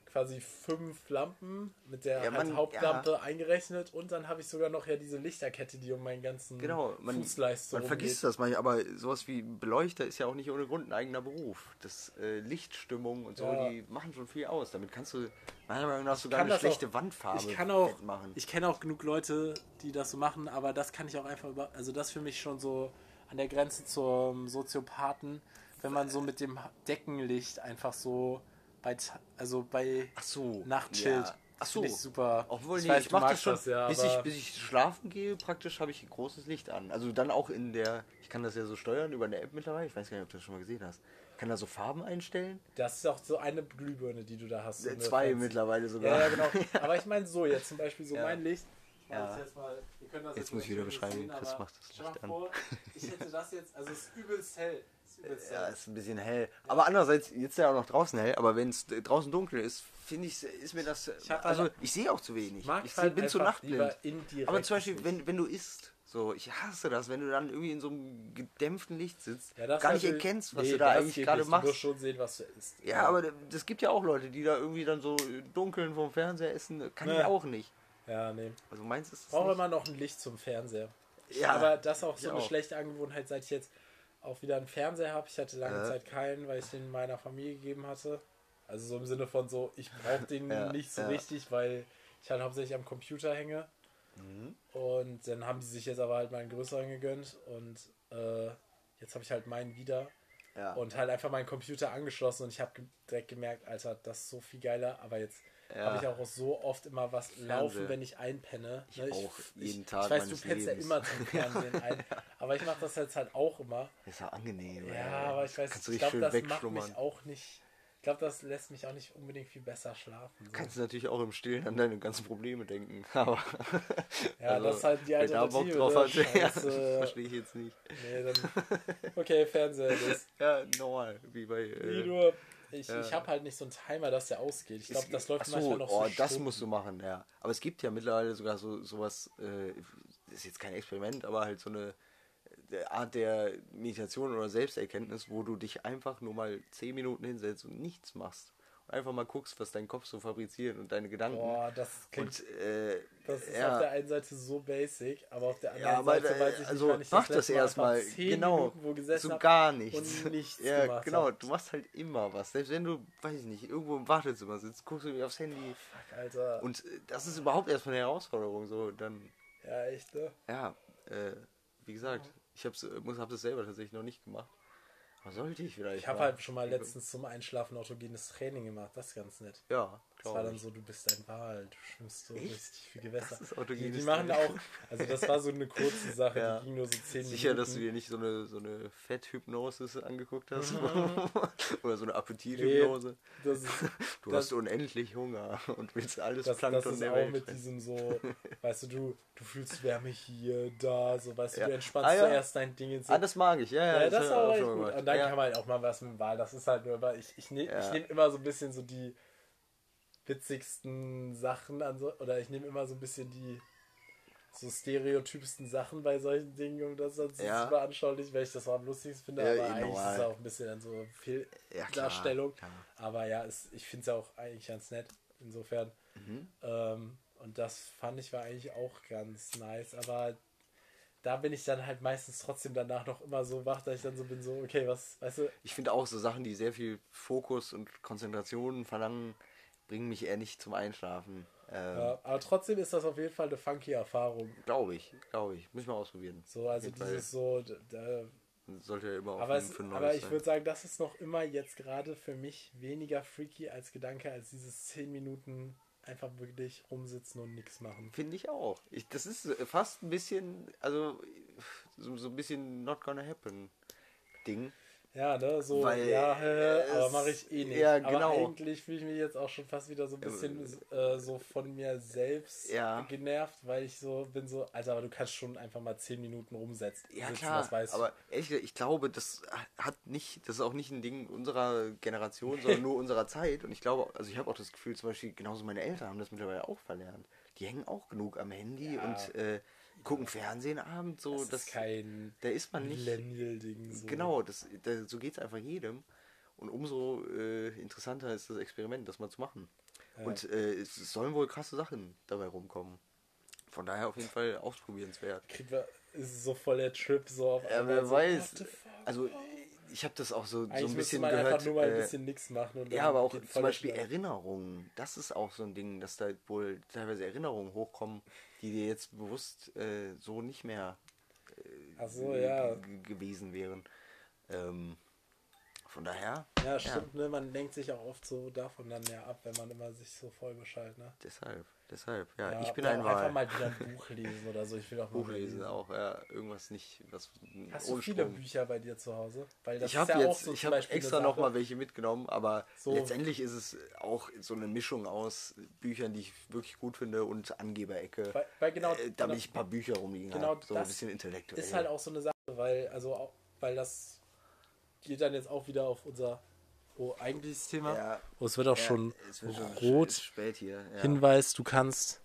[SPEAKER 1] quasi fünf Lampen mit der
[SPEAKER 2] Ja,
[SPEAKER 1] halt
[SPEAKER 2] man-
[SPEAKER 1] Hauptlampe eingerechnet und dann habe ich sogar noch ja diese Lichterkette, die um meinen ganzen
[SPEAKER 2] Genau, man,
[SPEAKER 1] Fußleiste
[SPEAKER 2] man vergisst das manchmal, aber sowas wie Beleuchter ist ja auch nicht ohne Grund ein eigener Beruf. Das äh, Lichtstimmung und so,
[SPEAKER 1] Ja.
[SPEAKER 2] die machen schon viel aus. Damit kannst du meiner Meinung nach sogar
[SPEAKER 1] kann
[SPEAKER 2] eine
[SPEAKER 1] das
[SPEAKER 2] schlechte
[SPEAKER 1] auch-
[SPEAKER 2] Wandfarbe
[SPEAKER 1] Ich kann auch,
[SPEAKER 2] machen.
[SPEAKER 1] ich kenne auch genug Leute, die das so machen, aber das kann ich auch einfach über, also das für mich schon so an der Grenze zum Soziopathen, wenn man so mit dem Deckenlicht einfach so bei, Ta- also bei
[SPEAKER 2] Ach so.
[SPEAKER 1] Nacht chillt.
[SPEAKER 2] Ja. Ach
[SPEAKER 1] Das
[SPEAKER 2] so.
[SPEAKER 1] finde ich super.
[SPEAKER 2] Obwohl,
[SPEAKER 1] ich
[SPEAKER 2] nee,
[SPEAKER 1] weiß,
[SPEAKER 2] ich
[SPEAKER 1] du
[SPEAKER 2] mache das
[SPEAKER 1] magst
[SPEAKER 2] schon,
[SPEAKER 1] das, ja,
[SPEAKER 2] bis,
[SPEAKER 1] aber
[SPEAKER 2] ich, bis ich schlafen gehe, praktisch habe ich ein großes Licht an. Also dann auch in der, ich kann das ja so steuern über eine App mittlerweile, ich weiß gar nicht, ob du das schon mal gesehen hast. Ich kann da so Farben einstellen.
[SPEAKER 1] das ist auch so eine Glühbirne, die du da hast. So
[SPEAKER 2] Äh,
[SPEAKER 1] eine
[SPEAKER 2] Zwei
[SPEAKER 1] fancy.
[SPEAKER 2] mittlerweile sogar.
[SPEAKER 1] Ja, ja, genau. Aber ich meine so jetzt zum Beispiel so
[SPEAKER 2] Ja.
[SPEAKER 1] mein Licht. Ich mach
[SPEAKER 2] Ja.
[SPEAKER 1] das jetzt mal, ihr könnt das
[SPEAKER 2] Jetzt muss ich wieder
[SPEAKER 1] natürlich
[SPEAKER 2] beschreiben,
[SPEAKER 1] nicht
[SPEAKER 2] Chris
[SPEAKER 1] aber
[SPEAKER 2] macht das
[SPEAKER 1] stell mal
[SPEAKER 2] Licht an.
[SPEAKER 1] vor, ich hätte das jetzt, also es ist übelst hell. Es ist übelst
[SPEAKER 2] Ja,
[SPEAKER 1] hell.
[SPEAKER 2] ist ein bisschen hell. Aber andererseits, jetzt ist ja auch noch draußen hell, aber wenn es draußen dunkel ist, finde ich, ist mir das.
[SPEAKER 1] Ich hab
[SPEAKER 2] also,
[SPEAKER 1] halt-
[SPEAKER 2] ich sehe auch zu wenig.
[SPEAKER 1] Ich mag
[SPEAKER 2] ich
[SPEAKER 1] halt
[SPEAKER 2] bin zu
[SPEAKER 1] einfach
[SPEAKER 2] nachtblind.
[SPEAKER 1] lieber indirekt
[SPEAKER 2] Aber zum Beispiel,
[SPEAKER 1] Licht.
[SPEAKER 2] wenn, wenn du isst, so, ich hasse das, wenn du dann irgendwie in so einem gedämpften Licht sitzt,
[SPEAKER 1] Ja, das
[SPEAKER 2] gar nicht
[SPEAKER 1] natürlich-
[SPEAKER 2] erkennst, was
[SPEAKER 1] nee,
[SPEAKER 2] du da
[SPEAKER 1] das
[SPEAKER 2] eigentlich
[SPEAKER 1] geht
[SPEAKER 2] gerade
[SPEAKER 1] nicht. Du musst
[SPEAKER 2] machst.
[SPEAKER 1] schon sehen, was du isst.
[SPEAKER 2] Ja, aber das gibt ja auch Leute, die da irgendwie dann so dunkeln vom Fernseher essen. Kann ich
[SPEAKER 1] Ne.
[SPEAKER 2] auch nicht.
[SPEAKER 1] Ja, nee.
[SPEAKER 2] Also meins ist es
[SPEAKER 1] Brauche
[SPEAKER 2] nicht.
[SPEAKER 1] immer noch ein Licht zum Fernseher.
[SPEAKER 2] Ja,
[SPEAKER 1] aber das ist auch
[SPEAKER 2] ich
[SPEAKER 1] so eine
[SPEAKER 2] auch.
[SPEAKER 1] schlechte Angewohnheit, seit ich jetzt auch wieder einen Fernseher habe. Ich hatte lange
[SPEAKER 2] Äh.
[SPEAKER 1] Zeit keinen, weil ich den meiner Familie gegeben hatte. Also so im Sinne von so, ich brauche den
[SPEAKER 2] Ja,
[SPEAKER 1] nicht so
[SPEAKER 2] ja.
[SPEAKER 1] richtig, weil ich halt hauptsächlich am Computer hänge.
[SPEAKER 2] Mhm.
[SPEAKER 1] Und dann haben die sich jetzt aber halt meinen größeren gegönnt. Und äh, jetzt habe ich halt meinen wieder.
[SPEAKER 2] Ja.
[SPEAKER 1] Und halt einfach meinen Computer angeschlossen. Und ich habe ge direkt gemerkt, Alter, das ist so viel geiler. Aber jetzt
[SPEAKER 2] Ja.
[SPEAKER 1] habe ich auch so oft immer was laufen,
[SPEAKER 2] Fernseher.
[SPEAKER 1] wenn ich einpenne.
[SPEAKER 2] Ich
[SPEAKER 1] Ne,
[SPEAKER 2] auch, jeden
[SPEAKER 1] ich,
[SPEAKER 2] Tag
[SPEAKER 1] Ich weiß, du
[SPEAKER 2] meines
[SPEAKER 1] pennst ja
[SPEAKER 2] Lebens.
[SPEAKER 1] immer zum Fernsehen ein. Aber ich mache das jetzt halt auch immer.
[SPEAKER 2] Das ist ja angenehm.
[SPEAKER 1] Ja,
[SPEAKER 2] ey.
[SPEAKER 1] aber ich weiß,
[SPEAKER 2] Kannst du
[SPEAKER 1] ich
[SPEAKER 2] richtig
[SPEAKER 1] glaube,
[SPEAKER 2] schön
[SPEAKER 1] das macht
[SPEAKER 2] wegschlummern.
[SPEAKER 1] mich auch nicht. Ich glaube, das lässt mich auch nicht unbedingt viel besser schlafen. So.
[SPEAKER 2] Kannst du natürlich auch im Stillen an deine ganzen Probleme denken. Aber
[SPEAKER 1] Ja,
[SPEAKER 2] also,
[SPEAKER 1] das ist halt die
[SPEAKER 2] wer da Bock
[SPEAKER 1] Alternative.
[SPEAKER 2] drauf
[SPEAKER 1] ne?
[SPEAKER 2] hat, ja, das
[SPEAKER 1] Scheiße.
[SPEAKER 2] verstehe ich jetzt nicht.
[SPEAKER 1] Nee, dann. Okay, Fernseher. Das,
[SPEAKER 2] Ja, normal, wie bei...
[SPEAKER 1] wie
[SPEAKER 2] Äh,
[SPEAKER 1] nur, ich
[SPEAKER 2] ja.
[SPEAKER 1] ich habe halt nicht so einen Timer, dass der ausgeht. Ich glaube,
[SPEAKER 2] es-
[SPEAKER 1] das läuft
[SPEAKER 2] ach so,
[SPEAKER 1] manchmal noch
[SPEAKER 2] oh,
[SPEAKER 1] so
[SPEAKER 2] das
[SPEAKER 1] Stunden.
[SPEAKER 2] musst du machen, ja. Aber es gibt ja mittlerweile sogar so sowas, äh, ist jetzt kein Experiment, aber halt so eine äh, Art der Meditation oder Selbsterkenntnis, wo du dich einfach nur mal zehn Minuten hinsetzt und nichts machst. Und einfach mal guckst, was dein Kopf so fabriziert und deine Gedanken.
[SPEAKER 1] Boah, das klingt.
[SPEAKER 2] und äh,
[SPEAKER 1] Das ist
[SPEAKER 2] ja.
[SPEAKER 1] auf der einen Seite so basic, aber auf der anderen
[SPEAKER 2] Ja, aber
[SPEAKER 1] Seite
[SPEAKER 2] äh,
[SPEAKER 1] weiß ich nicht,
[SPEAKER 2] also
[SPEAKER 1] wann ich
[SPEAKER 2] mach
[SPEAKER 1] das
[SPEAKER 2] das
[SPEAKER 1] letzte Mal
[SPEAKER 2] erstmal,
[SPEAKER 1] einfach zehn
[SPEAKER 2] genau,
[SPEAKER 1] Minuten wo gesessen
[SPEAKER 2] so
[SPEAKER 1] hab
[SPEAKER 2] gar nichts.
[SPEAKER 1] und nichts
[SPEAKER 2] ja,
[SPEAKER 1] gemacht
[SPEAKER 2] genau,
[SPEAKER 1] hab.
[SPEAKER 2] du machst halt immer was. Selbst wenn du, weiß ich nicht, irgendwo im Wartezimmer sitzt, guckst du dir aufs Handy.
[SPEAKER 1] Fuck, Alter.
[SPEAKER 2] Und äh, das ist überhaupt erstmal eine Herausforderung, so, dann,
[SPEAKER 1] Ja, echt, ne?
[SPEAKER 2] ja, äh, wie gesagt, ich hab's, äh, muss, hab das selber tatsächlich noch nicht gemacht. Aber sollte ich vielleicht
[SPEAKER 1] Ich habe
[SPEAKER 2] mal.
[SPEAKER 1] halt schon mal letztens zum Einschlafen autogenes Training gemacht. Das ist ganz nett.
[SPEAKER 2] Ja,
[SPEAKER 1] Das war
[SPEAKER 2] glaube
[SPEAKER 1] dann
[SPEAKER 2] ich.
[SPEAKER 1] so, du bist ein Wal, du schwimmst so
[SPEAKER 2] Echt?
[SPEAKER 1] durch die vier Gewässer.
[SPEAKER 2] Das ist
[SPEAKER 1] Die,
[SPEAKER 2] autogenes
[SPEAKER 1] die machen
[SPEAKER 2] Training.
[SPEAKER 1] auch, also das war so eine kurze Sache,
[SPEAKER 2] Ja.
[SPEAKER 1] die ging nur so zehn
[SPEAKER 2] Sicher,
[SPEAKER 1] Minuten.
[SPEAKER 2] dass du dir nicht so eine, so eine Fetthypnosis angeguckt hast?
[SPEAKER 1] Mhm.
[SPEAKER 2] Oder so eine Appetithypnose?
[SPEAKER 1] Das ist,
[SPEAKER 2] Du
[SPEAKER 1] das-
[SPEAKER 2] hast unendlich Hunger und willst alles
[SPEAKER 1] das, das
[SPEAKER 2] Plankton
[SPEAKER 1] ist
[SPEAKER 2] der
[SPEAKER 1] auch
[SPEAKER 2] Welt
[SPEAKER 1] mit
[SPEAKER 2] fressen.
[SPEAKER 1] diesem so, weißt du, du, du fühlst Wärme hier, da, so, weißt du,
[SPEAKER 2] Ja.
[SPEAKER 1] du entspannst
[SPEAKER 2] Ah, ja.
[SPEAKER 1] zuerst dein Ding ins
[SPEAKER 2] Ah, das mag ich, ja, ja.
[SPEAKER 1] Ja, das
[SPEAKER 2] hab
[SPEAKER 1] war
[SPEAKER 2] ich
[SPEAKER 1] auch echt
[SPEAKER 2] schon
[SPEAKER 1] gut.
[SPEAKER 2] gemacht.
[SPEAKER 1] Und dann
[SPEAKER 2] ja.
[SPEAKER 1] kann man halt auch mal was mit dem Wal. Das ist halt nur, weil ich, ich nehme
[SPEAKER 2] Ja.
[SPEAKER 1] ich nehm immer so ein bisschen so die witzigsten Sachen an so, oder ich nehme immer so ein bisschen die so stereotypsten Sachen bei solchen Dingen, um das dann
[SPEAKER 2] Ja.
[SPEAKER 1] super anschaulich, weil ich das auch am lustigsten finde,
[SPEAKER 2] Ja,
[SPEAKER 1] aber
[SPEAKER 2] eh,
[SPEAKER 1] eigentlich
[SPEAKER 2] normal.
[SPEAKER 1] ist es auch ein bisschen dann so
[SPEAKER 2] Ja, klar,
[SPEAKER 1] Fehldarstellung.
[SPEAKER 2] klar.
[SPEAKER 1] Aber ja, es, ich finde es ja auch eigentlich ganz nett, insofern.
[SPEAKER 2] Mhm.
[SPEAKER 1] Ähm, und das fand ich war eigentlich auch ganz nice, aber da bin ich dann halt meistens trotzdem danach noch immer so wach, dass ich dann so bin, so, okay, was, weißt du,
[SPEAKER 2] Ich finde auch so Sachen, die sehr viel Fokus und Konzentration verlangen, bringen mich eher nicht zum Einschlafen. Ähm,
[SPEAKER 1] ja, aber trotzdem ist das auf jeden Fall eine funky Erfahrung.
[SPEAKER 2] Glaube ich, glaube ich. Muss ich mal ausprobieren.
[SPEAKER 1] So, also
[SPEAKER 2] Auf jeden
[SPEAKER 1] dieses so, d- da,
[SPEAKER 2] Sollte ja immer
[SPEAKER 1] aber,
[SPEAKER 2] offen
[SPEAKER 1] es,
[SPEAKER 2] für Neues
[SPEAKER 1] aber ich
[SPEAKER 2] sein.
[SPEAKER 1] würde sagen, das ist noch immer jetzt gerade für mich weniger freaky als Gedanke, als dieses zehn Minuten einfach wirklich rumsitzen und nichts machen.
[SPEAKER 2] Finde ich auch. Ich, das ist äh, fast ein bisschen, also so, so ein bisschen not gonna happen Ding.
[SPEAKER 1] Ja, ne, so,
[SPEAKER 2] Weil,
[SPEAKER 1] ja,
[SPEAKER 2] äh,
[SPEAKER 1] äh, aber
[SPEAKER 2] es-
[SPEAKER 1] mache ich eh nicht.
[SPEAKER 2] ja,
[SPEAKER 1] Aber
[SPEAKER 2] genau.
[SPEAKER 1] eigentlich fühle ich mich jetzt auch schon fast wieder so ein bisschen äh, so von mir selbst
[SPEAKER 2] Ja.
[SPEAKER 1] genervt, weil ich so bin so, Alter, aber du kannst schon einfach mal zehn Minuten rumsetzen.
[SPEAKER 2] Ja,
[SPEAKER 1] sitzen,
[SPEAKER 2] klar,
[SPEAKER 1] das weißt du.
[SPEAKER 2] aber ehrlich gesagt, ich glaube, das hat nicht, das ist auch nicht ein Ding unserer Generation, sondern nur unserer Zeit. Und ich glaube, also ich habe auch das Gefühl, zum Beispiel, genauso meine Eltern haben das mittlerweile auch verlernt. Die hängen auch genug am Handy
[SPEAKER 1] Ja.
[SPEAKER 2] und äh, gucken Fernsehen abends, so,
[SPEAKER 1] das
[SPEAKER 2] das,
[SPEAKER 1] ist kein
[SPEAKER 2] da ist man nicht.
[SPEAKER 1] Millennial-Ding. So.
[SPEAKER 2] Genau, das, da, so geht es einfach jedem. Und umso äh, interessanter ist das Experiment, das mal zu machen.
[SPEAKER 1] Ja.
[SPEAKER 2] Und äh, es sollen wohl krasse Sachen dabei rumkommen. Von daher auf jeden Fall ausprobierenswert.
[SPEAKER 1] Kriegen wir, ist so voll der Trip so auf
[SPEAKER 2] Ja,
[SPEAKER 1] einmal
[SPEAKER 2] wer
[SPEAKER 1] so,
[SPEAKER 2] weiß.
[SPEAKER 1] what the fuck?
[SPEAKER 2] Also ich habe das auch so, so
[SPEAKER 1] Eigentlich
[SPEAKER 2] ein
[SPEAKER 1] müsste
[SPEAKER 2] bisschen
[SPEAKER 1] man
[SPEAKER 2] gehört.
[SPEAKER 1] einfach nur mal ein
[SPEAKER 2] äh,
[SPEAKER 1] bisschen nichts machen. Und
[SPEAKER 2] Ja,
[SPEAKER 1] dann
[SPEAKER 2] aber auch
[SPEAKER 1] geht voll
[SPEAKER 2] zum
[SPEAKER 1] der
[SPEAKER 2] Beispiel
[SPEAKER 1] Schlag.
[SPEAKER 2] Erinnerungen. Das ist auch so ein Ding, dass da wohl teilweise Erinnerungen hochkommen, die dir jetzt bewusst äh, so nicht mehr
[SPEAKER 1] Ach so, ja.
[SPEAKER 2] g- gewesen wären. Ähm, von daher,
[SPEAKER 1] Ja, stimmt, ne? Man lenkt sich auch oft so davon dann ja ab, wenn man immer sich so voll beschallt, ne?
[SPEAKER 2] deshalb, deshalb, ja,
[SPEAKER 1] Ja,
[SPEAKER 2] ich bin
[SPEAKER 1] oder
[SPEAKER 2] ein
[SPEAKER 1] auch einfach
[SPEAKER 2] Wahl.
[SPEAKER 1] mal wieder ein Buch lesen oder so. Ich will auch mal
[SPEAKER 2] Buch
[SPEAKER 1] mehr
[SPEAKER 2] lesen auch, ja, irgendwas nicht, was
[SPEAKER 1] Hast du
[SPEAKER 2] ohne
[SPEAKER 1] viele
[SPEAKER 2] Strom.
[SPEAKER 1] Bücher bei dir zu Hause? Weil das
[SPEAKER 2] Ich habe
[SPEAKER 1] ist ja auch
[SPEAKER 2] jetzt,
[SPEAKER 1] so
[SPEAKER 2] ich
[SPEAKER 1] zum
[SPEAKER 2] habe
[SPEAKER 1] Beispiel
[SPEAKER 2] extra
[SPEAKER 1] eine
[SPEAKER 2] noch
[SPEAKER 1] Sache.
[SPEAKER 2] mal welche mitgenommen, aber
[SPEAKER 1] So.
[SPEAKER 2] letztendlich ist es auch so eine Mischung aus Büchern, die ich wirklich gut finde und Angeberecke.
[SPEAKER 1] Weil, weil genau,
[SPEAKER 2] äh, da
[SPEAKER 1] genau,
[SPEAKER 2] ich ein paar Bücher rumliegen
[SPEAKER 1] genau
[SPEAKER 2] habe, so ein
[SPEAKER 1] das
[SPEAKER 2] bisschen intellektuell.
[SPEAKER 1] ist halt auch so eine Sache, weil, also auch, weil das geht dann jetzt auch wieder auf unser oh, eigentliches Thema.
[SPEAKER 2] Ja,
[SPEAKER 1] Oh, es wird auch
[SPEAKER 2] ja,
[SPEAKER 1] schon
[SPEAKER 2] es wird schon
[SPEAKER 1] rot.
[SPEAKER 2] sch- spät hier. Ja.
[SPEAKER 1] Hinweis, du kannst.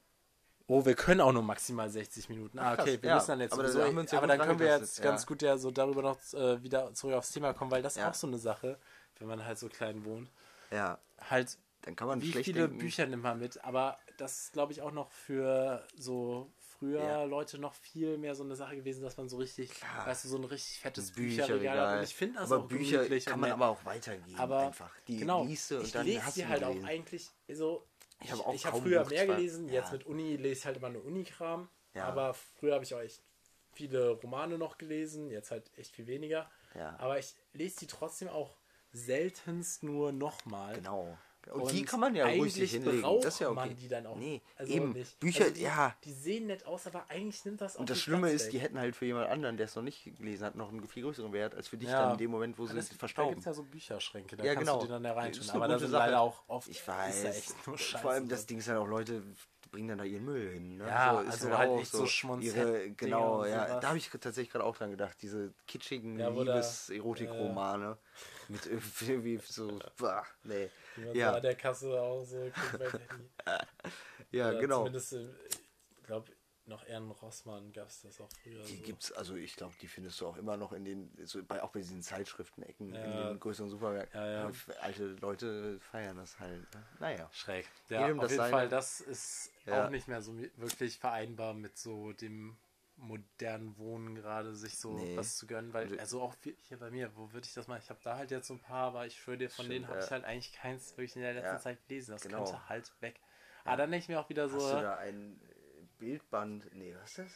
[SPEAKER 1] Oh, wir können auch nur maximal sechzig Minuten. Ah,
[SPEAKER 2] Ach, krass,
[SPEAKER 1] okay, wir
[SPEAKER 2] ja.
[SPEAKER 1] müssen dann jetzt
[SPEAKER 2] Aber
[SPEAKER 1] sowieso,
[SPEAKER 2] da haben wir uns ja
[SPEAKER 1] aber
[SPEAKER 2] gut
[SPEAKER 1] dann können wir jetzt
[SPEAKER 2] rangetastet,
[SPEAKER 1] ganz
[SPEAKER 2] ja.
[SPEAKER 1] gut ja so darüber noch äh, wieder zurück aufs Thema kommen, weil das ist
[SPEAKER 2] Ja.
[SPEAKER 1] auch so eine Sache, wenn man halt so klein wohnt.
[SPEAKER 2] Ja,
[SPEAKER 1] Halt,
[SPEAKER 2] dann kann man
[SPEAKER 1] wie
[SPEAKER 2] schlecht
[SPEAKER 1] viele
[SPEAKER 2] denken.
[SPEAKER 1] Bücher nimmt man mit? Aber das ist, glaube ich, auch noch für so früher
[SPEAKER 2] Ja.
[SPEAKER 1] Leute noch viel mehr so eine Sache gewesen, dass man so richtig,
[SPEAKER 2] Klar.
[SPEAKER 1] weißt du, so ein richtig fettes
[SPEAKER 2] Bücherregal.
[SPEAKER 1] Bücherregal hat. Und ich finde das
[SPEAKER 2] aber
[SPEAKER 1] auch
[SPEAKER 2] Bücher
[SPEAKER 1] gemütlich
[SPEAKER 2] kann
[SPEAKER 1] und
[SPEAKER 2] man
[SPEAKER 1] nett.
[SPEAKER 2] aber auch weitergeben.
[SPEAKER 1] Aber
[SPEAKER 2] einfach. Die
[SPEAKER 1] genau,
[SPEAKER 2] liest du und
[SPEAKER 1] ich
[SPEAKER 2] dann
[SPEAKER 1] lese
[SPEAKER 2] hast
[SPEAKER 1] die
[SPEAKER 2] du
[SPEAKER 1] halt auch
[SPEAKER 2] gelesen.
[SPEAKER 1] eigentlich so.
[SPEAKER 2] Ich habe auch
[SPEAKER 1] Ich habe
[SPEAKER 2] kaum
[SPEAKER 1] früher
[SPEAKER 2] Buch
[SPEAKER 1] mehr
[SPEAKER 2] zwar-
[SPEAKER 1] gelesen,
[SPEAKER 2] ja.
[SPEAKER 1] jetzt mit Uni lese ich halt immer nur Unikram.
[SPEAKER 2] Ja.
[SPEAKER 1] Aber früher habe ich auch echt viele Romane noch gelesen, jetzt halt echt viel weniger.
[SPEAKER 2] Ja.
[SPEAKER 1] Aber ich lese die trotzdem auch seltenst nur nochmal.
[SPEAKER 2] Genau. Und,
[SPEAKER 1] Und
[SPEAKER 2] die kann man ja ruhig sich
[SPEAKER 1] eigentlich
[SPEAKER 2] hinlegen.
[SPEAKER 1] braucht
[SPEAKER 2] Das ist ja okay.
[SPEAKER 1] man die dann auch
[SPEAKER 2] Nee,
[SPEAKER 1] also
[SPEAKER 2] eben.
[SPEAKER 1] nicht.
[SPEAKER 2] Bücher,
[SPEAKER 1] Also die,
[SPEAKER 2] ja.
[SPEAKER 1] Die sehen nett aus, aber eigentlich nimmt das auch
[SPEAKER 2] Und das
[SPEAKER 1] viel
[SPEAKER 2] Schlimme
[SPEAKER 1] Platz
[SPEAKER 2] ist,
[SPEAKER 1] weg.
[SPEAKER 2] die hätten halt für jemand anderen, der es noch nicht gelesen hat, noch einen viel größeren Wert als für dich
[SPEAKER 1] Ja.
[SPEAKER 2] dann in dem Moment, wo sie
[SPEAKER 1] das, Da
[SPEAKER 2] verstauben.
[SPEAKER 1] gibt es ja so Bücherschränke, da
[SPEAKER 2] Ja,
[SPEAKER 1] kannst
[SPEAKER 2] genau.
[SPEAKER 1] du die dann da
[SPEAKER 2] Das
[SPEAKER 1] reintun.
[SPEAKER 2] ist eine
[SPEAKER 1] Aber da
[SPEAKER 2] gute
[SPEAKER 1] sind
[SPEAKER 2] Sache.
[SPEAKER 1] leider auch oft,
[SPEAKER 2] Ich
[SPEAKER 1] ist da
[SPEAKER 2] weiß.
[SPEAKER 1] echt nur Scheiße
[SPEAKER 2] Vor allem das
[SPEAKER 1] drin.
[SPEAKER 2] Ding ist halt auch, Leute bringen dann da ihren Müll hin. Ne?
[SPEAKER 1] Ja,
[SPEAKER 2] ist
[SPEAKER 1] also
[SPEAKER 2] dann
[SPEAKER 1] halt
[SPEAKER 2] auch
[SPEAKER 1] echt so Schmonzett-
[SPEAKER 2] ihre,
[SPEAKER 1] Dinger
[SPEAKER 2] Genau,
[SPEAKER 1] und
[SPEAKER 2] ja.
[SPEAKER 1] sowas.
[SPEAKER 2] Da habe ich tatsächlich gerade auch dran gedacht. Diese kitschigen
[SPEAKER 1] Ja, wo da-
[SPEAKER 2] Liebes-Erotik-Romane mit irgendwie so, bah, nee.
[SPEAKER 1] Die man
[SPEAKER 2] Ja.
[SPEAKER 1] so an der Kasse auch so kriegt beim Handy.
[SPEAKER 2] Ja,
[SPEAKER 1] Oder
[SPEAKER 2] genau.
[SPEAKER 1] Zumindest, äh, ich glaube, noch eher in Rossmann gab es das auch früher.
[SPEAKER 2] Die
[SPEAKER 1] so.
[SPEAKER 2] gibt's, also ich glaube, die findest du auch immer noch in den, so bei, auch bei diesen Zeitschriftenecken in
[SPEAKER 1] Ja.
[SPEAKER 2] den größeren Supermärkten.
[SPEAKER 1] Ja, ja.
[SPEAKER 2] Alte Leute feiern das halt. Ne? Naja.
[SPEAKER 1] Schräg. Ja,
[SPEAKER 2] Jedem
[SPEAKER 1] auf
[SPEAKER 2] das
[SPEAKER 1] jeden
[SPEAKER 2] seine.
[SPEAKER 1] Fall, das ist
[SPEAKER 2] Ja.
[SPEAKER 1] auch nicht mehr so mi- wirklich vereinbar mit so dem modernen Wohnen gerade, sich so
[SPEAKER 2] Nee.
[SPEAKER 1] was zu gönnen, weil,
[SPEAKER 2] Und-
[SPEAKER 1] also auch wie- hier bei mir, wo würde ich das machen? Ich habe da halt jetzt so ein paar, aber ich schwöre dir, von
[SPEAKER 2] Stimmt,
[SPEAKER 1] denen habe
[SPEAKER 2] ja.
[SPEAKER 1] ich halt eigentlich keins wirklich in der letzten
[SPEAKER 2] Ja.
[SPEAKER 1] Zeit gelesen. Das
[SPEAKER 2] Genau.
[SPEAKER 1] könnte halt weg. Aber dann denke ich mir auch wieder so,
[SPEAKER 2] Hast du da ein äh, Bildband? Nee, was ist das?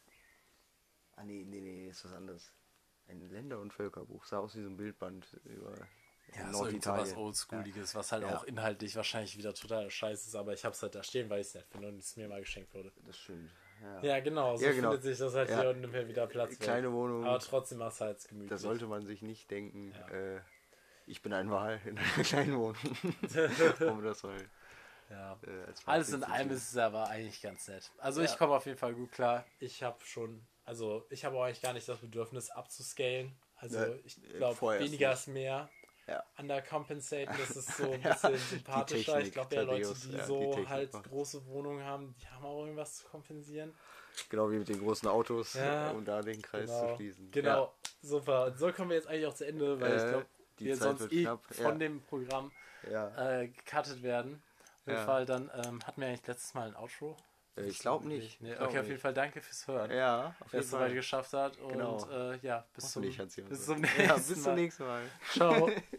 [SPEAKER 2] Ah, nee, nee, nee, ist was anderes. Ein Länder- und Völkerbuch. Sah aus wie so ein Bildband über
[SPEAKER 1] ja, so irgend sowas
[SPEAKER 2] Norditalien.
[SPEAKER 1] Oldschooliges, was halt
[SPEAKER 2] Ja.
[SPEAKER 1] auch inhaltlich wahrscheinlich wieder total scheiße ist, aber ich habe es halt da stehen, weil ich es nett finde und es mir mal geschenkt wurde.
[SPEAKER 2] Das stimmt. Ja.
[SPEAKER 1] Ja, genau, so
[SPEAKER 2] Ja, genau.
[SPEAKER 1] findet sich das halt
[SPEAKER 2] Ja.
[SPEAKER 1] hier und nimmt mir wieder Platz weg.
[SPEAKER 2] Kleine Wohnung.
[SPEAKER 1] Aber trotzdem machst du halt gemütlich.
[SPEAKER 2] Da sollte man sich nicht denken,
[SPEAKER 1] Ja.
[SPEAKER 2] äh, ich bin ein Wal in einer kleinen Wohnung. um das mal
[SPEAKER 1] Ja.
[SPEAKER 2] äh, als
[SPEAKER 1] Alles
[SPEAKER 2] Fazit
[SPEAKER 1] in
[SPEAKER 2] zu
[SPEAKER 1] allem
[SPEAKER 2] ziehen.
[SPEAKER 1] ist es aber eigentlich ganz nett. Also
[SPEAKER 2] Ja.
[SPEAKER 1] ich komme auf jeden Fall gut klar. Ich habe schon, also ich habe auch eigentlich gar nicht das Bedürfnis abzuscalen. Also
[SPEAKER 2] Ne,
[SPEAKER 1] ich
[SPEAKER 2] äh,
[SPEAKER 1] glaube,
[SPEAKER 2] vorerst
[SPEAKER 1] weniger
[SPEAKER 2] nicht.
[SPEAKER 1] ist mehr.
[SPEAKER 2] Ja.
[SPEAKER 1] Undercompensaten, das ist so ein
[SPEAKER 2] Ja,
[SPEAKER 1] bisschen
[SPEAKER 2] die
[SPEAKER 1] sympathischer.
[SPEAKER 2] Technik,
[SPEAKER 1] Ich glaube ja, Leute,
[SPEAKER 2] Thaddeus,
[SPEAKER 1] die
[SPEAKER 2] ja, die
[SPEAKER 1] so
[SPEAKER 2] Technik
[SPEAKER 1] halt
[SPEAKER 2] macht.
[SPEAKER 1] große Wohnungen haben, die haben auch irgendwas zu kompensieren.
[SPEAKER 2] Genau wie mit den großen Autos,
[SPEAKER 1] Ja,
[SPEAKER 2] äh, um da den Kreis
[SPEAKER 1] Genau,
[SPEAKER 2] zu schließen.
[SPEAKER 1] genau. Super. Und so kommen wir jetzt eigentlich auch zu Ende, weil ich
[SPEAKER 2] Äh,
[SPEAKER 1] glaube,
[SPEAKER 2] die
[SPEAKER 1] wir
[SPEAKER 2] Zeit
[SPEAKER 1] sonst
[SPEAKER 2] wird
[SPEAKER 1] eh
[SPEAKER 2] knapp,
[SPEAKER 1] von
[SPEAKER 2] ja.
[SPEAKER 1] dem Programm
[SPEAKER 2] Ja.
[SPEAKER 1] äh, gecuttet werden. Auf jeden
[SPEAKER 2] Ja.
[SPEAKER 1] Fall, dann ähm, hatten wir eigentlich letztes Mal ein Outro.
[SPEAKER 2] Äh, ich glaube nicht.
[SPEAKER 1] Nee,
[SPEAKER 2] Ich glaub
[SPEAKER 1] okay, auf jeden
[SPEAKER 2] nicht.
[SPEAKER 1] Fall danke fürs Hören.
[SPEAKER 2] Ja, auf
[SPEAKER 1] Wer
[SPEAKER 2] jeden
[SPEAKER 1] es soweit
[SPEAKER 2] Fall.
[SPEAKER 1] geschafft hat. Und
[SPEAKER 2] Genau.
[SPEAKER 1] äh, ja, bis zum,
[SPEAKER 2] Hoffentlich hat's jemand
[SPEAKER 1] bis
[SPEAKER 2] so.
[SPEAKER 1] zum nächsten
[SPEAKER 2] Ja, bis zum
[SPEAKER 1] Mal.
[SPEAKER 2] nächsten Mal.
[SPEAKER 1] Ciao.